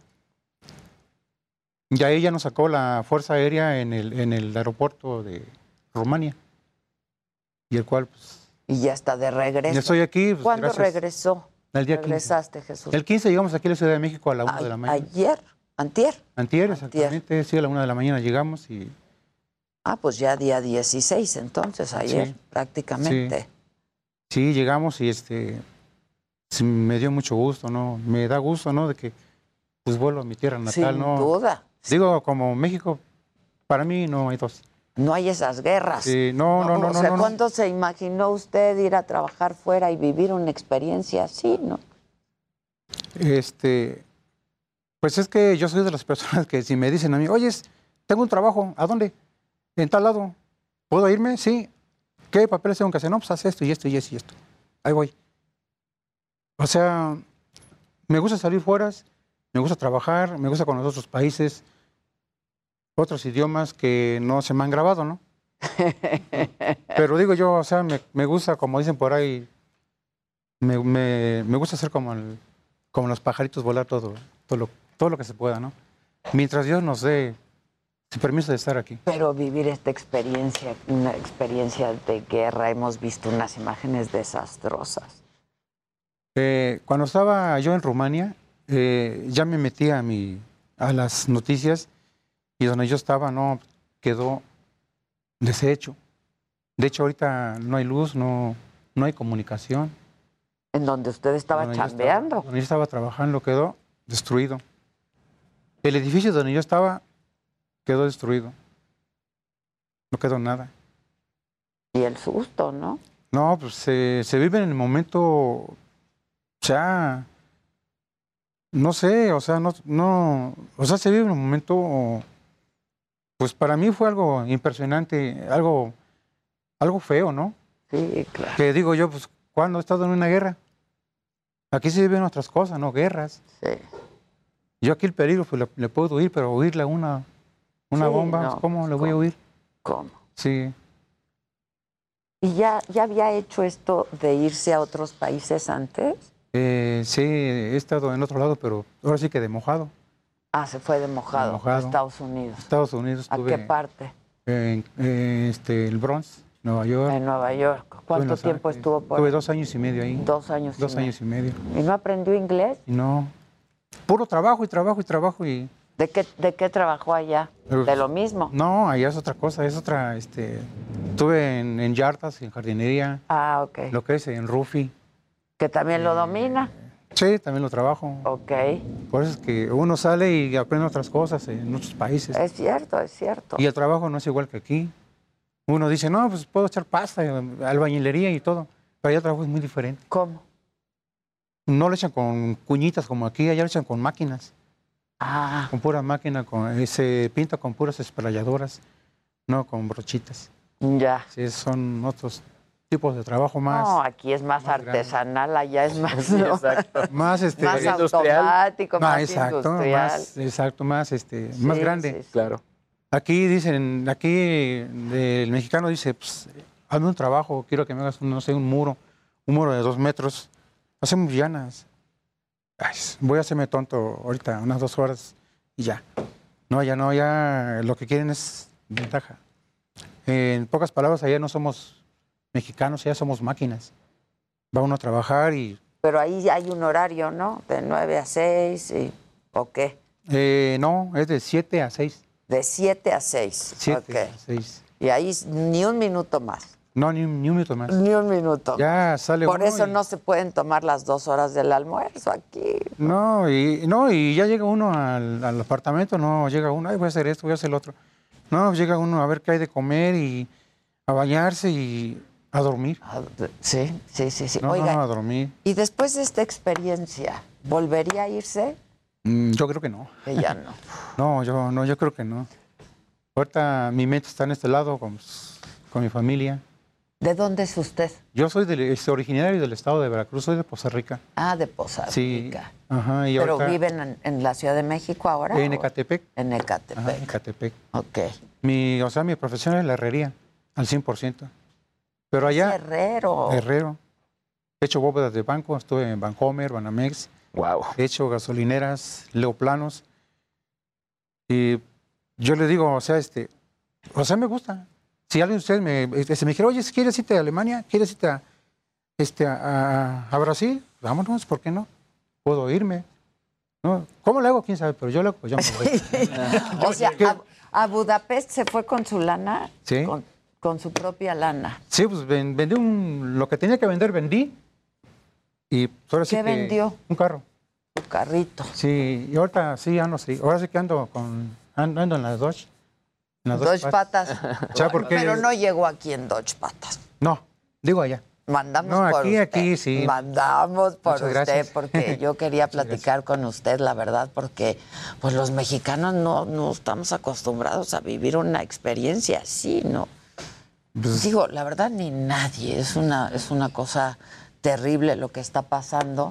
Y ahí ya nos sacó la Fuerza Aérea en el aeropuerto de Rumania. Y el cual, pues... Y ya está de regreso. Ya estoy aquí. Pues, ¿Cuándo gracias. regresó? El día ¿Regresaste, Jesús? El 15 llegamos aquí a la Ciudad de México a la 1 de la mañana. ¿Ayer? ¿Antier? Antier, exactamente. Sí, a la 1 de la mañana llegamos y... Ah, pues ya día 16, entonces, ayer, Sí. prácticamente. Sí, llegamos y sí, me dio mucho gusto, ¿no? Me da gusto, ¿no? De que pues vuelvo a mi tierra natal, Sin ¿no? duda. Digo, como México, para mí no hay dos. No hay esas guerras. Sí, no. O sea, ¿cuándo se imaginó usted ir a trabajar fuera y vivir una experiencia así, no? Pues es que yo soy de las personas que si me dicen a mí, oye, tengo un trabajo, ¿a dónde? En tal lado. ¿Puedo irme? Sí. ¿Qué papeles tengo que hacer? No, pues haz esto y esto y esto y esto. Ahí voy. O sea, me gusta salir fuera, me gusta trabajar, me gusta conocer otros países, otros idiomas que no se me han grabado, ¿no? Pero digo yo, o sea, me gusta, como dicen por ahí, me gusta hacer como los pajaritos, volar todo lo que se pueda, ¿no? Mientras Dios nos dé el permiso de estar aquí. Pero vivir esta experiencia, una experiencia de guerra, hemos visto unas imágenes desastrosas. Cuando estaba yo en Rumania, ya me metí a las noticias y donde yo estaba no quedó deshecho. De hecho, ahorita no hay luz, no hay comunicación. ¿En donde usted estaba chambeando? Donde yo estaba trabajando quedó destruido. El edificio donde yo estaba quedó destruido. No quedó nada. Y el susto, ¿no? No, pues se vive en el momento, o sea, no sé, o sea, o sea, se vive en un momento, pues para mí fue algo impresionante, algo feo, ¿no? Sí, claro. Que digo yo, pues, ¿cuándo he estado en una guerra? Aquí se viven otras cosas, ¿no? Guerras. Sí. Yo aquí el peligro, pues le puedo huir, pero huirle a una bomba, no, ¿cómo le voy a huir? ¿Cómo? Sí. ¿Y ya había hecho esto de irse a otros países antes? Sí, he estado en otro lado, pero ahora sí que de mojado. Ah, se fue de mojado. A Estados Unidos. Estados Unidos. ¿A qué parte? El Bronx, Nueva York. En Nueva York. ¿Cuánto tiempo estuvo por ahí? Tuve 2 años y medio ahí. 2 años y medio. 2 años y medio. ¿Y no aprendió inglés? No. Puro trabajo y trabajo y trabajo y... ¿De qué trabajó allá? ¿De lo mismo? No, allá es otra cosa, es otra, estuve en yardas, en jardinería. Ah, ok. Lo que es en roofing. ¿Que también lo domina? Sí, también lo trabajo. Ok. Por eso es que uno sale y aprende otras cosas en otros países. Es cierto, es cierto. Y el trabajo no es igual que aquí. Uno dice, no, pues puedo echar pasta, albañilería y todo. Pero allá el trabajo es muy diferente. ¿Cómo? No lo echan con cuñitas como aquí, allá lo echan con máquinas. Ah. Con pura máquina, se pinta con puras esprayadoras, no con brochitas. Ya. Sí, son otros tipos de trabajo más. No, aquí es más artesanal, grande. Allá es más. Sí, exacto. Más más automático, más exacto, industrial. Más grande. Sí. Claro. Aquí dicen, el mexicano dice, pues, hazme un trabajo, quiero que me hagas, no sé, un muro de 2 metros. Hacemos llanas. Ay, voy a hacerme tonto ahorita, unas 2 horas y ya. No, ya lo que quieren es ventaja. En pocas palabras, allá no somos mexicanos, allá somos máquinas. Va uno a trabajar y... Pero ahí hay un horario, ¿no? De 9 a 6, ¿o qué? No, es de 7 a 6. De 7 a 6. 7 a 6. Y ahí ni un minuto más. No, ni un minuto más. Ni un minuto. Ya sale Por eso no se pueden tomar las 2 horas del almuerzo aquí. No, y ya llega uno al apartamento, no llega uno, ay, voy a hacer esto, voy a hacer lo otro. No, llega uno a ver qué hay de comer y a bañarse y a dormir. Sí. No, Oiga, a dormir. Y después de esta experiencia, ¿volvería a irse? Yo creo que no. Que ya no. Yo creo que no. Ahorita mi mente está en este lado con mi familia. ¿De dónde es usted? Yo soy originario del estado de Veracruz, soy de Poza Rica. Ah, de Poza Rica. Sí. Ajá, y ¿Pero ahorita, viven en la Ciudad de México ahora? En Ecatepec. En Ecatepec. Ajá, Ecatepec. Ok. Mi profesión es la herrería, al 100%. Pero allá... Herrero. Herrero. He hecho bóvedas de banco, estuve en Bancomer, Banamex. Wow. He hecho gasolineras, leoplanos. Y yo le digo, o sea, me gusta. Si alguien de ustedes me dijera, oye, ¿quieres irte a Alemania? ¿Quieres irte a Brasil? Vámonos, ¿por qué no? Puedo irme. ¿No? ¿Cómo le hago? ¿Quién sabe? Pero yo le hago, pues yo me voy. O sea, a Budapest se fue con su lana, sí. Con su propia lana. Sí, pues vendí lo que tenía que vender, vendí. Y ahora sí ¿Qué vendió? Un carro. Un carrito. Sí, y ahorita sí ando, sí. Ahora sí que ando en las Dodge. Dodge patas. O sea, porque... Pero no llegó aquí en Dodge patas. No, digo allá. Mandamos por usted. Aquí sí. Mandamos por Muchas usted gracias. porque yo quería platicar con usted, la verdad, porque pues los mexicanos no estamos acostumbrados a vivir una experiencia así, ¿no? Pues, digo, la verdad ni nadie, es una cosa terrible lo que está pasando.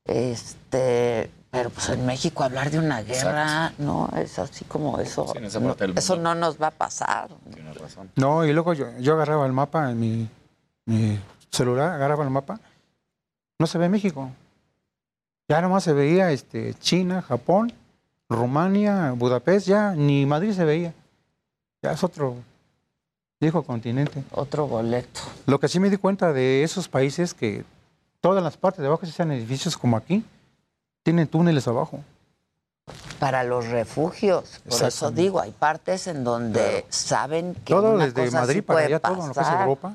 Pero pues en México hablar de una guerra, exacto, no, es así como eso. Sí, eso no nos va a pasar. Tienes razón. No, y luego yo agarraba el mapa en mi celular, agarraba el mapa, no se ve México. Ya nomás se veía China, Japón, Rumania, Budapest, ya ni Madrid se veía. Ya es otro viejo continente. Otro boleto. Lo que sí me di cuenta de esos países que todas las partes de abajo, si sean edificios como aquí, tienen túneles abajo. Para los refugios. Por eso digo, hay partes en donde saben que todo una desde cosa Madrid sí para puede allá, pasar. todo en lo que es Europa.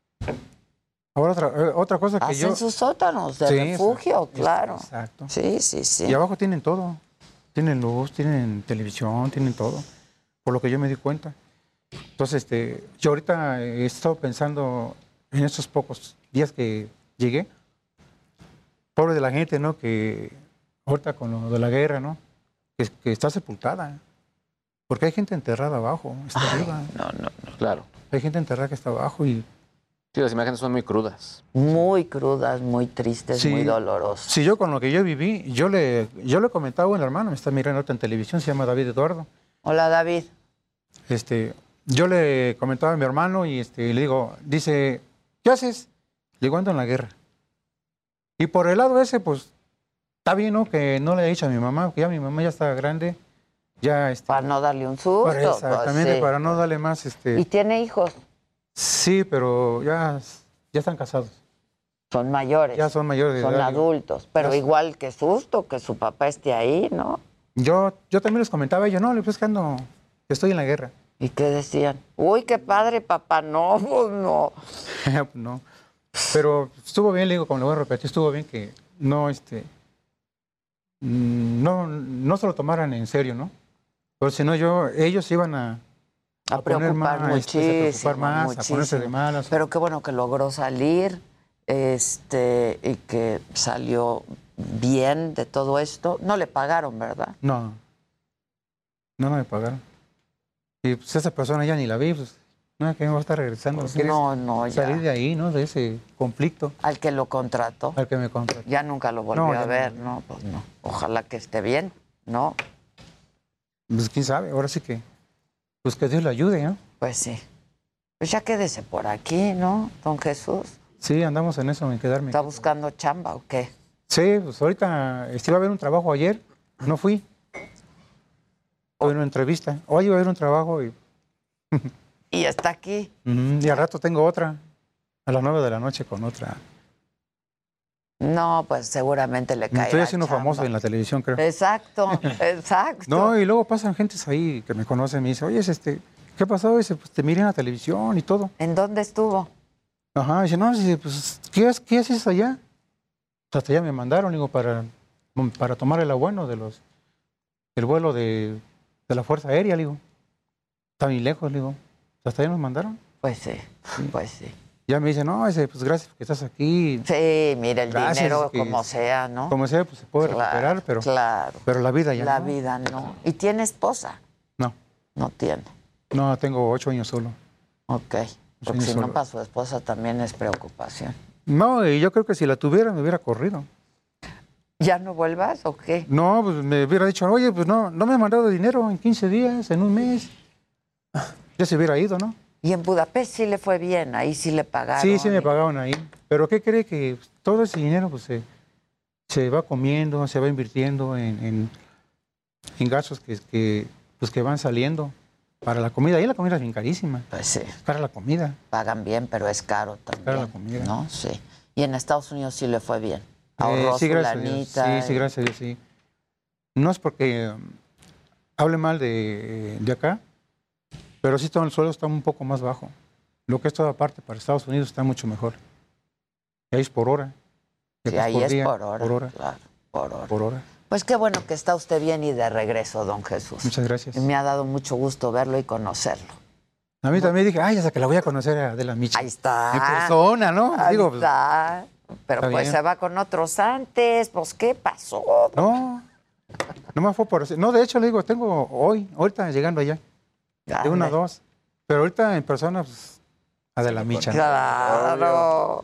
Ahora otra cosa que hacen sus sótanos de refugio, claro. Exacto. Sí. Y abajo tienen todo. Tienen luz, tienen televisión, tienen todo. Por lo que yo me di cuenta. Entonces, yo ahorita he estado pensando en estos pocos días que llegué. Pobre de la gente, ¿no? Que ahorita con lo de la guerra, ¿no? Que está sepultada. Porque hay gente enterrada abajo, está arriba. No, claro. Hay gente enterrada que está abajo y... Sí, las imágenes son muy crudas. Muy crudas, muy tristes, sí, muy dolorosas. Sí, yo con lo que yo viví, yo le comentaba a un hermano, me está mirando ahorita en televisión, se llama David Eduardo. Hola, David. Yo le comentaba a mi hermano y le digo, dice, ¿qué haces? Le digo, ando en la guerra. Y por el lado ese, pues, está bien, ¿no? Que no le he dicho a mi mamá, que ya mi mamá ya está grande, ya... para no darle un susto. Exactamente, pues, sí, para no darle más, ¿Y tiene hijos? Sí, pero ya están casados. Son mayores. Ya son mayores de edad. Son adultos, pero igual que susto que su papá esté ahí, ¿no? Yo también les comentaba a ellos, no, pues que estoy en la guerra. ¿Y qué decían? Uy, qué padre, papá, no, pues no. No. Pero estuvo bien, le digo, como le voy a repetir, estuvo bien que no se lo tomaran en serio, ¿no? Porque si no, ellos iban a preocupar más, muchísimo, a ponerse de malas. Pero qué bueno que logró salir, y que salió bien de todo esto. No le pagaron, ¿verdad? No me pagaron. Y pues esa persona ya ni la vi, pues, no, que me va a estar regresando. Pues no, ya. Salir de ahí, ¿no? De ese conflicto. Al que lo contrató. Al que me contrató. Ya nunca lo volvió a ver, ¿no? Pues no. Ojalá que esté bien, ¿no? Pues quién sabe, ahora sí que... Pues que Dios le ayude, ¿no? Pues sí. Pues ya quédese por aquí, ¿no, don Jesús? Sí, andamos en eso, en quedarme. ¿Está buscando chamba o qué? Sí, pues ahorita iba a ver un trabajo ayer, no fui. Fue una entrevista. Hoy iba a ver un trabajo y... ¿Y está aquí? Y al rato tengo otra, a las 9 de la noche con otra. No, pues seguramente le cae. Estoy haciendo famoso en la televisión, creo. Exacto. No, y luego pasan gentes ahí que me conocen y me dicen, oye, ¿qué pasó? Dice, pues te miré en la televisión y todo. ¿En dónde estuvo? Ajá, dice, no, pues, ¿qué haces allá? Hasta allá me mandaron, digo, para tomar el abuelo el vuelo de la Fuerza Aérea, digo. Está bien lejos, digo. Hasta allá nos mandaron. Pues sí, pues sí. Ya me dice, no, pues gracias porque estás aquí. Sí, mira, el dinero como sea, ¿no? Como sea, pues se puede recuperar, pero la vida ya La vida no. ¿Y tiene esposa? No. No tiene. No, tengo 8 años solo. Ok. Porque si no, para su esposa también es preocupación. No, y yo creo que si la tuviera me hubiera corrido. ¿Ya no vuelvas o qué? No, pues me hubiera dicho, oye, pues no me ha mandado dinero en 15 días, en un mes. Ya se hubiera ido, ¿no? Y en Budapest sí le fue bien, ahí sí le pagaron. Sí me pagaron ahí. Pero ¿qué cree? Que todo ese dinero pues se va comiendo, se va invirtiendo en gastos que van saliendo. Para la comida, ahí la comida es bien carísima. Pues sí. Para la comida. Pagan bien, pero es caro también. Para la comida. ¿No? Sí. Y en Estados Unidos sí le fue bien. Ahorró sí, su gracias a Dios. Sí, gracias a Dios, sí. No es porque hable mal de acá, pero sí todo el sueldo está un poco más bajo. Lo que es toda parte para Estados Unidos está mucho mejor. Y ahí es por hora. Sí, ahí es por hora. Claro, por hora. Pues qué bueno que está usted bien y de regreso, don Jesús. Muchas gracias. Me ha dado mucho gusto verlo y conocerlo. A mí también dije, hasta que la voy a conocer a Adela Micha. Ahí está. En persona, ¿no? Ahí está. Pero está pues bien. Se va con otros antes. Pues, ¿qué pasó? No me fue por eso. No, de hecho, le digo, tengo ahorita llegando allá. De 1 a 2. Pero ahorita en persona, pues, Adela Micha. Claro.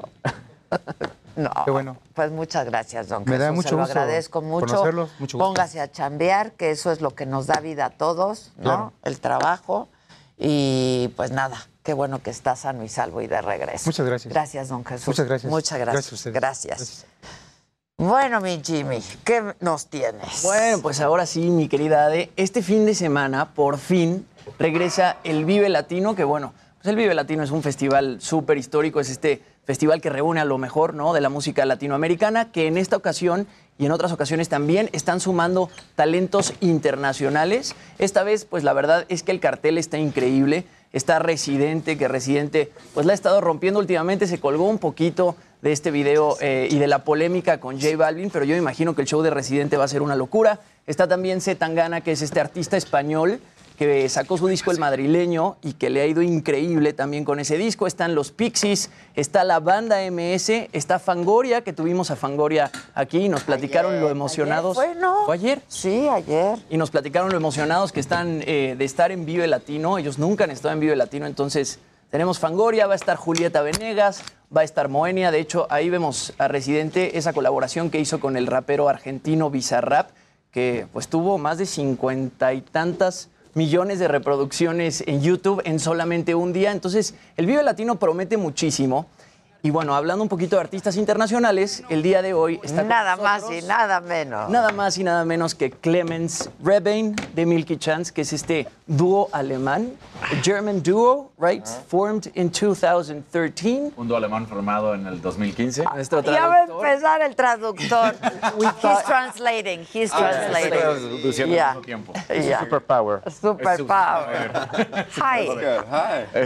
No, qué bueno. Pues muchas gracias, don Jesús. Me da mucho gusto. Se lo agradezco mucho. Conocerlos, mucho gusto. Póngase a chambear, que eso es lo que nos da vida a todos, ¿no? Claro. El trabajo. Y pues nada, qué bueno que está sano y salvo y de regreso. Muchas gracias. Gracias, don Jesús. Muchas gracias. Muchas gracias. Gracias a ustedes. Gracias. Bueno, mi Jimmy, ¿qué nos tienes? Bueno, pues ahora sí, mi querida Ade, este fin de semana, por fin, regresa el Vive Latino, que bueno, pues el Vive Latino es un festival súper histórico, es este festival que reúne a lo mejor, ¿no?, de la música latinoamericana, que en esta ocasión y en otras ocasiones también están sumando talentos internacionales. Esta vez, pues la verdad es que el cartel está increíble. Está Residente, que Residente pues la ha estado rompiendo últimamente, se colgó un poquito de este video y de la polémica con J Balvin, pero yo me imagino que el show de Residente va a ser una locura. Está también C. Tangana, que es este artista español que sacó su disco El Madrileño y que le ha ido increíble también con ese disco. Están los Pixies, está la banda MS, está Fangoria, que tuvimos a Fangoria aquí y nos platicaron lo emocionados. ¿Ayer fue, no? ¿Fue ayer? Sí, ayer. Y nos platicaron lo emocionados que están de estar en Vive Latino. Ellos nunca han estado en Vive Latino, entonces tenemos Fangoria, va a estar Julieta Venegas, va a estar Moenia. De hecho, ahí vemos a Residente, esa colaboración que hizo con el rapero argentino Bizarrap, que pues tuvo más de 50 y tantas millones de reproducciones en YouTube en solamente un día. Entonces, el Vive Latino promete muchísimo. Y bueno, hablando un poquito de artistas internacionales, el día de hoy está nada más y nada menos. Nada más y nada menos que Clemens Rebane de Milky Chance, que es este dúo alemán, a German duo, right? Formed in 2013. Un dúo alemán formado en el 2015. Ya va a empezar el traductor. He's translating. He's translating. Traduciendo al mismo tiempo. Superpower. Superpower. Hi. Hi.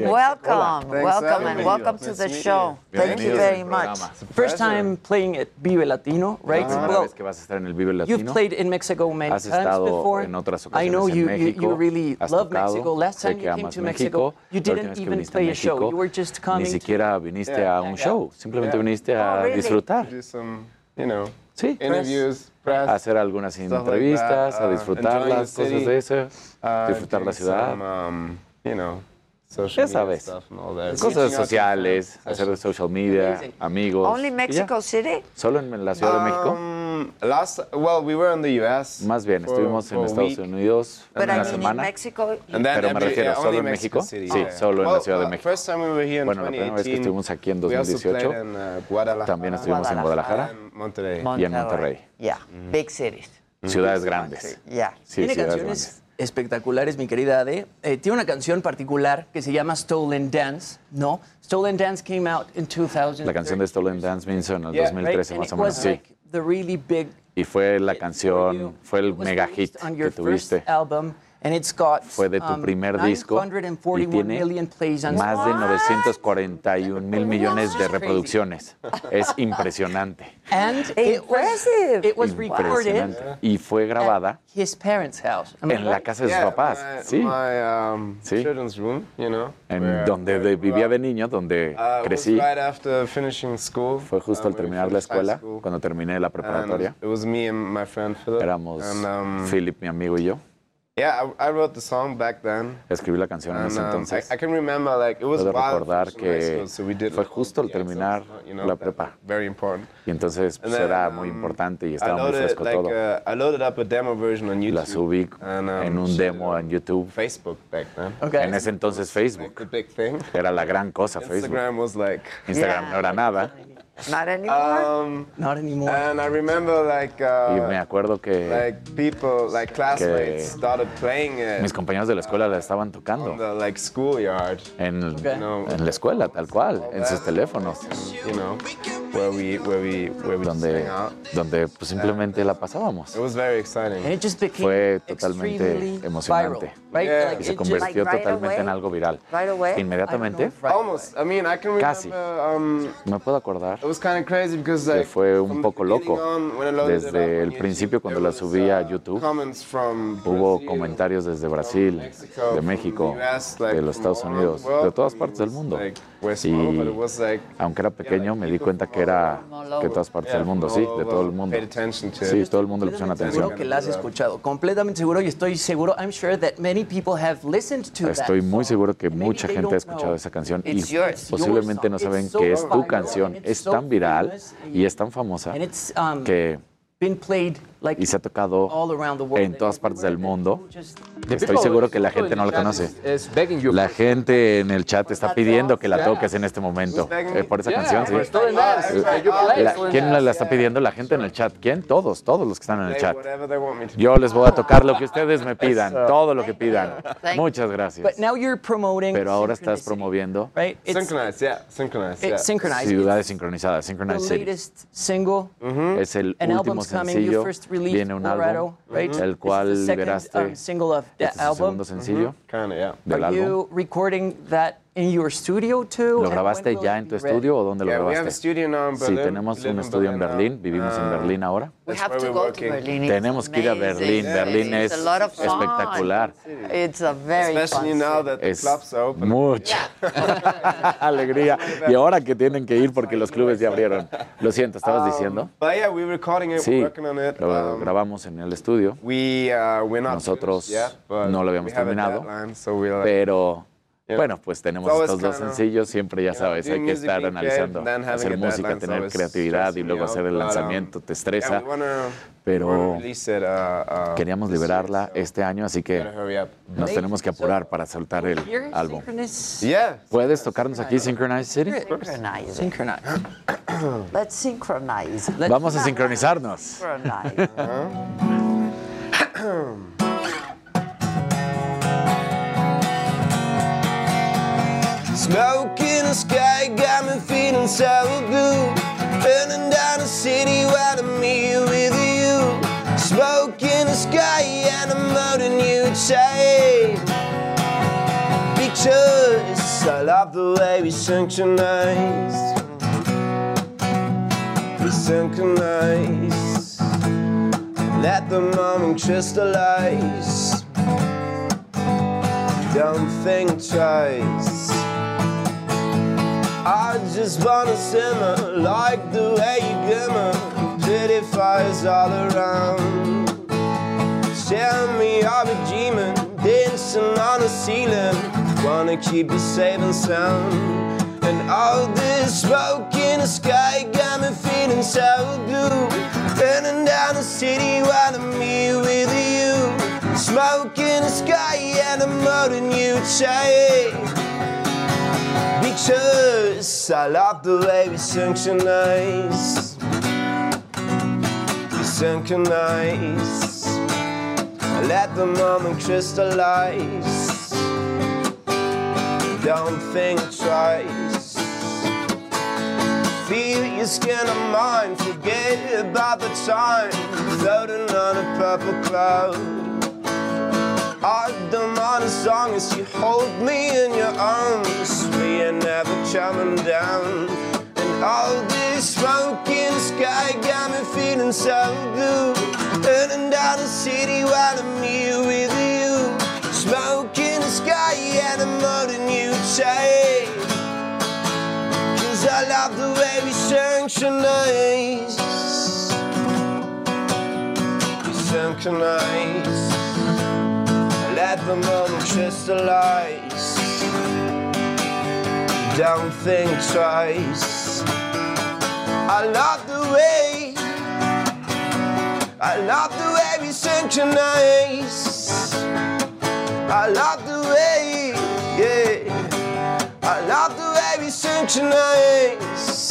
Welcome to the show. Thank you very much. First time playing at Vive Latino, right? Primera vez que vas a estar en el Vive Latino. You've played in Mexico many Has times estado before. en otras I ocasiones know en México. you really Has love tocado. Mexico. Last Sé time que you came amas to México. Mexico, you La última didn't vez que even viniste a play a show. México, You were just ni coming. siquiera viniste a un show. Simplemente viniste a disfrutar. Sí, a hacer algunas entrevistas, a disfrutarlas, cosas de eso, disfrutar la ciudad. Ya sabes, cosas sociales, hacer social media, amigos. Only Mexico City? ¿Solo en la Ciudad de México? We were in the US. Más bien, estuvimos en Estados Unidos una semana. Pero me refiero, ¿solo en México? Sí, solo en la Ciudad de México. Bueno, la primera vez que estuvimos aquí en 2018, también estuvimos en Guadalajara y en Monterrey. Big cities. Ciudades grandes. Sí, Tiene canciones espectaculares, mi querida Ade. Tiene una canción particular que se llama Stolen Dance, ¿no? Stolen Dance came out in 2000. La canción de Stolen Dance me hizo en el 2013, más o menos, sí. Y fue la canción, fue el mega hit que tuviste. Fue de tu primer disco y tiene más de 941 mil millones de reproducciones. Es impresionante. Impresionante. Y fue grabada en la casa de sus papás. Sí. Sí. En donde vivía de niño, donde crecí. Fue justo al terminar la escuela, cuando terminé la preparatoria. Éramos Philip, mi amigo, y yo. Yeah, I wrote the song back then. Escribí la canción en ese entonces. I can remember, like, it was Puedo wild recordar que so we did, fue justo al terminar la prepa. Very important. Y entonces pues, era muy importante y estaba muy fresco todo. I loaded up a demo version on YouTube. La subí en un demo en YouTube. Facebook back then. En ese entonces Facebook. The big thing. Era la gran cosa, Facebook. Instagram was like... Instagram no era nada. Not anymore. Not anymore. And I remember like y me acuerdo que like people, like classmates started playing it. Mis compañeros de la escuela la estaban tocando. On the, like schoolyard. En la escuela, tal cual, en sus teléfonos. You know, where we donde pues simplemente la pasábamos. It was very exciting. And it just became Fue totalmente emocionante. Right? Yeah. Like, Y se convirtió totalmente en algo viral. Inmediatamente. Almost. I mean, I can remember, Casi. Me puedo acordar. It was kind of crazy because, que like, fue un poco loco. Desde el principio, cuando la subí a YouTube, hubo comentarios desde Brasil, de México, de los Estados Unidos, de todas partes del mundo. Y aunque era pequeño, me di cuenta que era de todas partes del mundo, sí, de todo el mundo. Sí, todo el mundo le puso atención. Seguro que la has escuchado, completamente seguro, y estoy seguro, I'm sure that many people have listened to that. Estoy muy seguro que mucha gente ha escuchado esa canción y posiblemente no saben que es tu canción. Es tan viral y es tan famosa que y se ha tocado en todas partes del mundo. Estoy seguro que la gente no la conoce. La gente en el chat está pidiendo que la toques en este momento. Por esa canción, sí. ¿Quién la está pidiendo? La gente en el chat. ¿Quién? Todos los que están en el chat. Yo les voy a tocar lo que ustedes me pidan, todo lo que pidan. Muchas gracias. Pero ahora estás promoviendo Ciudades Sincronizadas, Synchronized City. Es el último sencillo. Viene un álbum, el cual liberaste. Este es el segundo sencillo del álbum. ¿Lo grabaste ya en tu estudio o dónde lo grabaste? Sí, tenemos un estudio en Berlín. Vivimos en Berlín ahora. Tenemos que ir a Berlín. Berlín es espectacular. Es mucha alegría. Y ahora que tienen que ir porque los clubes ya abrieron. Lo siento, ¿estabas diciendo? Sí, lo grabamos en el estudio. Nosotros no lo habíamos terminado, pero... Bueno, pues tenemos estos dos sencillos, siempre ya sabes, hay que estar analizando, hacer música, tener creatividad y luego hacer el lanzamiento, te estresa, pero queríamos liberarla este año, así que nos tenemos que apurar para soltar el álbum. ¿Puedes tocarnos aquí Synchronized City? Let's synchronize. Vamos a sincronizarnos. Smoke in the sky got me feeling so blue. Burning down the city while I'm here with you. Smoke in the sky and I'm holding you tight. Because I love the way we synchronize. We synchronize. Let the moment crystallize. Don't think twice. I just wanna simmer like the way you glimmer. Pretty fires all around. Tell me I'm a demon dancing on the ceiling. Wanna keep you safe and sound. And all this smoke in the sky got me feeling so blue. Burning down the city while I'm here with you. Smoke in the sky and I'm holding you tight. Because I love the way we synchronize. We synchronize. Let the moment crystallize. Don't think twice. Feel your skin on mine. Forget about the time. Floating on a purple cloud. I don't mind as long as you hold me in your arms. We are never coming down. And all this smoke in the sky got me feeling so blue. Burning down the city while I'm here with you. Smoke in the sky and I'm holding you tight. Cause I love the way we synchronize. We synchronize. the moment crystallize. Don't think twice. I love the way we synchronize. I love the way, yeah. I love the way we synchronize.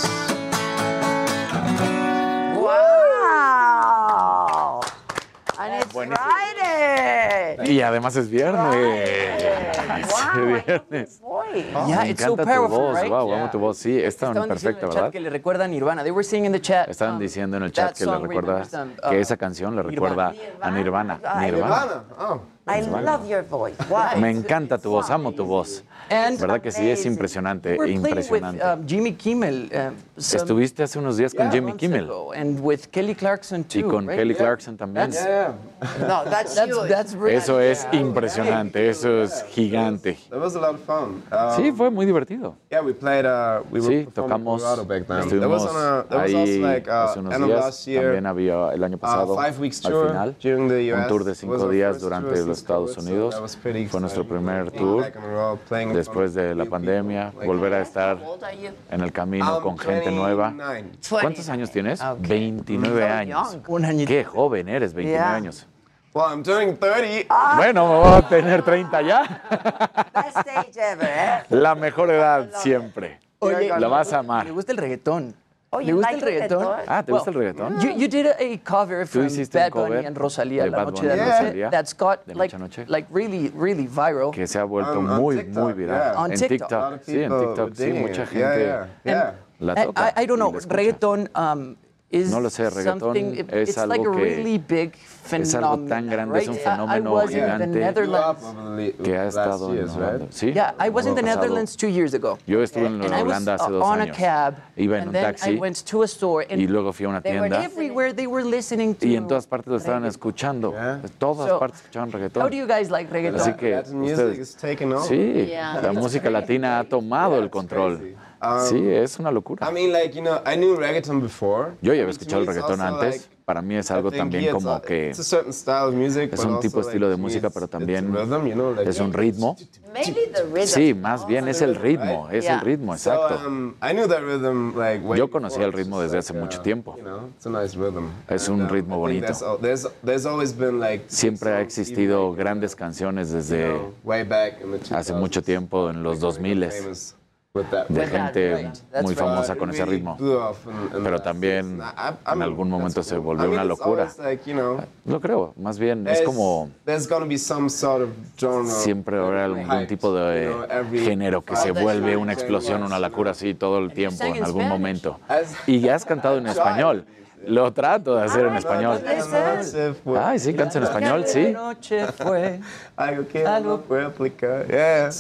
Wow! And it's Buenísimo. Friday. Y además es viernes. Wow. Viernes. Yeah, Me it's so encanta tu powerful, voz, right? wow, amo tu voz. Sí, es tan Estaban diciendo perfecta, en el ¿verdad? chat que le recuerda a Nirvana. They were saying in the chat. Estaban diciendo en el chat que le song recuerda remembers, que esa canción le recuerda a Nirvana. Nirvana. I love your voice. Wow. Me encanta tu voz, amo tu voz. And ¿Verdad que sí? Es impresionante, we were playing impresionante. with Jimmy Kimmel. Estuviste hace unos días con Jimmy Kimmel And with Kelly Clarkson too. y con right? Kelly Clarkson también. No, that's huge. Eso es impresionante, eso es gigante. That was a lot of fun. Sí, fue muy divertido. Yeah, we played. We were Sí, performing tocamos, Colorado back then. estuvimos There was also ahí like hace unos end of días. last year. También había el año pasado, 5 weeks al tour final, during the un US. tour de It was 5 our días first durante tour los since Estados COVID, so Unidos. that was pretty Fue nuestro exciting. primer Being tour back in the row, playing in front después de la of pandemia, people, volver a estar en el camino con gente nueva. 29. ¿Cuántos años tienes? 29 años. Qué joven eres, 29 años. Well, I'm turning 30. Bueno, me voy a tener 30 ya. Best stage ever, ¿eh? La mejor edad siempre. Oye, Lo vas a amar. Me gusta el reggaetón. Oh, ¿Le you gusta like el reggaetón? reggaeton? Ah, ¿te gusta el reggaetón? You did a cover Tú from hiciste Bad un cover Bunny and Rosalía, de La Bad Noche Bunny de y Anoche, Rosalía, that's got de like, Noche a Noche. like really, really viral. Que se ha vuelto On muy, TikTok, muy viral. yeah. On En TikTok. A lot of Sí, en people TikTok, sí, digging mucha it. gente Yeah. la toca. I don't y know, la escucha. reggaeton is No lo sé, reggaetón something, es it's algo like a que really big es algo phenomenon, tan grande, es right? un fenómeno I was in the gigante Netherlands. que ha estado innovando. Sí, Yeah, I was in the el año Netherlands 2 years ago. Yo estuve en And I was Holanda hace 2 on a años. cab, Iba en and un then I taxi went to a store, and y luego fui a una they were tienda everywhere they were listening to. y en todas partes lo estaban escuchando. En todas So, partes escuchaban How do reggaetón. you guys like reggaeton? Así que Latin music is ustedes, taking over. sí, Yeah. la música latina ha tomado el control. Sí, es una locura. I mean, like, you know, I knew reggaeton before. Yo ya I había mean, to escuchado me el it's reggaetón also, antes. like, Para mí es I algo think, también yeah, como que it's a certain style of music, es but un also, tipo de like, estilo de to me música, it's- pero it's también rhythm, you know, like, es un ritmo. Mainly the rhythm. Sí, más bien es el ritmo, es el ritmo, So, exacto. I knew that rhythm, like, way Yo conocía el before. ritmo desde hace mucho tiempo. You know, it's a nice rhythm. Es And, un ritmo I think bonito. there's always been, like, Siempre ha songs, existido even, like, grandes canciones desde you know, way back in the 2000s, hace mucho tiempo, en los 2000 famous with that de rhythm. gente muy famosa con ese Really ritmo. blew off in Pero the también I en mean, algún momento that's se cool. volvió I mean, una it's locura. always, like, you know, No creo, más bien es como there's gonna be some sort of genre. siempre habrá algún tipo de género que se vuelve una explosión, una locura así todo el tiempo, en algún momento. Y ya has cantado en español. Lo trato de hacer en español. Ay, sí, cantas en español, sí. Noche fue algo que no puedo aplicar. Yeah.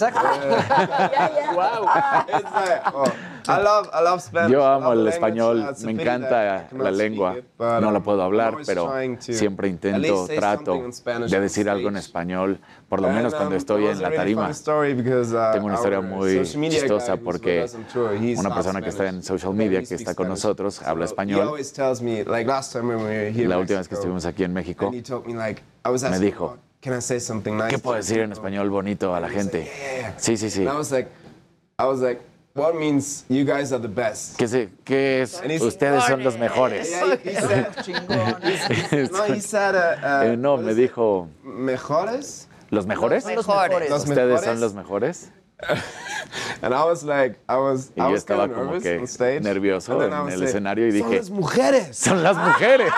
It's like, oh, I love Spanish. Yo I amo love el the español, language. It's a me pity that I encanta cannot la speak lengua, it, but, no la puedo I'm hablar, always pero trying to siempre at intento, least say trato something in Spanish de on decir algo en stage. español, por lo menos And, cuando it estoy was en a la really tarima. funny story because, Tengo una historia our muy social media guy chistosa who's with porque us on tour, he's una half persona que está en Spanish. social And media, he que speaks está con Spanish. nosotros, habla So He español. always tells me, like last time when we were here in La última vez que Mexico, estuvimos aquí en México, and he told me, like, I was me asking, dijo, can I say something nice? ¿qué puedo to decir en people? español bonito a la gente? Sí, sí, sí. And I was like, what means you guys are the best? ¿Qué es? Ustedes son los mejores. Yeah, he said, No, me dijo, ¿mejores? ¿los mejores? Los mejores. Los ¿Ustedes mejores. son los mejores? And I was like, I was Y yo estaba kind of como nervous que on stage. nervioso And then en I was el like, escenario y son dije, las mujeres. ¡son las mujeres!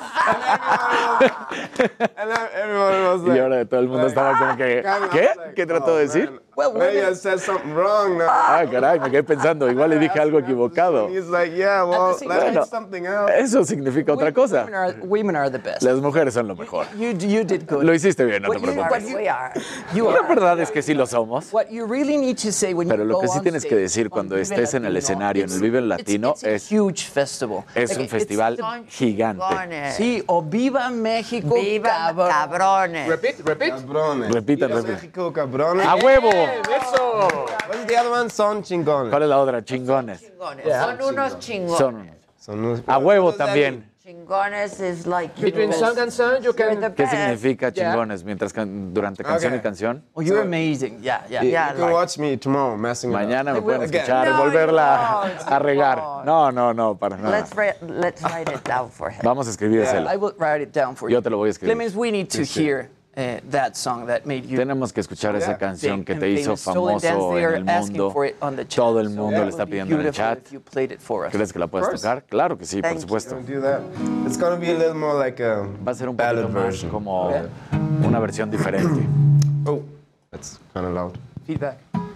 And then everyone was Y like, ahora todo el mundo estaba como que, ¿qué? ¿Qué trató de decir? maybe I said something wrong now. Ah, caray, me quedé pensando, igual le dije algo equivocado. And he's like, yeah, well, let's Bueno, do something else. eso significa otra cosa. Women are the best. Las mujeres son lo mejor. You did good. Lo hiciste bien, no te What you- preocupes. what We are. You La verdad es que sí lo somos. What you really need to say when Pero you lo go que sí on tienes que stage decir on cuando Vive estés en el Latino, escenario, en el Vive Latino, it's a es huge festival. un Like, festival it's the- gigante. Sí, o viva México, Viva cabrones. Repeat. Cabrones. Repitan, Viva repitan. México, cabrones. ¡A huevo! What's the other one? Son chingones. ¿Cuál es la otra? Chingones. Son unos chingones. Son unos. A huevo también. Chingones is like Between song and song, you can... ¿Qué significa chingones mientras durante canción y canción? Oh, you're amazing. Yeah. You can watch me tomorrow messing Mañana me it up. pueden escuchar, volverla a regar. No, para nada. Let's write it down for him. Vamos a escribírselo. I will write it down for you. Yo te lo voy a escribir. Clemens, we need to hear that song that made you. Tenemos que escuchar esa canción que te hizo Stolen Dance, famoso they en are el asking mundo. for it on the chat. Todo el So mundo that le está would be pidiendo en el beautiful chat. if you played it for us. ¿Crees que la puedes tocar? Claro que sí, por supuesto. Do that. It's gonna be a little more like a Va a ser un poquito más como una versión diferente. Oh, that's kind of loud. Feedback.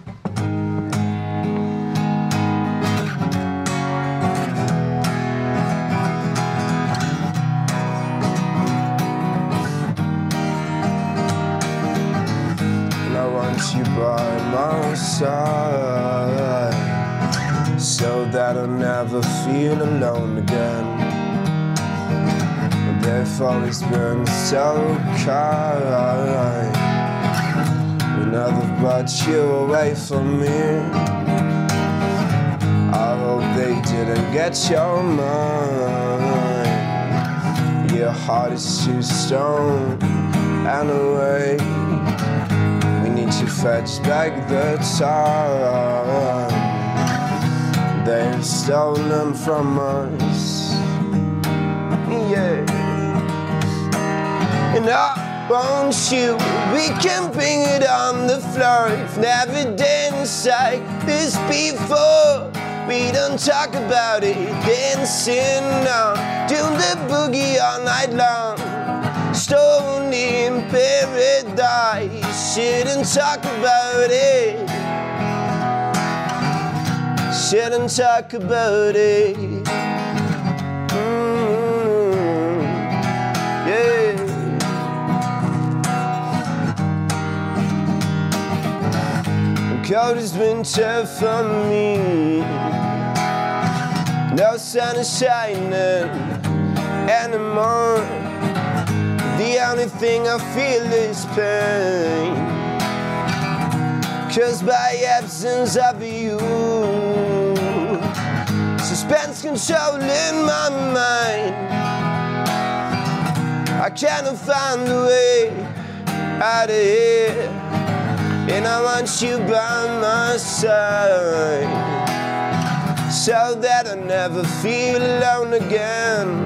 You by my side, so that I'll never feel alone again. They've always been so kind, another brought you away from me. I hope they didn't get your mind. Your heart is too stone and away. To fetch back the time they've stolen from us. Yeah. And I want you, we can bring it on the floor. I've never danced like this before. We don't talk about it, dancing now, doing the boogie all night long. Stone in paradise, shouldn't talk about it. Shouldn't talk about it. Yeah. The cold has been tough for me. No sun is shining anymore. The only thing I feel is pain, 'cause by absence of you, suspense controlling my mind. I cannot find a way out of here, and I want you by my side, so that I never feel alone again.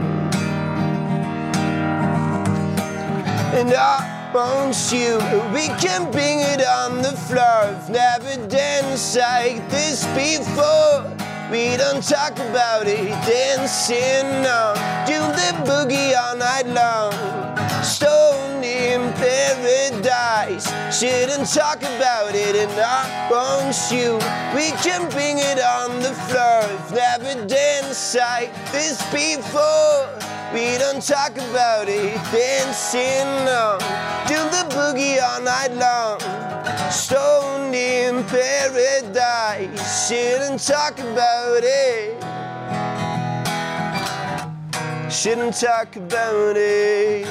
And I want you, we can bring it on the floor. I've never danced like this before. We don't talk about it, dancing on, do the boogie all night long. Stone in paradise, shouldn't talk about it. And I want you, we can bring it on the floor. I've never danced like this before. We don't talk about it, dancing on, do the boogie all night long. Stoned in paradise, shouldn't talk about it. Shouldn't talk about it.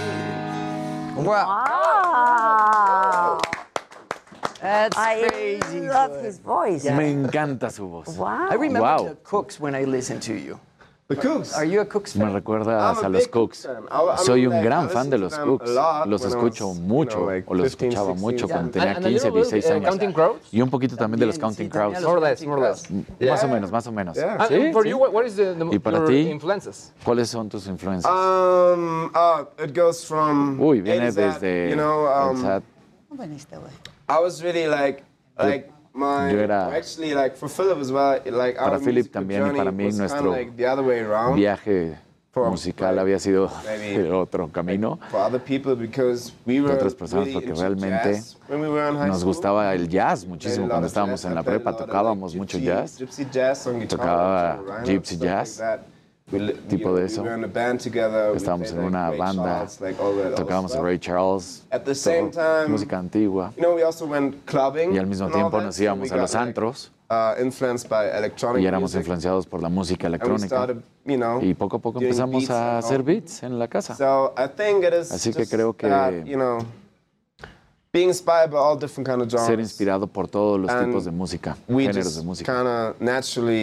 Wow. That's crazy. I love his voice. Me encanta su voz. Wow. I remember the Cooks when I listen to you. The Cooks. Are you a Cooks fan? Me recuerdas a los Cooks. Soy un gran fan de los Cooks. Los escucho mucho, o los escuchaba mucho cuando tenía 15, 16 años. Counting Crows? Y un poquito también de los Counting Crows. More or less, more or less. Más o menos, más o menos. And for you, what is ¿Y para your ti? influences? ¿Cuáles son tus influencias? It goes from Uy, viene AZ, desde you know, el SAT. I was really like my Yo era- actually like for Philip as well, like Para our Philip musical también y journey para mí was kinda nuestro like the other way around viaje musical había sido maybe otro camino for other people because we de were otras personas really porque into realmente jazz when we were in high nos school. gustaba el jazz Played a muchísimo lot cuando of estábamos jazz. en la I played prepa, a lot of, tocábamos like, mucho gypsy- jazz, gypsy jazz on guitar, tocaba Rhino, gypsy stuff like jazz, that. tipo de eso. We were in a band together. We Estábamos played, en like, una Ray banda, Charles, like, all that tocábamos a stuff. Ray Charles, At the same time, música antigua, you know, we also went clubbing y al mismo and all tiempo that, nos so we íbamos a got, los like, antros influenced by electronic y éramos music. influenciados por la música And we electrónica started, you know, y poco a poco doing empezamos beats a and hacer all. beats en la casa. So I think it is Así que just creo que that, you know, being inspired by all different kind of genres. ser inspirado por todos los And tipos de música, we géneros just de música. kind of naturally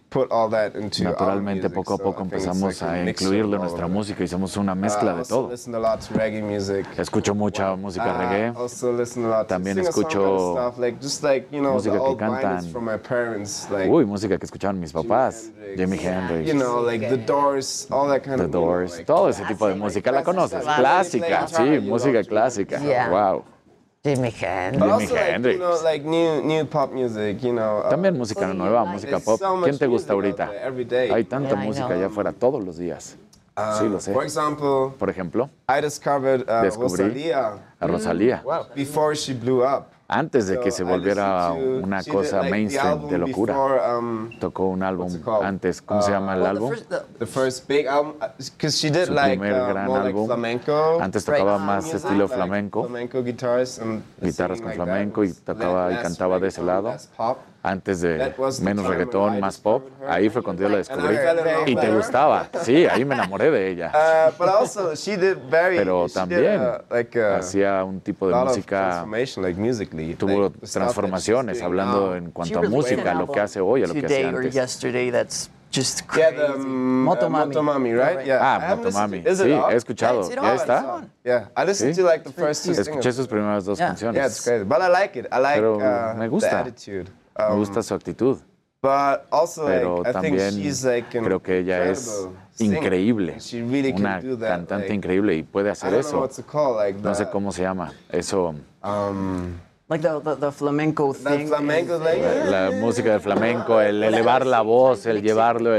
put all that into our Naturalmente, music, poco a so poco I think it's empezamos like a a mix incluirlo en of all nuestra of it. música. Hicimos una mezcla de Also todo. listen a lot to reggae music. Escucho mucha música reggae. Also listen a lot to También singer-songwriter escucho stuff, like just like, you know, música the que old vinyls cantan. from my parents, like Música que escuchaban mis papás. Jimi Hendrix, you know, like The Doors, all that kind The of Doors, todo ese tipo de música. ¿La conoces? Clásica, sí, música clásica. Yeah. Wow. Jimi Hendrix. But also, Jimi like, Hendrix. you know, like new pop music, you know. También música nueva, música pop. ¿Quién te gusta ahorita? Hay tanta Yeah, I música know. allá afuera todos los días. Sí, lo sé. For example, Por ejemplo, I discovered descubrí Rosalía a Rosalía before she blew up. antes de que se volviera una she cosa did, like, the mainstream album de locura. before, Tocó un álbum antes. ¿Cómo se llama el álbum? The first big album, because she did Su like primer gran more like álbum. flamenco. Antes tocaba más music, estilo like flamenco, flamenco guitars and guitarras singing con like that. flamenco y tocaba y Less cantaba de ese reggaeton, lado. less pop. Antes de That was the menos time when reggaetón, I más pop. Ahí fue cuando yo la descubrí. And I fell in love Y with te her. gustaba. Sí, ahí me enamoré de ella. But also she did very. Pero she también did, like hacía un tipo de lot of música, transformation, like musically. tuvo like, the stuff that transformaciones she's doing hablando now. en cuanto a música, lo que hace hoy, a lo que hacía Today or antes. yesterday, that's just Yeah, crazy. the Motomami. Motomami, right? Yeah. I haven't Motomami. listened to- is it Sí, out? he escuchado. Yeah, it's ¿Ya on. está? Yeah, I listened Sí. to like the first two Escuché singles. sus primeras dos canciones. Yeah, it's crazy, but I like it. I like Pero me the gusta. attitude. Me gusta su actitud. But also, Pero like, I think también she's like an creo que ella es incredible singer. increíble, She really can una do that, cantante like, increíble y puede I hacer don't know eso. what to call, like No sé that. cómo se llama. Eso, Like the flamenco The thing. flamenco, like, la música del flamenco, el elevar la voz, el llevarlo,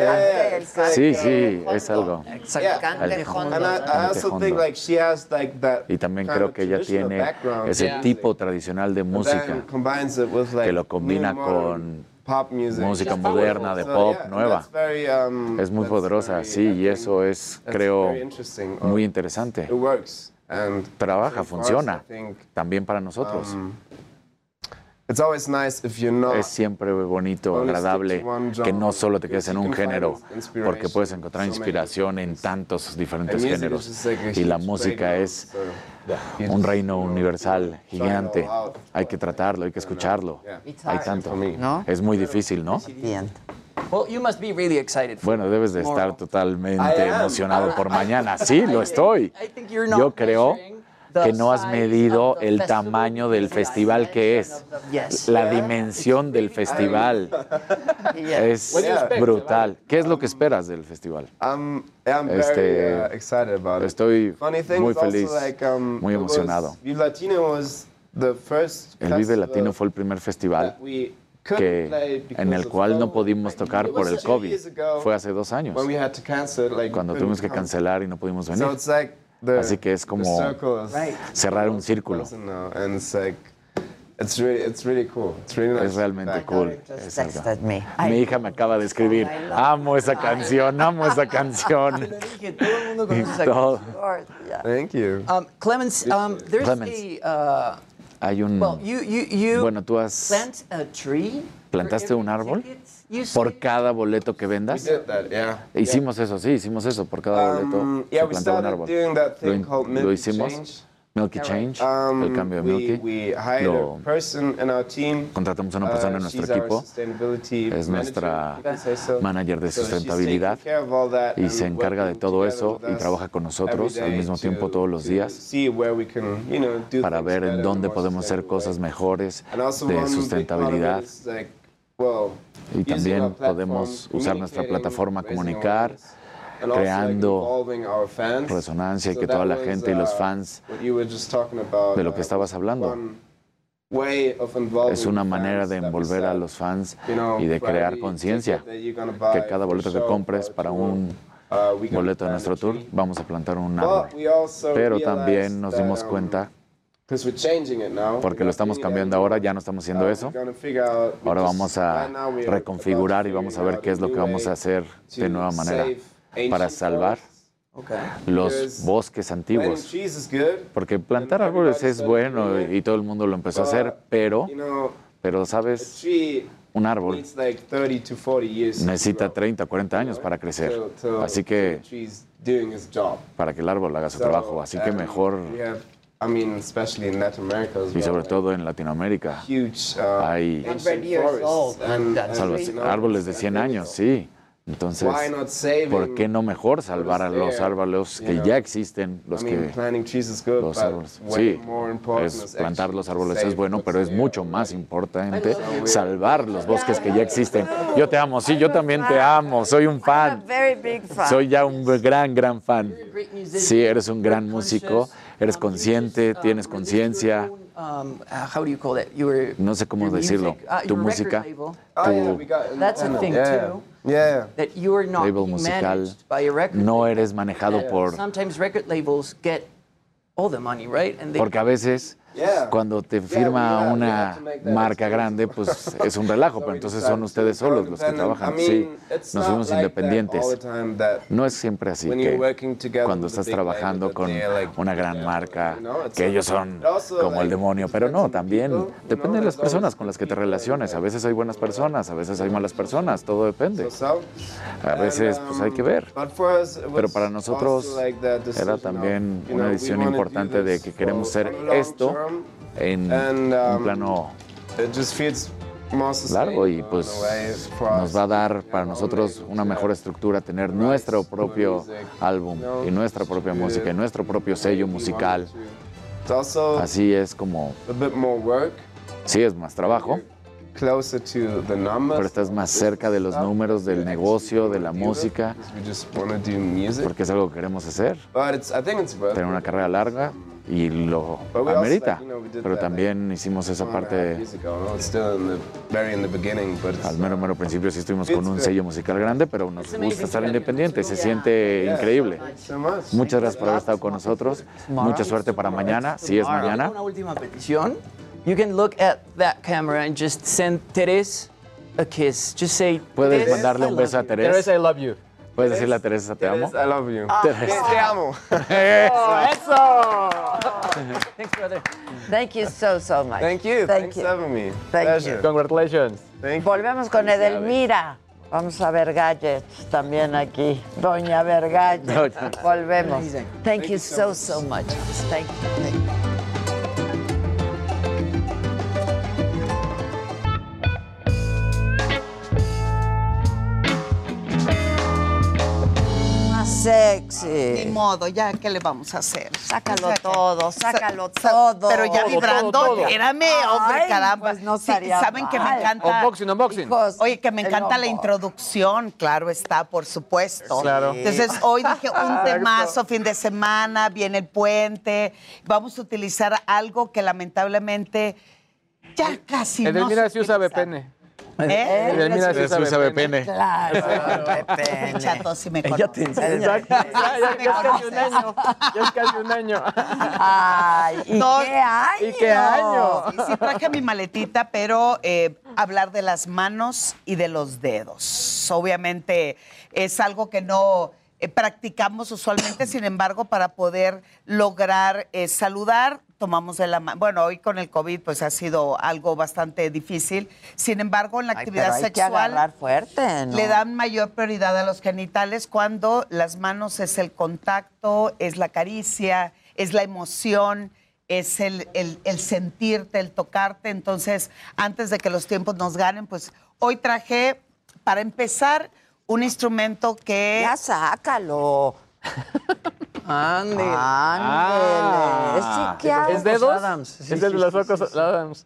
Sí, sí, es algo. Yeah. And I also think like she has like that. Y también kind creo of que ella traditional tiene background ese to tipo tradicional de And música then combines it with, like, que lo combina new modern con pop music. música moderna, de So, pop, yeah, nueva. that's very, Es muy that's poderosa, very, sí, I y think eso es, that's creo, very interesting. muy interesante. It works. And Trabaja, for us, funciona, I think, también para nosotros. it's always nice if you're not Es siempre bonito, only agradable, stick to one que no genre, solo te quedes because en you un can find género, inspiration porque puedes encontrar in so many inspiración en tantos diferentes And music is géneros. just like a Y la huge música playground, es so, un reino universal gigante. Hay que tratarlo, hay que escucharlo. Hay tanto. Es muy difícil, ¿no? Well, you must be really excited. Bueno, debes de estar tomorrow. totalmente emocionado por mañana. Sí, lo estoy. Yo creo que no has medido el tamaño del festival que es. La dimensión del festival es brutal. ¿Qué es lo que esperas del festival? I'm very excited about it. Estoy Funny thing muy is also, feliz, like, muy it was- emocionado. Vive Latino was the first El Vive festival Latino fue el primer festival that we couldn't play que, en because el of cual no COVID. pudimos tocar It por was el 2 COVID. years ago Fue hace 2 años, when we had to cancel, like, cuando we tuvimos que couldn't come. cancelar y no pudimos venir. So it's like the- Así que es the como circle is cerrar un círculo. closing now, and it's like it's really cool. It's really nice. Es realmente cool. Es algo. texted me. Mi hija me acaba de escribir, amo esa canción, amo esa canción. Y todo. Thank you. Clemens, there's Clemens. a. Hay un... Well, you Bueno, tú has... plant a tree. ¿Plantaste un árbol por cada boleto que vendas? We did that, yeah. Hicimos eso, sí, hicimos eso. Por cada boleto Yeah, se we plantaba un started árbol. doing that thing called Lo Milky hicimos. Change. Milky Change, el cambio de Milky. We hired Lo a person in our team. contratamos a una persona en nuestro She's our equipo. sustainability Es nuestra manager, you can say so. manager de So she's sustentabilidad taking care of all that y and se encarga de working todo together eso with y us trabaja con nosotros every al day mismo to- tiempo todos los to días see where we can, do para things ver en better dónde and more podemos hacer sustainable cosas ways. mejores And also de one big part of it sustentabilidad. is, like, well, Y using también our platform, podemos usar nuestra communicating, plataforma, raising comunicar, awareness, and also, like, creando involving our fans. resonancia y So que that toda la was, gente y los fans what you were just talking about, de lo que estabas hablando. one way of involving Es una the manera fans de that we envolver a said, los fans you know, y de for crear every conciencia. ticket that you're gonna buy Que cada for boleto que show compres or para tour, un we gonna boleto de plant nuestro a tour, tree. vamos a plantar un But árbol. we also Pero realized también nos that, dimos cuenta, because we're changing it now, porque we're lo not estamos doing it cambiando anymore. ahora, ya no estamos haciendo eso. We're gonna figure out- we Ahora just- vamos a right now we're reconfigurar y about vamos a ver figuring qué es lo out que a new vamos a way hacer de to nueva manera save para ancient salvar forests. los Because bosques planting antiguos. trees is good, Porque plantar árboles es bueno y todo el mundo lo empezó a hacer, pero, you know, a ¿sabes? tree Un árbol needs like 30 to 40 years to necesita grow 30 o 40 años para crecer. till Así que the tree's doing its job. para que el árbol haga su So, trabajo. Así que mejor we have I mean, especially in Latin America as Y sobre well, todo en Latinoamérica huge, hay árboles de 100 años, sí. Entonces, ¿por qué no mejor salvar a los árboles que ya existen? Los árboles. Sí, plantar los árboles es bueno, pero es mucho más importante salvar los bosques que ya existen. Yo te amo, sí, yo también te amo, soy un fan. Soy ya un gran fan. Sí, eres un gran músico, eres consciente, tienes conciencia. No sé cómo decirlo. Tu música, tu label musical, no eres manejado por... Porque a veces, cuando te firma una marca grande, pues es un relajo, pero entonces son ustedes solos los que trabajan. Sí, nos fuimos independientes. No es siempre así que cuando estás trabajando con una gran marca, que ellos son como el demonio, pero no, también depende de las personas con las que te relaciones. A veces hay buenas personas, a veces hay malas personas, todo depende. A veces, pues hay que ver. Pero para nosotros era también una decisión importante de que queremos ser esto en un plano largo y pues nos va a dar para nosotros una mejor estructura, tener nuestro propio álbum y nuestra propia música y nuestro propio sello musical. Así es como... Sí, es más trabajo, pero estás más cerca de los números, del negocio, de la música, porque es algo que queremos hacer, tener una carrera larga y lo amerita, pero también hicimos esa parte al mero principio. Sí estuvimos con un sello musical grande, pero nos gusta estar independientes, se siente increíble. Muchas gracias por haber estado con nosotros, mucha suerte para mañana, si es mañana. Una última petición. You can look at that camera and just send Teresa a kiss. Just say, ¿puedes mandarle un beso a Teresa? Teresa, I love you. ¿Puedes decirle a Teresa, te amo? I love you. Teresa. Te amo. ¡Eso! Thanks, brother. Thank you so much. Thank you. Thank Thanks you. for having me. Thank Pleasure. you. Congratulations. Volvemos con Edelmira. Vamos a ver gadgets también aquí. Doña Vergalles. Volvemos. Thank you so much. Thank you. Sexy. Ni modo, ya, ¿qué le vamos a hacer? Sácalo todo, sácalo todo. Pero ya vibrando, todo. espérame, hombre, Ay, caramba. pues no Sí, estaría saben que me mal. encanta. Unboxing. Hijos, oye, que me el encanta la unboxing. introducción, claro está, por supuesto. Claro. Entonces, hoy dije un temazo, fin de semana, viene el puente. Vamos a utilizar algo que lamentablemente ya casi no Edelmira se sí usa utiliza. VPN. ¿Eh? Edelmira sí usa VPN. Claro, chato, si me Ella te conoces. enseña. Ya es casi un año. Ya es casi un año. Ay, ¿y qué año? ¿Y qué año? Sí, traje mi maletita, pero hablar de las manos y de los dedos. Obviamente es algo que no practicamos usualmente, sin embargo, para poder lograr saludar, tomamos de la mano. Bueno, hoy con el COVID pues ha sido algo bastante difícil. Sin embargo, en la actividad pero hay que sexual agarrar fuerte, ¿no? le dan mayor prioridad a los genitales cuando las manos es el contacto, es la caricia, es la emoción, es el sentirte, el tocarte. Entonces, antes de que los tiempos nos ganen, pues hoy traje, para empezar, un instrumento que... Ya sácalo. Ándale. Sí, ¿qué hago? ¿Es dedos? Adams. Es el de los ojos Adams.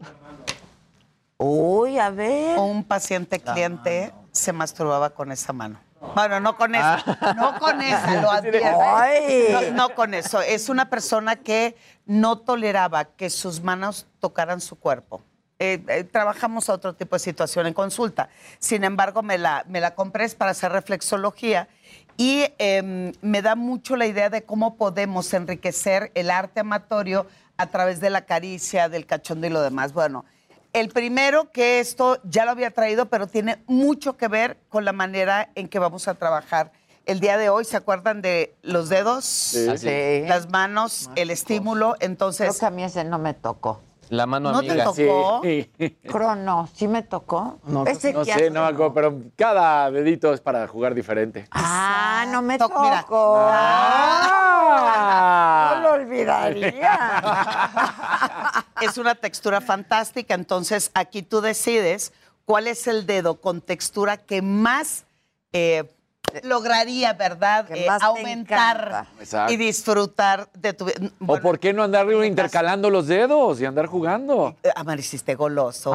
Uy, a ver. Un paciente cliente se masturbaba con esa mano. Bueno, no con esa, no con esa, lo advierto. Ay. No con eso. Es una persona que no toleraba que sus manos tocaran su cuerpo. Trabajamos a otro tipo de situación en consulta. Sin embargo, me la compré para hacer reflexología y me da mucho la idea de cómo podemos enriquecer el arte amatorio a través de la caricia, del cachondo y lo demás. Bueno, el primero, que esto ya lo había traído, pero tiene mucho que ver con la manera en que vamos a trabajar el día de hoy. ¿Se acuerdan de los dedos? Sí. Las manos, el estímulo. Entonces, Creo que a mí ese no me tocó. La mano ¿no te amiga. tocó? Crono, ¿sí me tocó? No, Ese No que sé, hace- no me acuerdo, pero cada dedito es para jugar diferente. Ah, no me Mira. tocó. Ah. No lo olvidaré. gustaría. Es una textura fantástica, entonces aquí tú decides cuál es el dedo con textura que más lograría, ¿verdad? Que más te aumentar Exacto. y disfrutar de tu vida. ¿O por qué no andar intercalando los dedos y andar jugando? Amariciste goloso.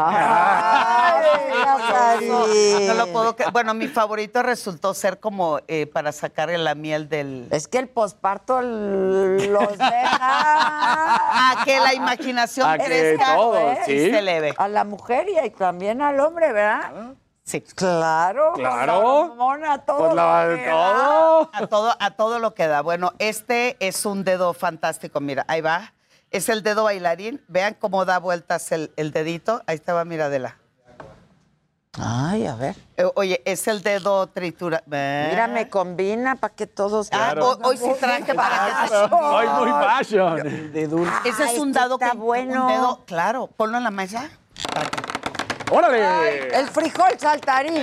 Cari. No lo puedo creer. Bueno, mi favorito resultó ser como para sacarle la miel del... Es que el posparto los deja... A que la imaginación A que crezca todo, y sí. se eleve. A la mujer y también al hombre, ¿verdad? Sí. Claro. Claro. Con la hormona, todo. Pues la- lo que todo. da. A todo lo que da. Bueno, este es un dedo fantástico. Mira, ahí va. Es el dedo bailarín. Vean cómo da vueltas el dedito. Ahí está, va, mira, Adela. Ay, a ver. Oye, es el dedo tritura. Mira, me combina para que todos... Claro. Hoy sí traje para que Hoy muy fashion. Ese es un dado que... bueno. Un dedo, claro. Ponlo en la mesa. ¡Órale! El frijol saltarín.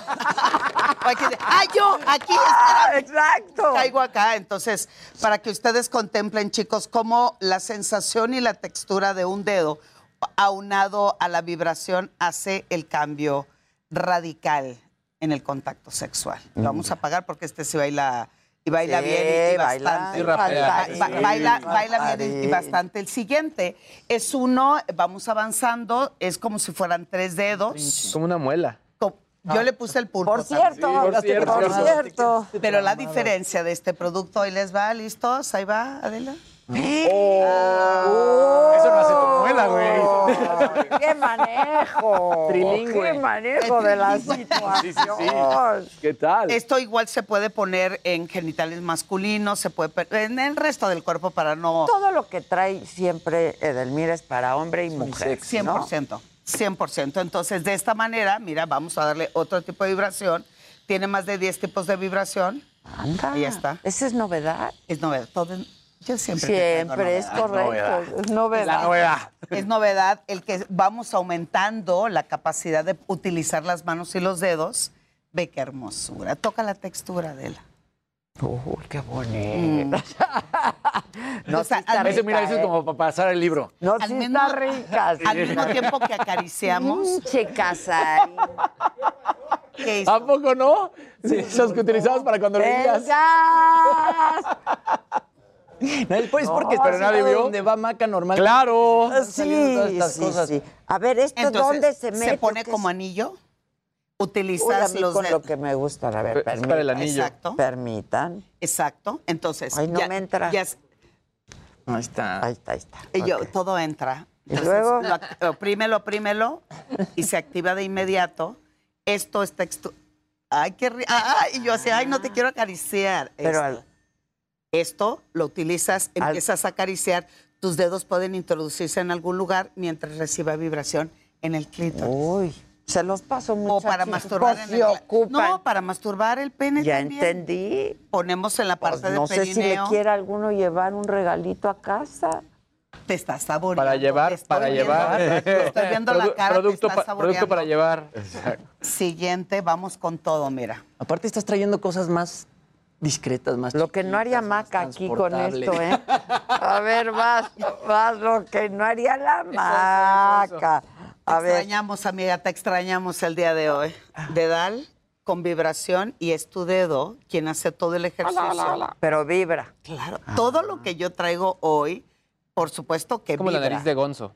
Yo, aquí, espérame. Exacto. Caigo acá, entonces, para que ustedes contemplen, chicos, cómo la sensación y la textura de un dedo aunado a la vibración hace el cambio radical en el contacto sexual. Lo vamos a apagar porque este sí baila y baila Sí, bien y baila, bastante. y rapea. Baila bien y bastante. El siguiente es uno, vamos avanzando, es como si fueran 3 dedos. Como una muela. Yo le puse el pulpo. Por cierto, por cierto. Pero la diferencia de este producto, ahí les va, ¿listos? Ahí va, Adela. Eso no hace tu muela, güey. ¡Qué manejo! Trilingüe. ¡Qué manejo de la situación! ¿Qué tal? Esto igual se puede poner en genitales masculinos, se puede en el resto del cuerpo para no... Todo lo que trae siempre Edelmira es para hombre y mujer. 100%. 100%. Entonces, de esta manera, mira, vamos a darle otro tipo de vibración. Tiene más de 10 tipos de vibración. Anda. Ahí está. ¿Esa es novedad? Es novedad. Yo siempre Siempre es correcto. Es novedad. La novedad. Es novedad el que vamos aumentando la capacidad de utilizar las manos y los dedos. Ve qué hermosura. Toca la textura de él. ¡Qué bonito! No, o sea, Ese, mira, eso es como para pasar el libro. No, al sí mismo- está rica. sí. Al mismo tiempo que acariciamos. Che, Casarín. ¿Qué hizo? ¿A poco no? Sí, esos que utilizabas para cuando leías. ¡El gas! Pues porque No, pero nadie vio. donde va Maca normal. Claro. Sí, sí. A ver, ¿esto Entonces, dónde se mete? se pone ¿Qué como es? anillo. Uy, a Utilizas mí los con dedos. lo que me gusta. A ver, Es para el anillo. Exacto. Permitan. Exacto. Entonces, Ay, no me entra. ya Ahí está. Ahí está, ahí está. Ok. Todo entra. ¿Y luego? Oprímelo y se activa de inmediato. Esto es textura. Ay, qué rico. Y yo así, ay, no te quiero acariciar. Pero Esto lo utilizas, empiezas a acariciar. Tus dedos pueden introducirse en algún lugar mientras reciba vibración en el clítoris. Uy, se los paso mucho. O para masturbar en el... No, para masturbar el pene Ya también. entendí. Ponemos en la parte Pues del no sé si le perineo. quiera alguno llevar un regalito a casa. Te estás saboreando. Para llevar, te estoy viendo, te estoy viendo la cara, producto, te estás producto para saboreando. llevar. Siguiente, vamos con todo, mira. Aparte estás trayendo cosas más discretas, más Lo que no haría Maca aquí con transportables. esto, ¿eh? A ver, vas lo que no haría la Maca. Te A ver, extrañamos, amiga, te extrañamos el día de hoy. Dedal con vibración y es tu dedo quien hace todo el ejercicio. pero vibra. Claro, todo lo que yo traigo hoy, por supuesto que Como la vibra. nariz de Gonzo.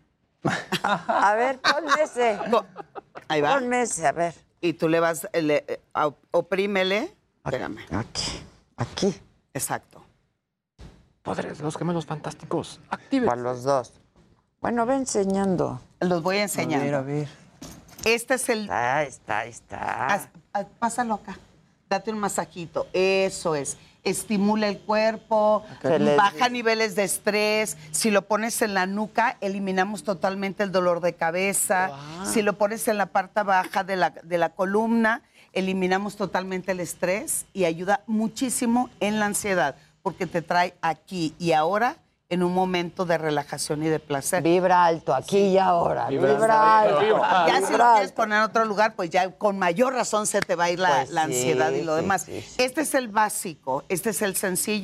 A ver, ponme ese. Ahí va. Ponme ese, a ver. Y tú le vas, oprímele. Espérame. Aquí. Exacto. Poderes de los gemelos fantásticos. Active. Para los dos. Bueno, ve enseñando. Los voy enseñando. A ver. Este es el... Ahí está. Pásalo acá. Date un masajito. Eso es. Estimula el cuerpo, Se les baja dice. niveles de estrés. Si lo pones en la nuca, eliminamos totalmente el dolor de cabeza. Si lo pones en la parte baja de la columna, eliminamos totalmente el estrés y ayuda muchísimo en la ansiedad, porque te trae aquí y ahora en un momento de relajación y de placer. Vibra alto, aquí y ahora. Vibra alto. Ya si lo Vibra quieres alto. poner en otro lugar, pues ya con mayor razón se te va a ir la Pues ansiedad y lo sí, demás. sí. Este es el básico, este es el sencillo,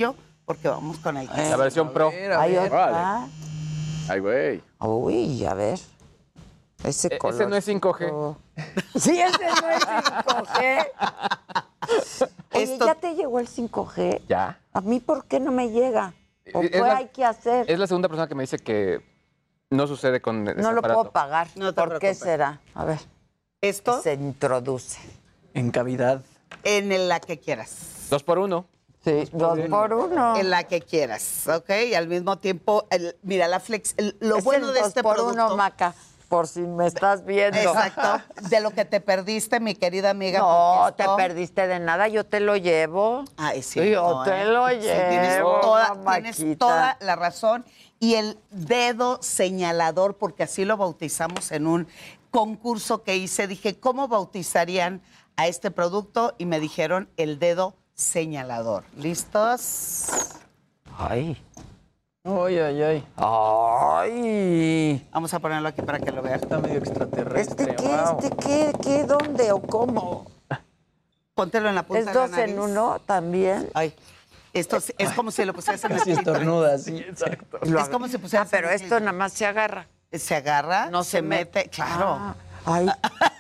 porque vamos con el La versión pro. Hay otra. Ay, güey. Uy, a ver. Ese color. Ese no es 5G. Sí, ese no es 5G. Oye, ¿ya te llegó el 5G? Ya. ¿A mí por qué no me llega? ¿O Es qué la- hay que hacer? Es la segunda persona que me dice que no sucede con ese No lo aparato. puedo pagar. No te ¿Por qué preocupes. será? A ver. Esto Se introduce. En cavidad. en la que quieras. 2 por 1. Sí, 2 por 1. En la que quieras, ¿ok? Y al mismo tiempo, mira, la flex... lo Es bueno el de 2 este por producto... 1, Maca, por si me estás viendo. Exacto. De lo que te perdiste, mi querida amiga. No, porque te esto- perdiste de nada, yo te lo llevo. Ay, sí. Yo no, te lo Sí, tienes llevo, tienes mamáquita. toda la razón. Y el dedo señalador, porque así lo bautizamos en un concurso que hice. Dije, ¿cómo bautizarían a este producto? Y me dijeron el dedo señalador. ¿Listos? Ay. Ay, ay, ay. Ay. Vamos a ponerlo aquí para que lo vean. Está medio extraterrestre. ¿Este qué, dónde o cómo? Póntelo en la punta ¿Es de la 2 nariz. en 1 también? Ay, esto es como si lo pusieras en el Casi clítoris. estornuda, sí, exacto. Es como si pusieras... pero en el esto nada más se agarra. clítoris. Se agarra, No se mete, claro. Ah, ay.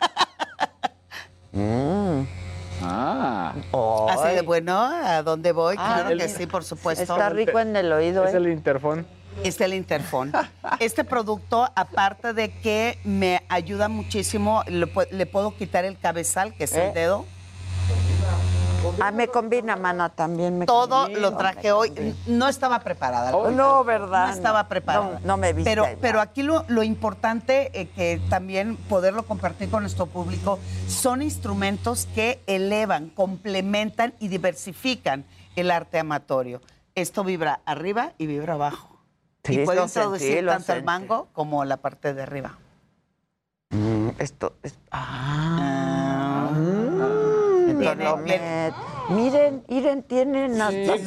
Así de bueno, ¿a dónde voy? Ah, Claro que sí, por supuesto. Está rico en el oído, Es el interfón. Es el interfón. Este producto, aparte de que me ayuda muchísimo, le puedo quitar el cabezal, que es el dedo. Ah, me combina, mana, también. Todo lo traje hoy. No estaba preparada. No, ¿verdad? No estaba preparada. No me viste. Pero aquí lo importante, que también poderlo compartir con nuestro público, son instrumentos que elevan, complementan y diversifican el arte amatorio. Esto vibra arriba y vibra abajo. Sí, y puede lo introducir sentí, lo tanto el sentí. mango como la parte de arriba. Esto es... Viene- Lo viene- Miren, tienen hasta...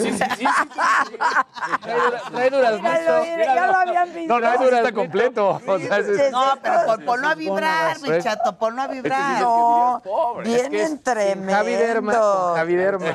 Trae duraznito. Ya lo habían visto. No, no está completo. O sea, No, pero ponlo a vibrar, mi chato, ponlo a vibrar. No, Es que vienen es tremendos. Javi Derma. Javi Derma.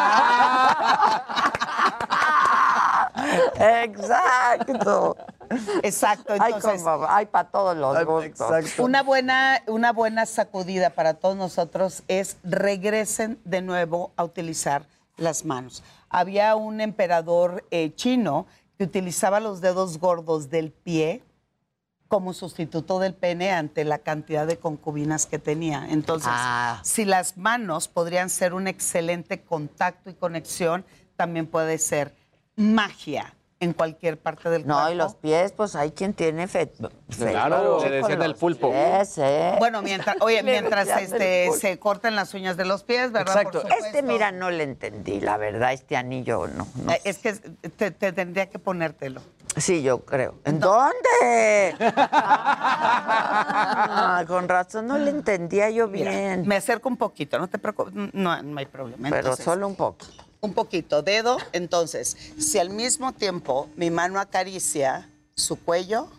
Exacto. Exacto, entonces... Hay para todos los gustos. Exacto. Una buena sacudida para todos nosotros es regresen de nuevo a utilizar las manos. Había un emperador chino que utilizaba los dedos gordos del pie como sustituto del pene ante la cantidad de concubinas que tenía. Entonces, si las manos podrían ser un excelente contacto y conexión, también puede ser magia en cualquier parte del cuerpo. No, y los pies, pues hay quien tiene Claro, le decían el pulpo. Bueno, mientras se corten las uñas de los pies, ¿verdad? Exacto. Por supuesto. Mira, no le entendí, la verdad, este anillo no. Es que te tendría que ponértelo. Sí, yo creo. ¿En dónde? Con razón no le entendía yo bien. Mira, me acerco un poquito, no te preocupes, no hay problema. Pero Entonces, solo un poquito. un poquito, dedo. Entonces, si al mismo tiempo mi mano acaricia su cuello.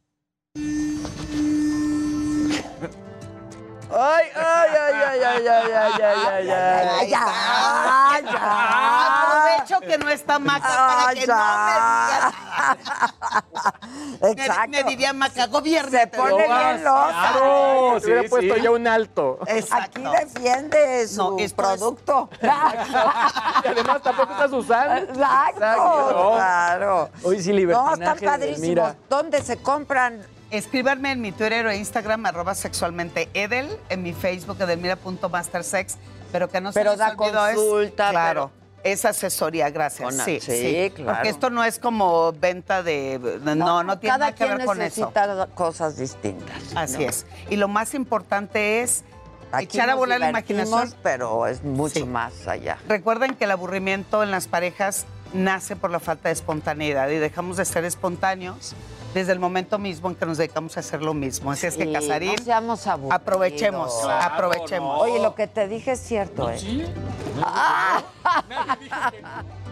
Ay, ay, ay, ay, ay, ay, ay, ay, ay, ay. Aprovecho que no está Maca para que no me diga nada. Exacto. Me diría Maca, gobierno. Se pone bien loca. Claro, se hubiera puesto ya un alto. Aquí defiende su producto. Y además tampoco estás usando. Exacto. Claro. Hoy sí, No, libertinaje. están padrísimos. Mira. ¿Dónde se compran? Escríbanme en mi Twitter o Instagram, @sexualmenteedel, en mi Facebook, edelmira.mastersex, pero que no se Pero les da olvidó consulta, claro, es asesoría, gracias. Sí, claro. Porque esto no es como venta de... No tiene nada que ver con eso. Cada quien necesita cosas distintas. Así ¿no? es. Y lo más importante es Aquí echar a nos volar la divertimos, imaginación. pero es mucho más allá. Recuerden que el aburrimiento en las parejas nace por la falta de espontaneidad y dejamos de ser espontáneos desde el momento mismo en que nos dedicamos a hacer lo mismo. Así es que, Sí, Casarín, no seamos aburridos. aprovechemos, aprovechemos. Oye, lo que te dije es cierto, ¿eh? Sí. Ah. Nadie dijo que no.